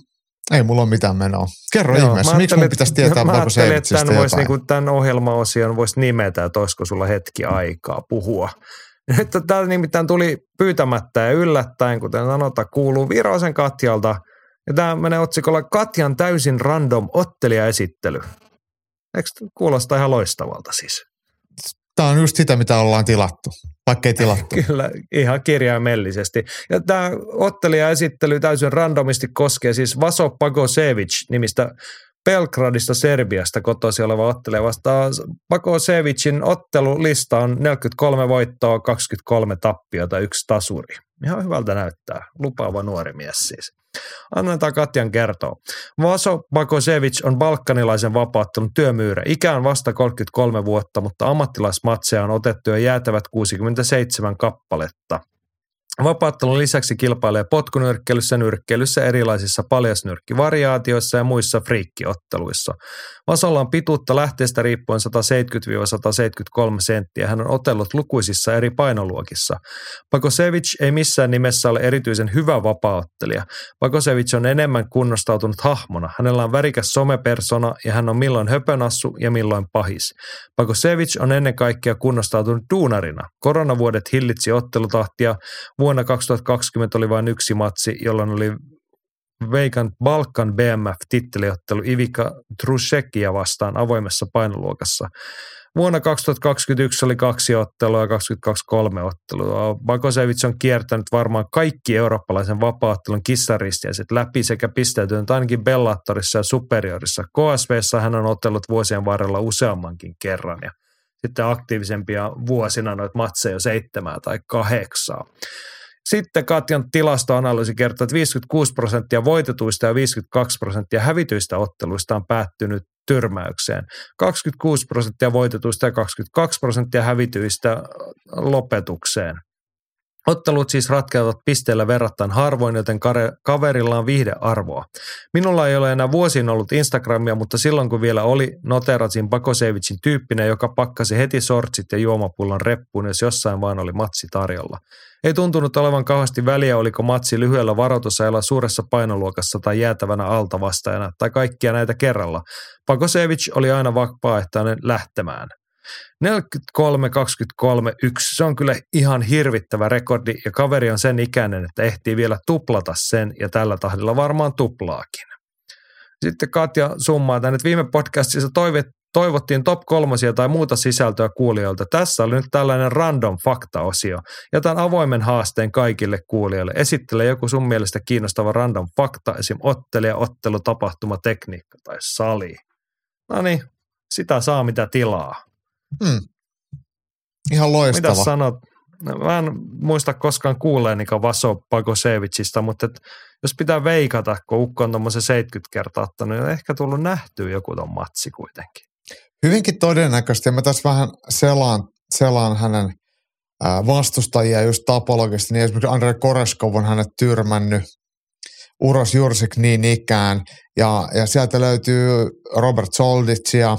Ei mulla ole mitään menoa. Kerro ihmeessä, miksi mun pitäisi tietää Bagosevicista jotain? Mä ajattelin, että tämän ohjelmaosion voisi nimetä, että olisiko sulla hetki aikaa puhua. Että tämä nimittäin tuli pyytämättä ja yllättäen, kuten sanotaan, kuuluu Virosen Katjalta. Ja tämä menee otsikolla Katjan täysin random ottelijaesittely. Eikö kuulosta ihan loistavalta siis? Tämä on just sitä, mitä ollaan tilattu, vaikka ei tilattu. Kyllä, ihan kirjaimellisesti. Ja tämä ottelijaesittely täysin randomisti koskee siis Vaso Bagosevic nimistä Belgradista Serbiasta kotoisin oleva ottelija vastaan. Bagosevicin ottelulista on 43 voittoa, 23 tappiota, 1 tasuri. Ihan hyvältä näyttää. Lupaava nuori mies siis. Annetaan Katjan kertoa. Vaso Bagosevic on balkanilaisen vapaattelun työmyyrä. Ikä on vasta 33 vuotta, mutta ammattilaismatseja on otettu jo jäätävät 67 kappaletta. Vapaattelun lisäksi kilpailee potkunyrkkeilyssä, nyrkkeilyssä, erilaisissa paljasnyrkkivariaatioissa ja muissa friikkiotteluissa. Vasolla on pituutta lähteestä riippuen 170-173 senttiä. Hän on otellut lukuisissa eri painoluokissa. Bagosevic ei missään nimessä ole erityisen hyvä vapaaottelija. Bagosevic on enemmän kunnostautunut hahmona. Hänellä on värikäs somepersona ja hän on milloin höpönassu ja milloin pahis. Bagosevic on ennen kaikkea kunnostautunut duunarina. Koronavuodet hillitsi ottelutahtia. Vuonna 2020 oli vain 1 matsi, jolloin oli Vacant Balkan BMF-titteliottelu Ivica Trushekia vastaan avoimessa painoluokassa. Vuonna 2021 oli 2 ottelua ja 2022 3 ottelua. Bagosevic on kiertänyt varmaan kaikki eurooppalaisen vapaattelun kissaristiäiset läpi sekä pistäytynyt ainakin Bellatorissa ja Superiorissa. KSV:ssä hän on otellut vuosien varrella useammankin kerran ja sitten aktiivisempia vuosina noita matseja 7 tai 8. Sitten Katjan tilastoanalyysi kertoo, että 56% voitetuista ja 52% hävityistä otteluista on päättynyt tyrmäykseen. 26% voitetuista ja 22% hävityistä lopetukseen. Ottelut siis ratkeavat pisteellä verrattain harvoin, joten kaverilla on viihdearvoa. Minulla ei ole enää vuosiin ollut Instagramia, mutta silloin kun vielä oli, noterasin Bagosevicin tyyppinen, joka pakkasi heti sortsit ja juomapullon reppuun, jos jossain vaan oli matsi tarjolla. Ei tuntunut olevan kauheasti väliä, oliko matsi lyhyellä varoitusajalla suuressa painoluokassa tai jäätävänä altavastaajana tai kaikkia näitä kerralla. Bagosevic oli aina vapaaehtoinen lähtemään. 43-23-1, se on kyllä ihan hirvittävä rekordi ja kaveri on sen ikäinen, että ehtii vielä tuplata sen ja tällä tahdilla varmaan tuplaakin. Sitten Katja summaa tänne, että viime podcastissa toivottiin top 3 tai muuta sisältöä kuulijoilta. Tässä oli nyt tällainen random fakta-osio. Jätän avoimen haasteen kaikille kuulijoille. Esittele joku sun mielestä kiinnostava random fakta, esim. Ottelija, ottelu, tapahtuma, tekniikka tai sali. No niin, sitä saa mitä tilaa. Ihan loistava. Mitä sanot? Mä en muista koskaan kuulleenikaan Vaso Bagosevicista, mutta jos pitää veikata, kun ukko on tommoisen 70 kertaa ottanut, niin on ehkä tullut nähtyä joku ton matsi kuitenkin. Hyvinkin todennäköisesti, ja mä tässä vähän selaan hänen vastustajia just tapologisesti, niin esimerkiksi Andrei Koreshkov on hänet tyrmännyt, Uros Jursik niin ikään, ja sieltä löytyy Robert Soldicia,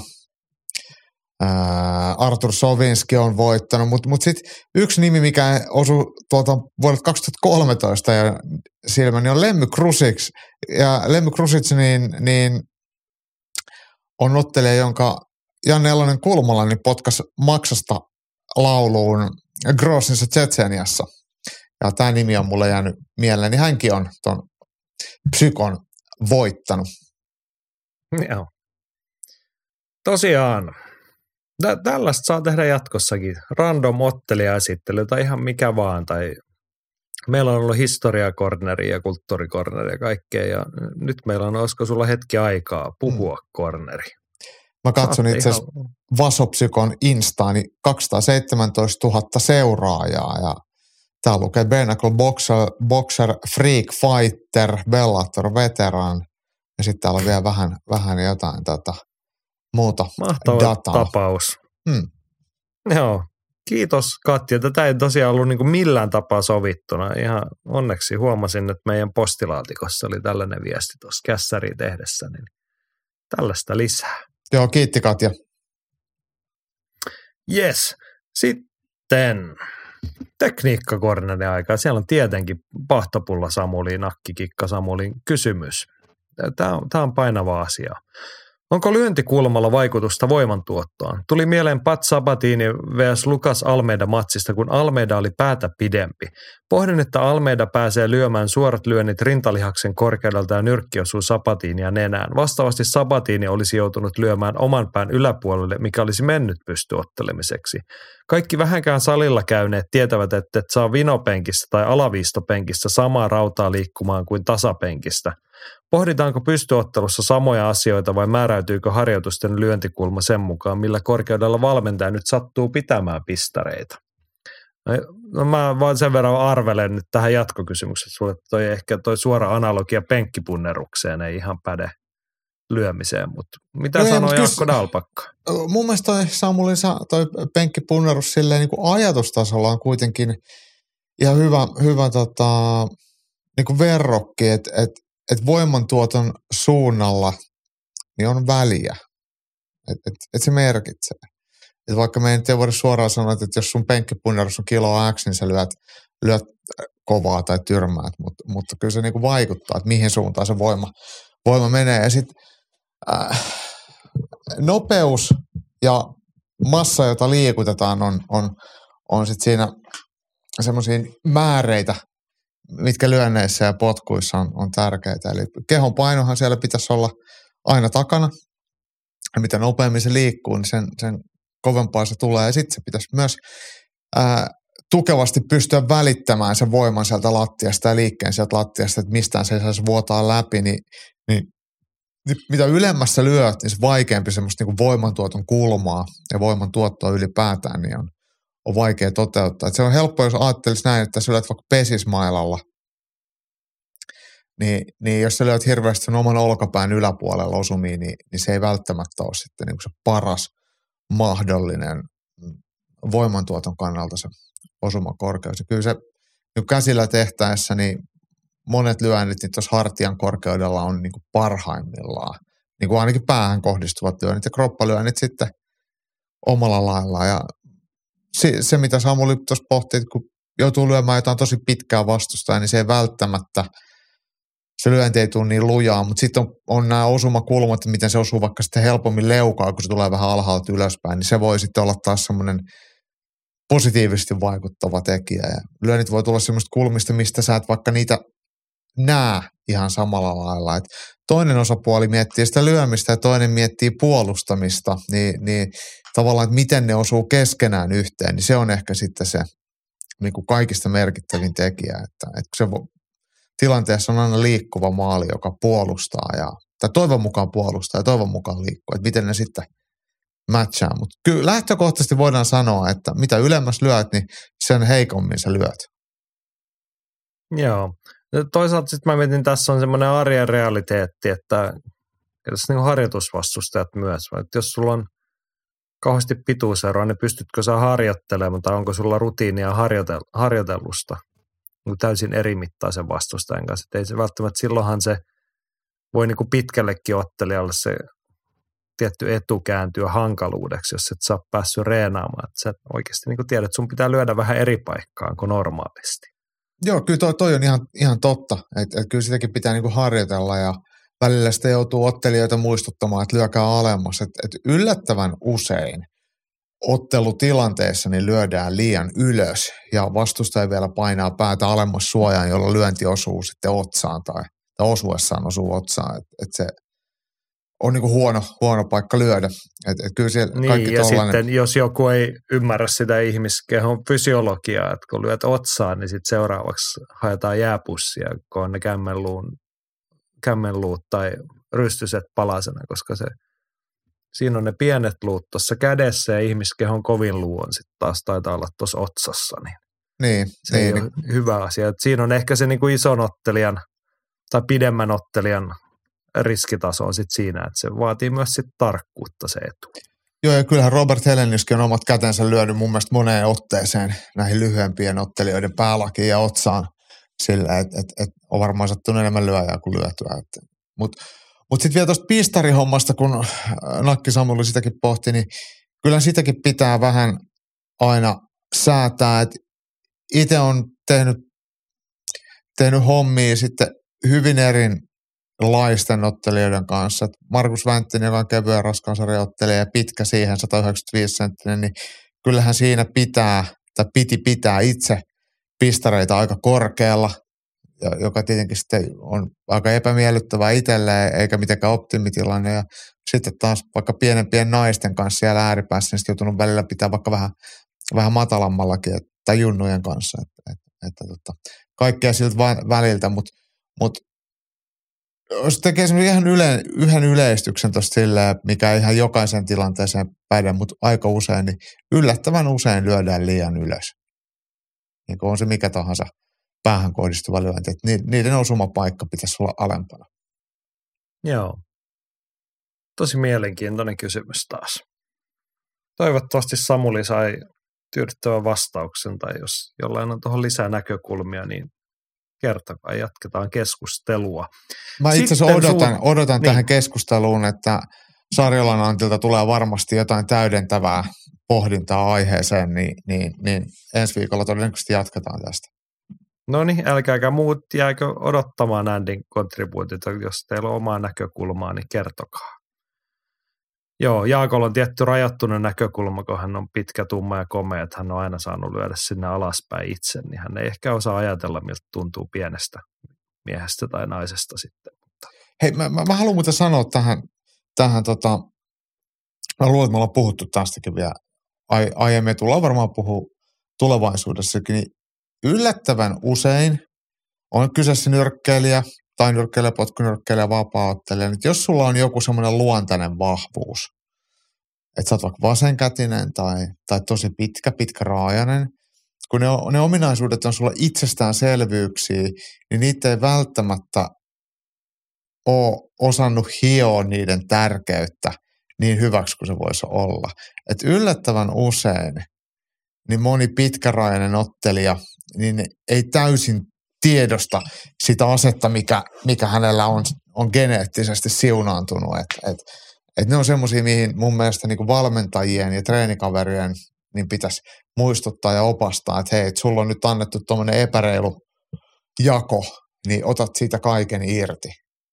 Artur Sovinski on voittanut, mutta sitten yksi nimi, mikä osui tuolta vuodelta 2013 ja silmäni on Lemmy Krusic. Ja Lemmy Krusic niin on ottelija, jonka Janne Elonen Kulmala niin potkasi maksasta lauluun Groznyssa Tšetšeniassa. Ja tämä nimi on mulle jäänyt mieleen, niin hänkin on tuon Psykon voittanut. Joo. Tosiaan. Tällaista saa tehdä jatkossakin. Random ottelijaesittely tai ihan mikä vaan. Tai meillä on ollut historiakorneri ja kulttuurikorneri ja kaikkea. Ja nyt meillä on, olisiko sulla hetki aikaa puhua korneri? Mä katson itse asiassa Vasopsykon Instaan, niin 217 000 seuraajaa. Ja täällä lukee Bernacle Boxer, Freak Fighter, Bellator Veteran. Ja sitten täällä on vielä vähän jotain muuta mahtava dataa. Tapaus. Joo. Kiitos Katja. Tätä ei tosiaan ollut niin kuin millään tapaa sovittuna. Ihan onneksi huomasin, että meidän postilaatikossa oli tällainen viesti tuossa kässäriä tehdessä. Niin tällaista lisää. Joo, kiitti Katja. Yes. Sitten tekniikkakornerin aikaa. Siellä on tietenkin Pahtopulla Samuli, Nakkikikka Samulin kysymys. Tämä on painava asia. Onko lyöntikulmalla vaikutusta voimantuottoon? Tuli mieleen Pat Sabatini vs. Lucas Almeida matsista, kun Almeida oli päätä pidempi. Pohdin, että Almeida pääsee lyömään suorat lyönnit rintalihaksen korkeudelta ja nyrkki osuu Sabatinia nenään. Vastaavasti Sabatini olisi joutunut lyömään oman pään yläpuolelle, mikä olisi mennyt pystyoottelemiseksi. Kaikki vähänkään salilla käyneet tietävät, että et saa vinopenkistä tai alaviistopenkistä samaa rautaa liikkumaan kuin tasapenkistä. Pohditaanko pystyottelussa samoja asioita vai määräytyykö harjoitusten lyöntikulma sen mukaan, millä korkeudella valmentaja nyt sattuu pitämään pistareita? No mä vaan sen verran arvelen nyt tähän jatkokysymykseen. Sulle toi suora analogia penkkipunnerukseen ei ihan päde lyömiseen, mutta mitä sanoo Jaakko Dalpakka? Mun mielestä toi penkkipunnerus silleen niin kuin ajatustasolla on kuitenkin ihan hyvä niin kuin verrokki, että voimantuoton suunnalla niin on väliä, että se merkitsee. Että vaikka me ei voida suoraan sanoa, että jos sun penkkipunnerus on kilo X, niin sä lyöt kovaa tai tyrmäät, mutta kyllä se niinku vaikuttaa, että mihin suuntaan se voima menee. Ja sitten nopeus ja massa, jota liikutetaan, on sitten siinä semmoisia määreitä, mitkä lyönneissä ja potkuissa on tärkeitä. Eli kehon painohan siellä pitäisi olla aina takana. Ja mitä nopeammin se liikkuu, niin sen kovempaa se tulee. Ja sitten se pitäisi myös tukevasti pystyä välittämään sen voiman sieltä lattiasta ja liikkeen sieltä lattiasta, että mistään se ei saisi vuotaa läpi. Niin mitä ylemmässä lyöt, niin se vaikeampi semmoista niin kuin voimantuoton kulmaa ja voimantuottoa ylipäätään niin on vaikea toteuttaa. Et se on helppo, jos ajattelisi näin, että sä lyöt vaikka pesismailalla, niin jos sä lyöt hirveästi sen oman olkapään yläpuolella osumiin, niin se ei välttämättä ole sitten niin kuin se paras mahdollinen voimantuoton kannalta se osumakorkeus. Ja kyllä se niin käsillä tehtäessä, niin monet lyönnit niin tuossa hartian korkeudella on niin kuin parhaimmillaan. Niin kuin ainakin päähän kohdistuvat lyönnit ja kroppalyönnit sitten omalla lailla. Ja se mitä Samuli tuossa pohti, että kun joutuu lyömään jotain tosi pitkää vastustaa, niin se ei välttämättä, se lyönti ei tule niin lujaa, mutta sitten on nämä osumakulmat, miten se osuu vaikka sitten helpommin leukaa, kun se tulee vähän alhaalta ylöspäin, niin se voi sitten olla taas semmoinen positiivisesti vaikuttava tekijä. Ja lyönnit voi tulla semmoista kulmista, mistä sä et vaikka niitä näe ihan samalla lailla. Et toinen osapuoli miettii sitä lyömistä ja toinen miettii puolustamista, niin tavallaan, että miten ne osuu keskenään yhteen, niin se on ehkä sitten se niin kuin kaikista merkittävin tekijä, että se tilanteessa on aina liikkuva maali, joka puolustaa tai toivon mukaan puolustaa ja toivon mukaan liikkuu, että miten ne sitten matchaa. Mutta kyllä lähtökohtaisesti voidaan sanoa, että mitä ylemmäs lyöt, niin sen heikommin sä lyöt. Joo. Toisaalta sitten mä mietin, tässä on semmoinen arjen realiteetti, että tässä niin harjoitusvastustajat myös, että jos sulla on kauheasti pituuseroa, niin pystytkö sä harjoittelemaan tai onko sulla rutiinia harjoitellusta täysin eri mittaisen vastustajan kanssa. Että ei se välttämättä, silloinhan se voi niin kuin pitkällekin ottelijalle se tietty etu kääntyä hankaluudeksi, jos et saa päässyt reenaamaan. Että sä oikeasti niin kuin tiedät, että sun pitää lyödä vähän eri paikkaan kuin normaalisti. Joo, kyllä toi on ihan totta, että kyllä sitäkin pitää niinku harjoitella ja välillä sitä joutuu ottelijoita muistuttamaan, että lyökää alemmas. Että yllättävän usein ottelutilanteessa niin lyödään liian ylös ja vastustaja vielä painaa päätä alemmas suojaan, jolla lyönti osuu sitten otsaan tai osuessaan osuu otsaan. Että se on niinku huono paikka lyödä. Että kyllä siellä niin, kaikki ja tollainen. sitten jos joku ei ymmärrä sitä ihmiskehon fysiologiaa, että kun lyöt otsaan, niin sitten seuraavaksi haetaan jääpussia, kun on ne kämmenluut tai rystyset palasena, koska siinä on ne pienet luut tuossa kädessä ja ihmiskehon kovin luu on sitten taas taitaa olla tuossa otsassa. Niin se ei ole hyvä asia. Et siinä on ehkä se niinku ison ottelijan tai pidemmän ottelijan riskitaso on sitten siinä, että se vaatii myös sit tarkkuutta se etu. Joo, ja kyllähän Robert Heleniuskin on omat kätensä lyönyt mun mielestä moneen otteeseen näihin lyhyempien ottelijoiden päälakiin ja otsaan sillä, että on varmaan sattunut enemmän lyöjää kuin lyötyä. Mutta sitten vielä tuosta pistarihommasta, kun Nakki Samuli sitäkin pohti, niin kyllä sitäkin pitää vähän aina säätää, että itse on tehnyt hommia sitten hyvin laisten ottelijoiden kanssa. Et Markus Vänttinen, joka on kevyen raskaan sarjan ottelija ja pitkä siihen 195 senttinen, niin kyllähän siinä piti pitää itse pistareita aika korkealla, joka tietenkin sitten on aika epämiellyttävää itselleen, eikä mitenkään optimitilanne. Ja sitten taas vaikka pienempien naisten kanssa siellä ääripäässä, niin sitten joutunut välillä pitää vaikka vähän matalammallakin, tai junnujen kanssa. Että kaikkea siltä väliltä, mutta jos tekee semmoisen ihan yhden yleistyksen tuosta silleen, mikä ei ihan jokaisen tilanteeseen päde, mutta aika usein, niin yllättävän usein lyödään liian ylös. Niin kuin on se mikä tahansa päähän kohdistuva lyönti, että niiden osumapaikka pitäisi olla alempana. Joo. Tosi mielenkiintoinen kysymys taas. Toivottavasti Samuli sai tyydyttävän vastauksen, tai jos jollain on tuohon lisää näkökulmia, niin kertokaa, jatketaan keskustelua. Mä itse asiassa odotan tähän keskusteluun, että Sarjolan Antilta tulee varmasti jotain täydentävää pohdintaa aiheeseen, niin ensi viikolla todennäköisesti jatketaan tästä. No niin, älkääkä muut jääkö odottamaan Andyn kontribuutita, jos teillä on omaa näkökulmaa, niin kertokaa. Joo, Jaakolla on tietty rajoittunut näkökulma, kun hän on pitkä, tumma ja komea, että hän on aina saanut lyödä sinne alaspäin itse, niin hän ei ehkä osaa ajatella, miltä tuntuu pienestä miehestä tai naisesta sitten. Hei, mä haluan muuten sanoa tähän mä luulen, että me ollaan puhuttu tästäkin vielä aiemmin, tullaan varmaan puhua tulevaisuudessakin, niin yllättävän usein on kyseessä nyrkkeilijä tai nyrkkeilijä, potkunyrkkeilijä, vapaa-ottelija, niin jos sulla on joku semmoinen luontainen vahvuus, että sä oot vaikka vasenkätinen tai tosi pitkä kun ne ominaisuudet on sulla itsestäänselvyyksiä, niin niitä ei välttämättä ole osannut hioa niiden tärkeyttä niin hyväksi kuin se voisi olla. Että yllättävän usein niin moni pitkärajainen ottelija niin ei täysin tiedosta sitä asetta, mikä hänellä on geneettisesti siunaantunut. Et ne on semmoisia, mihin mun mielestä niin kuin valmentajien ja treenikaverien niin pitäisi muistuttaa ja opastaa, että hei, että sulla on nyt annettu tuommoinen epäreilu jako, niin otat siitä kaiken irti.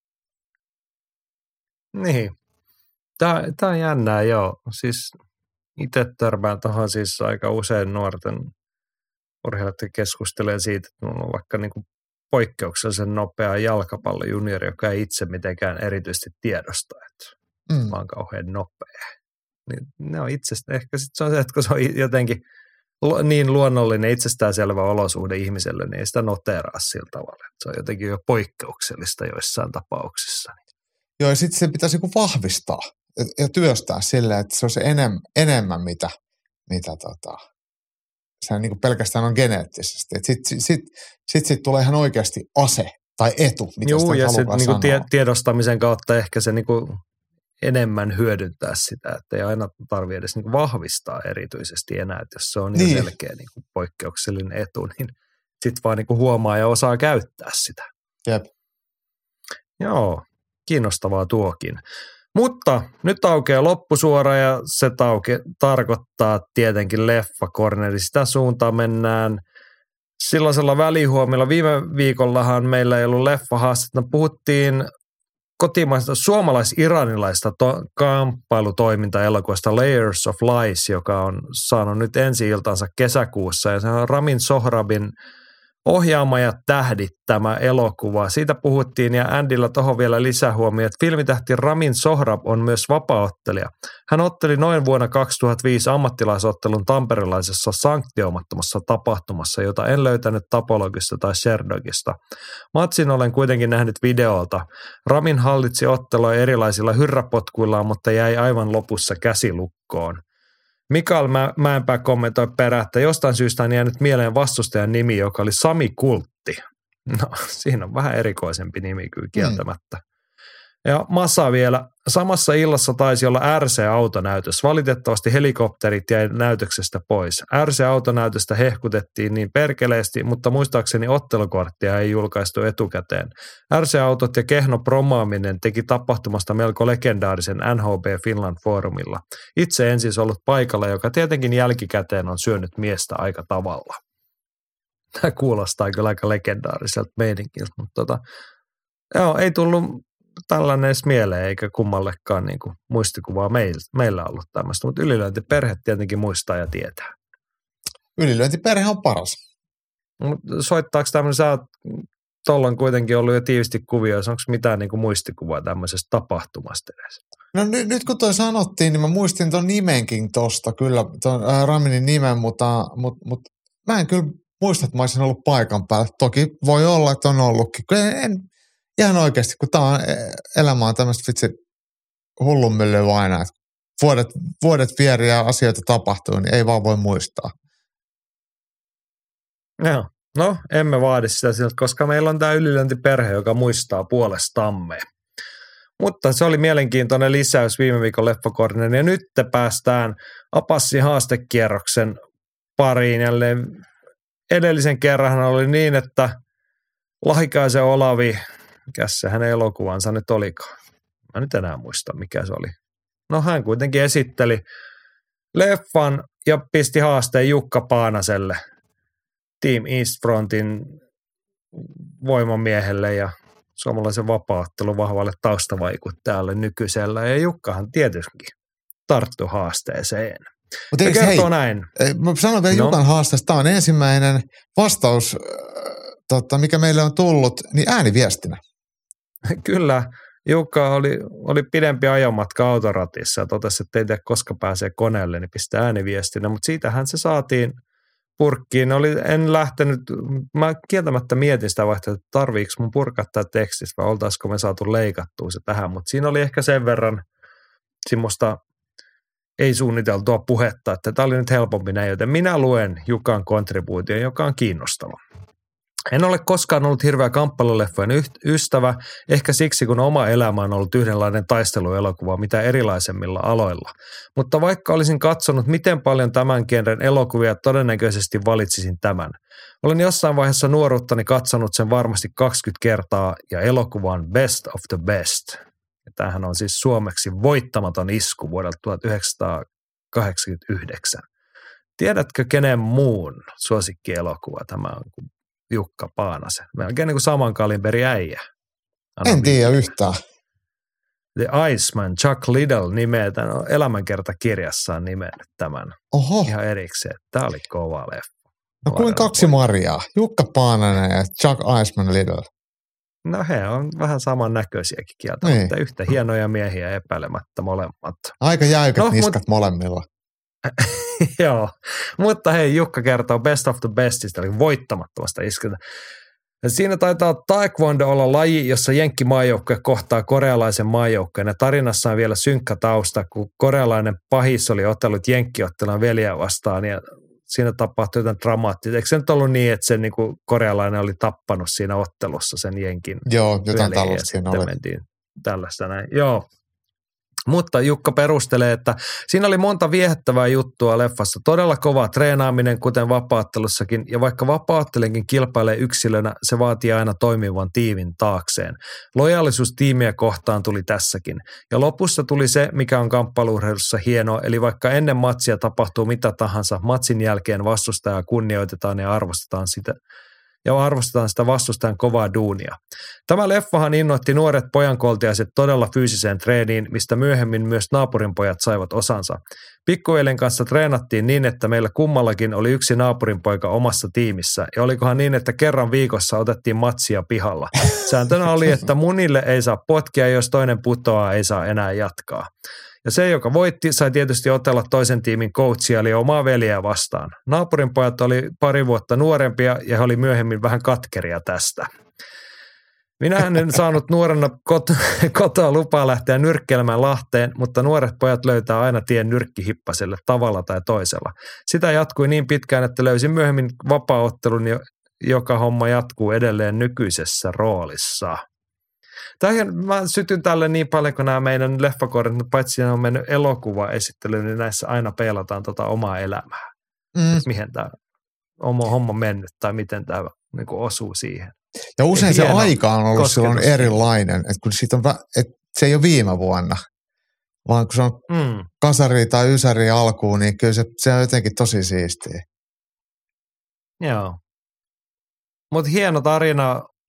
Niin. Tämä on jännää, joo. Siis itse törmään tuohon siis aika usein nuorten urheilijoiden keskustelee siitä, että minulla on vaikka niin kuin poikkeuksellisen nopea jalkapallojuniori, joka ei itse mitenkään erityisesti tiedosta, että mä oon kauhean nopea. Niin ne on itsestä, ehkä sitten se on se, että kun se on jotenkin niin luonnollinen itsestäänselvä olosuhde ihmiselle, niin ei sitä noteraa sillä tavalla. Se on jotenkin jo poikkeuksellista joissain tapauksissa. Joo, ja sitten se pitäisi vahvistaa ja työstää silleen, että se on se enemmän, mitä se niin pelkästään on geneettisesti. Sitten tulee ihan oikeasti ase tai etu, mitä joo, sitä ja halukaan niin sanoa. Tiedostamisen kautta ehkä se niin enemmän hyödyntää sitä, että ei aina tarvitse edes niin vahvistaa erityisesti enää, että jos se on niin selkeä niin poikkeuksellinen etu, niin sitten vaan niin huomaa ja osaa käyttää sitä. Jep. Joo, kiinnostavaa tuokin. Mutta nyt aukeaa loppusuora ja se tarkoittaa tietenkin leffakorneri. Sitä suuntaan mennään sellaisella välihuomilla. Viime viikollahan meillä ei ollut leffahaastetta. Puhuttiin kotimaista suomalais-iranilaista kamppailutoiminta-elokuvasta Layers of Lies, joka on saanut nyt ensi-iltansa kesäkuussa. Ja se on Ramin Sohrabin ohjaama ja tähdittämä elokuva. Siitä puhuttiin ja Andyllä tuohon vielä lisähuomio, että filmitähti Ramin Sohrab on myös vapaaottelija. Hän otteli noin vuonna 2005 ammattilaisottelun tamperelaisessa sanktioimattomassa tapahtumassa, jota en löytänyt Tapologista tai Sherdogista. Matsin olen kuitenkin nähnyt videolta. Ramin hallitsi ottelua erilaisilla hyrräpotkuillaan, mutta jäi aivan lopussa käsilukkoon. Mikael Mäenpää kommentoi perään, että jostain syystä on jäänyt mieleen vastustajan nimi, joka oli Sami Kultti. No, siinä on vähän erikoisempi nimi kyllä kieltämättä. Ja Masa vielä. Samassa illassa taisi olla RC-autonäytös. Valitettavasti helikopterit jäi näytöksestä pois. RC-autonäytöstä hehkutettiin niin perkeleesti, mutta muistaakseni ottelukorttia ei julkaistu etukäteen. RC-autot ja kehno promaaminen teki tapahtumasta melko legendaarisen NHB Finland foorumilla. Itse en siis ollut paikalla, joka tietenkin jälkikäteen on syönyt miestä aika tavalla. Tämä kuulostaa kyllä aika legendaariselta meidänkiltä, mutta joo, ei tullut tällainen edes mieleen, eikä kummallekaan niin kuin muistikuvaa meillä ollut tämmöistä, mutta Ylilyöntiperhe tietenkin muistaa ja tietää. Ylilyöntiperhe on paras. Mutta soittaako tämmöinen, sä oot tuolloin kuitenkin ollut jo tiivisti kuvioissa, onko mitään niin kuin muistikuvaa tämmöisestä tapahtumasta edes? No nyt kun toi sanottiin, niin mä muistin ton nimenkin tosta, kyllä, ton Raminin nimen, mutta mä en kyllä muista, että mä olisin ollut paikan päällä. Toki voi olla, että on ollutkin. En ihan oikeasti, kun tää on, elämä on tämmöistä vitsi hullunmyllyä aina, että vuodet vieri ja asioita tapahtuu, niin ei vaan voi muistaa. Joo. No, emme vaadi sitä siltä, koska meillä on tämä Ylilyöntiperhe, joka muistaa puolestamme. Mutta se oli mielenkiintoinen lisäys viime viikon Leffakornen, ja nyt päästään Apassin haastekierroksen pariin jälleen. Edellisen kerran oli niin, että Lahikaisen Olavi, mikä se hänen elokuvansa nyt olikaan? Mä nyt enää muista, mikä se oli. No hän kuitenkin esitteli leffan ja pisti haasteen Jukka Paanaselle, Team East Frontin voimamiehelle ja suomalaisen vapaa-ottelun vahvalle taustavaikuttajalle nykyisellä. Ja Jukkahan tietysti tarttui haasteeseen. Mutta kertoo näin. Mä sanon vielä Jukan haasteesta. Tämä on ensimmäinen vastaus, mikä meille on tullut, niin ääniviestinä. Kyllä. Jukka oli pidempi ajomatka autoratissa ja totesi, että ei tiedä koska pääsee koneelle, niin pistää ääniviestinä. Mutta siitähän se saatiin purkkiin. En lähtenyt, mä kieltämättä mietin sitä vaihtoehtoa, että tarviiko mun purkaa tämä tekstistä vai oltaisiko me saatu leikattua se tähän. Mutta siinä oli ehkä sen verran semmoista ei suunniteltua puhetta, että tämä oli nyt helpompi näin, joten minä luen Jukan kontribuution, joka on kiinnostava. En ole koskaan ollut hirveä kamppailuleffojen ystävä, ehkä siksi kun oma elämä on ollut yhdenlainen taisteluelokuva mitä erilaisemmilla aloilla. Mutta vaikka olisin katsonut miten paljon tämän genren elokuvia, todennäköisesti valitsisin tämän. Olen jossain vaiheessa nuoruuttani katsonut sen varmasti 20 kertaa ja elokuva on Best of the Best. Ja tämähän on siis suomeksi voittamaton isku vuodelta 1989. Tiedätkö kenen muun suosikkielokuva tämä on kuin Jukka Paanasen? Melkein niin kuin saman kaliberin äijä. En tiedä yhtään. The Iceman, Chuck Liddell nimeä, elämänkertakirjassaan nimennyt tämän. Oho. Ihan erikseen. Tämä oli kova leffa. No kuin kaksi Mariaa. Jukka Paananen ja Chuck Iceman Liddell. No he on vähän samannäköisiäkin kieltä, niin. Mutta yhtä hienoja miehiä epäilemättä molemmat. Aika jäykät niskat molemmilla. Joo, mutta hei, Jukka kertoo Best of the Bestistä, eli voittamattomasta iskeltä. Siinä taitaa taekwondo olla laji, jossa jenkkimaajoukkue kohtaa korealaisen maajoukkueen. Ja tarinassa on vielä synkkä tausta, kun korealainen pahis oli otellut jenkkiottelun veljeä vastaan ja siinä tapahtui jotain dramaattista. Eikö se nyt ollut niin, että se niin kuin korealainen oli tappanut siinä ottelussa sen jenkin? Joo, jotain tällaista siinä oli. Mentiin tällaista näin. Joo. Mutta Jukka perustelee, että siinä oli monta viehättävää juttua leffassa. Todella kova treenaaminen, kuten vapaa-ottelussakin, ja vaikka vapaa-ottelenkin kilpailee yksilönä, se vaatii aina toimivan tiimin taakseen. Lojaalisuus tiimiä kohtaan tuli tässäkin. Ja lopussa tuli se, mikä on kamppailuurheilussa hienoa, eli vaikka ennen matsia tapahtuu mitä tahansa, matsin jälkeen vastustajaa kunnioitetaan ja arvostetaan sitä vastustajan kovaa duunia. Tämä leffahan innoitti nuoret pojankoltiaiset todella fyysiseen treeniin, mistä myöhemmin myös naapurinpojat saivat osansa. Pikkuveljen kanssa treenattiin niin, että meillä kummallakin oli yksi naapurinpoika omassa tiimissä, ja olikohan niin, että kerran viikossa otettiin matsia pihalla. Sääntönä oli, että munille ei saa potkia, jos toinen putoaa, ei saa enää jatkaa. Ja se, joka voitti, sai tietysti otella toisen tiimin coachia, eli omaa veljeä vastaan. Naapurin pojat oli pari vuotta nuorempia ja he oli myöhemmin vähän katkeria tästä. Minä en saanut nuorena kotoa lupaa lähteä nyrkkeilemään Lahteen, mutta nuoret pojat löytää aina tien nyrkkihippaselle tavalla tai toisella. Sitä jatkui niin pitkään, että löysin myöhemmin vapaa-ottelun, joka homma jatkuu edelleen nykyisessä roolissa. Mä sytyn tälle niin paljon, kun nämä meidän leffakortit, paitsi ne on mennyt elokuvaesittelyyn, niin näissä aina peilataan omaa elämää. Mihin tämä homma mennyt tai miten tämä niin osuu siihen. Ja usein se aika on ollut silloin erilainen, että kun siitä on, että se ei ole viime vuonna, vaan kun se on kasari tai ysäri alkuun, niin kyllä se on jotenkin tosi siistiä. Joo. Mutta hieno tarina.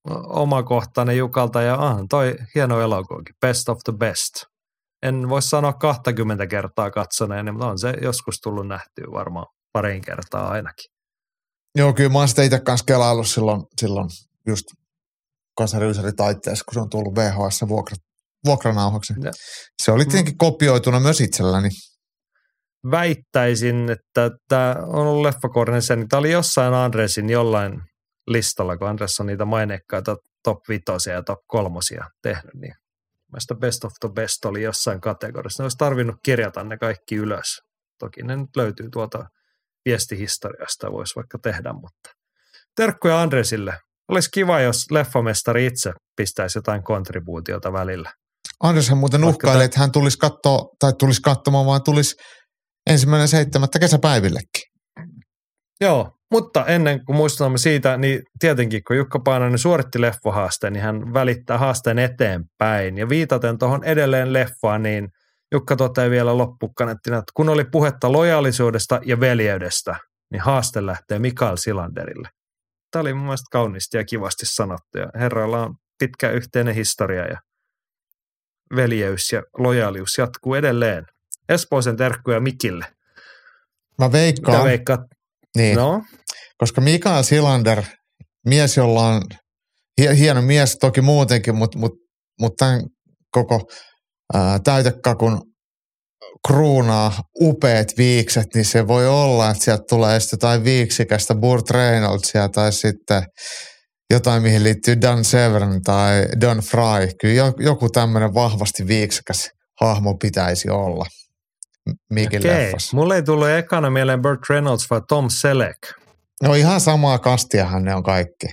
omakohtainen Jukalta ja toi hieno elokuvakin, Best of the Best. En voi sanoa 20 kertaa katsoneeni, mutta on se joskus tullut nähtyä varmaan parin kertaa ainakin. Joo, kyllä mä oon sitä itse kanssa kelaillut silloin just Kasariysäri taitteessa, kun se on tullut VHS vuokranauhaksi. Se oli tietenkin kopioituna myös itselläni. Väittäisin, että tämä on ollut leffakornissa, niin tämä oli jossain Andresin jollain listalla, kun Andres on niitä maineikkaita top 5 ja top 3 tehnyt, niin mielestäni Best of the Best oli jossain kategoriassa. Ne olisi tarvinnut kirjata ne kaikki ylös. Toki ne nyt löytyy tuolta viestihistoriasta, voisi vaikka tehdä, mutta terkkuja Andresille. Olisi kiva, jos leffamestari itse pistäisi jotain kontribuutiota välillä. Andreshan muuten uhkaili, että hän tulisi katsomaan, vaan tulisi 1.7. kesäpäivillekin. Joo, mutta ennen kuin muistutamme siitä, niin tietenkin kun Jukka Paananen suoritti leffahaasteen, niin hän välittää haasteen eteenpäin. Ja viitaten tuohon edelleen leffaan, niin Jukka toteaa vielä loppukanettina, että kun oli puhetta lojaalisuudesta ja veljeydestä, niin haaste lähtee Mikael Silanderille. Tämä oli mun mielestä kauniisti ja kivasti sanottu. Ja herroilla on pitkä yhteinen historia ja veljeys ja lojaalius jatkuu edelleen. Espoisen terkkuja Mikille. Mä veikkaan. Mitä veikkaat? Niin, no? Koska Mikael Silander, mies, jolla on hieno mies toki muutenkin, mutta tämän koko täytekakun kruunaa upeat viikset, niin se voi olla, että sieltä tulee sitten jotain viiksikästä Burt Reynoldsia tai sitten jotain, mihin liittyy Dan Severn tai Don Fry. Kyllä joku tämmöinen vahvasti viiksekäs hahmo pitäisi olla Mikin leffassa. Mulle ei tullut ekana mieleen Burt Reynolds vai Tom Selleck. No ihan samaa kastiahan ne on kaikki.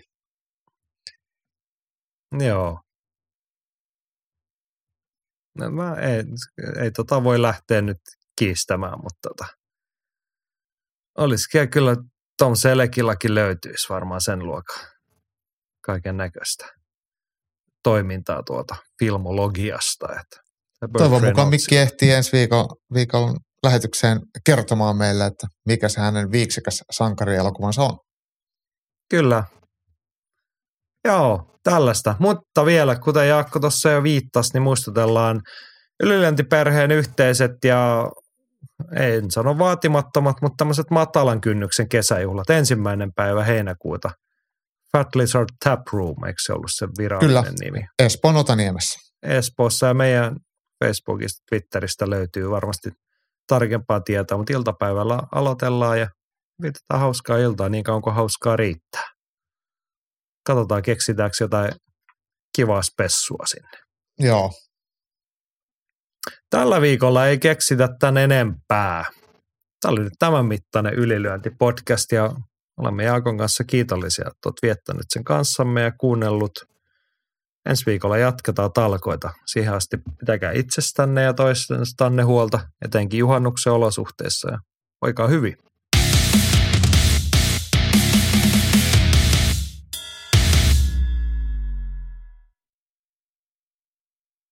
Joo. No, ei voi lähteä nyt kiistämään, mutta olisikin kyllä Tom Selleckillakin löytyisi varmaan sen luokan kaiken näköistä toimintaa tuota filmologiasta. Toivon mukaan Mikki ehtii ensi viikon lähetykseen kertomaan meille, että mikä se hänen viiksikäs sankarielokuvansa on. Kyllä. Joo, tällaista. Mutta vielä, kuten Jaakko tuossa jo viittasi, niin muistutellaan Ylilöntiperheen yhteiset ja en sano vaatimattomat, mutta tämmöiset matalan kynnyksen kesäjuhlat. 1. päivä heinäkuuta. Fat Lizard Tap Room, eikö se ollut se virallinen nimi? Kyllä, Espoon Otaniemessä. Espoossa ja meidän Facebookista, Twitteristä löytyy varmasti tarkempaa tietoa, mutta iltapäivällä aloitellaan ja vietetään hauskaa iltaa niin kauan kuin hauskaa riittää. Katsotaan, keksitäänkö jotain kivaa spessua sinne. Joo. Tällä viikolla ei keksitä tän enempää. Tämä oli nyt tämän mittainen Ylilyönti-podcast ja olemme Jaakon kanssa kiitollisia, että olet viettänyt sen kanssamme ja kuunnellut. Ensi viikolla jatketaan talkoita. Siihen asti pitäkää itsestänne ja toistanne huolta, etenkin juhannuksen olosuhteissa ja voikaa hyvin.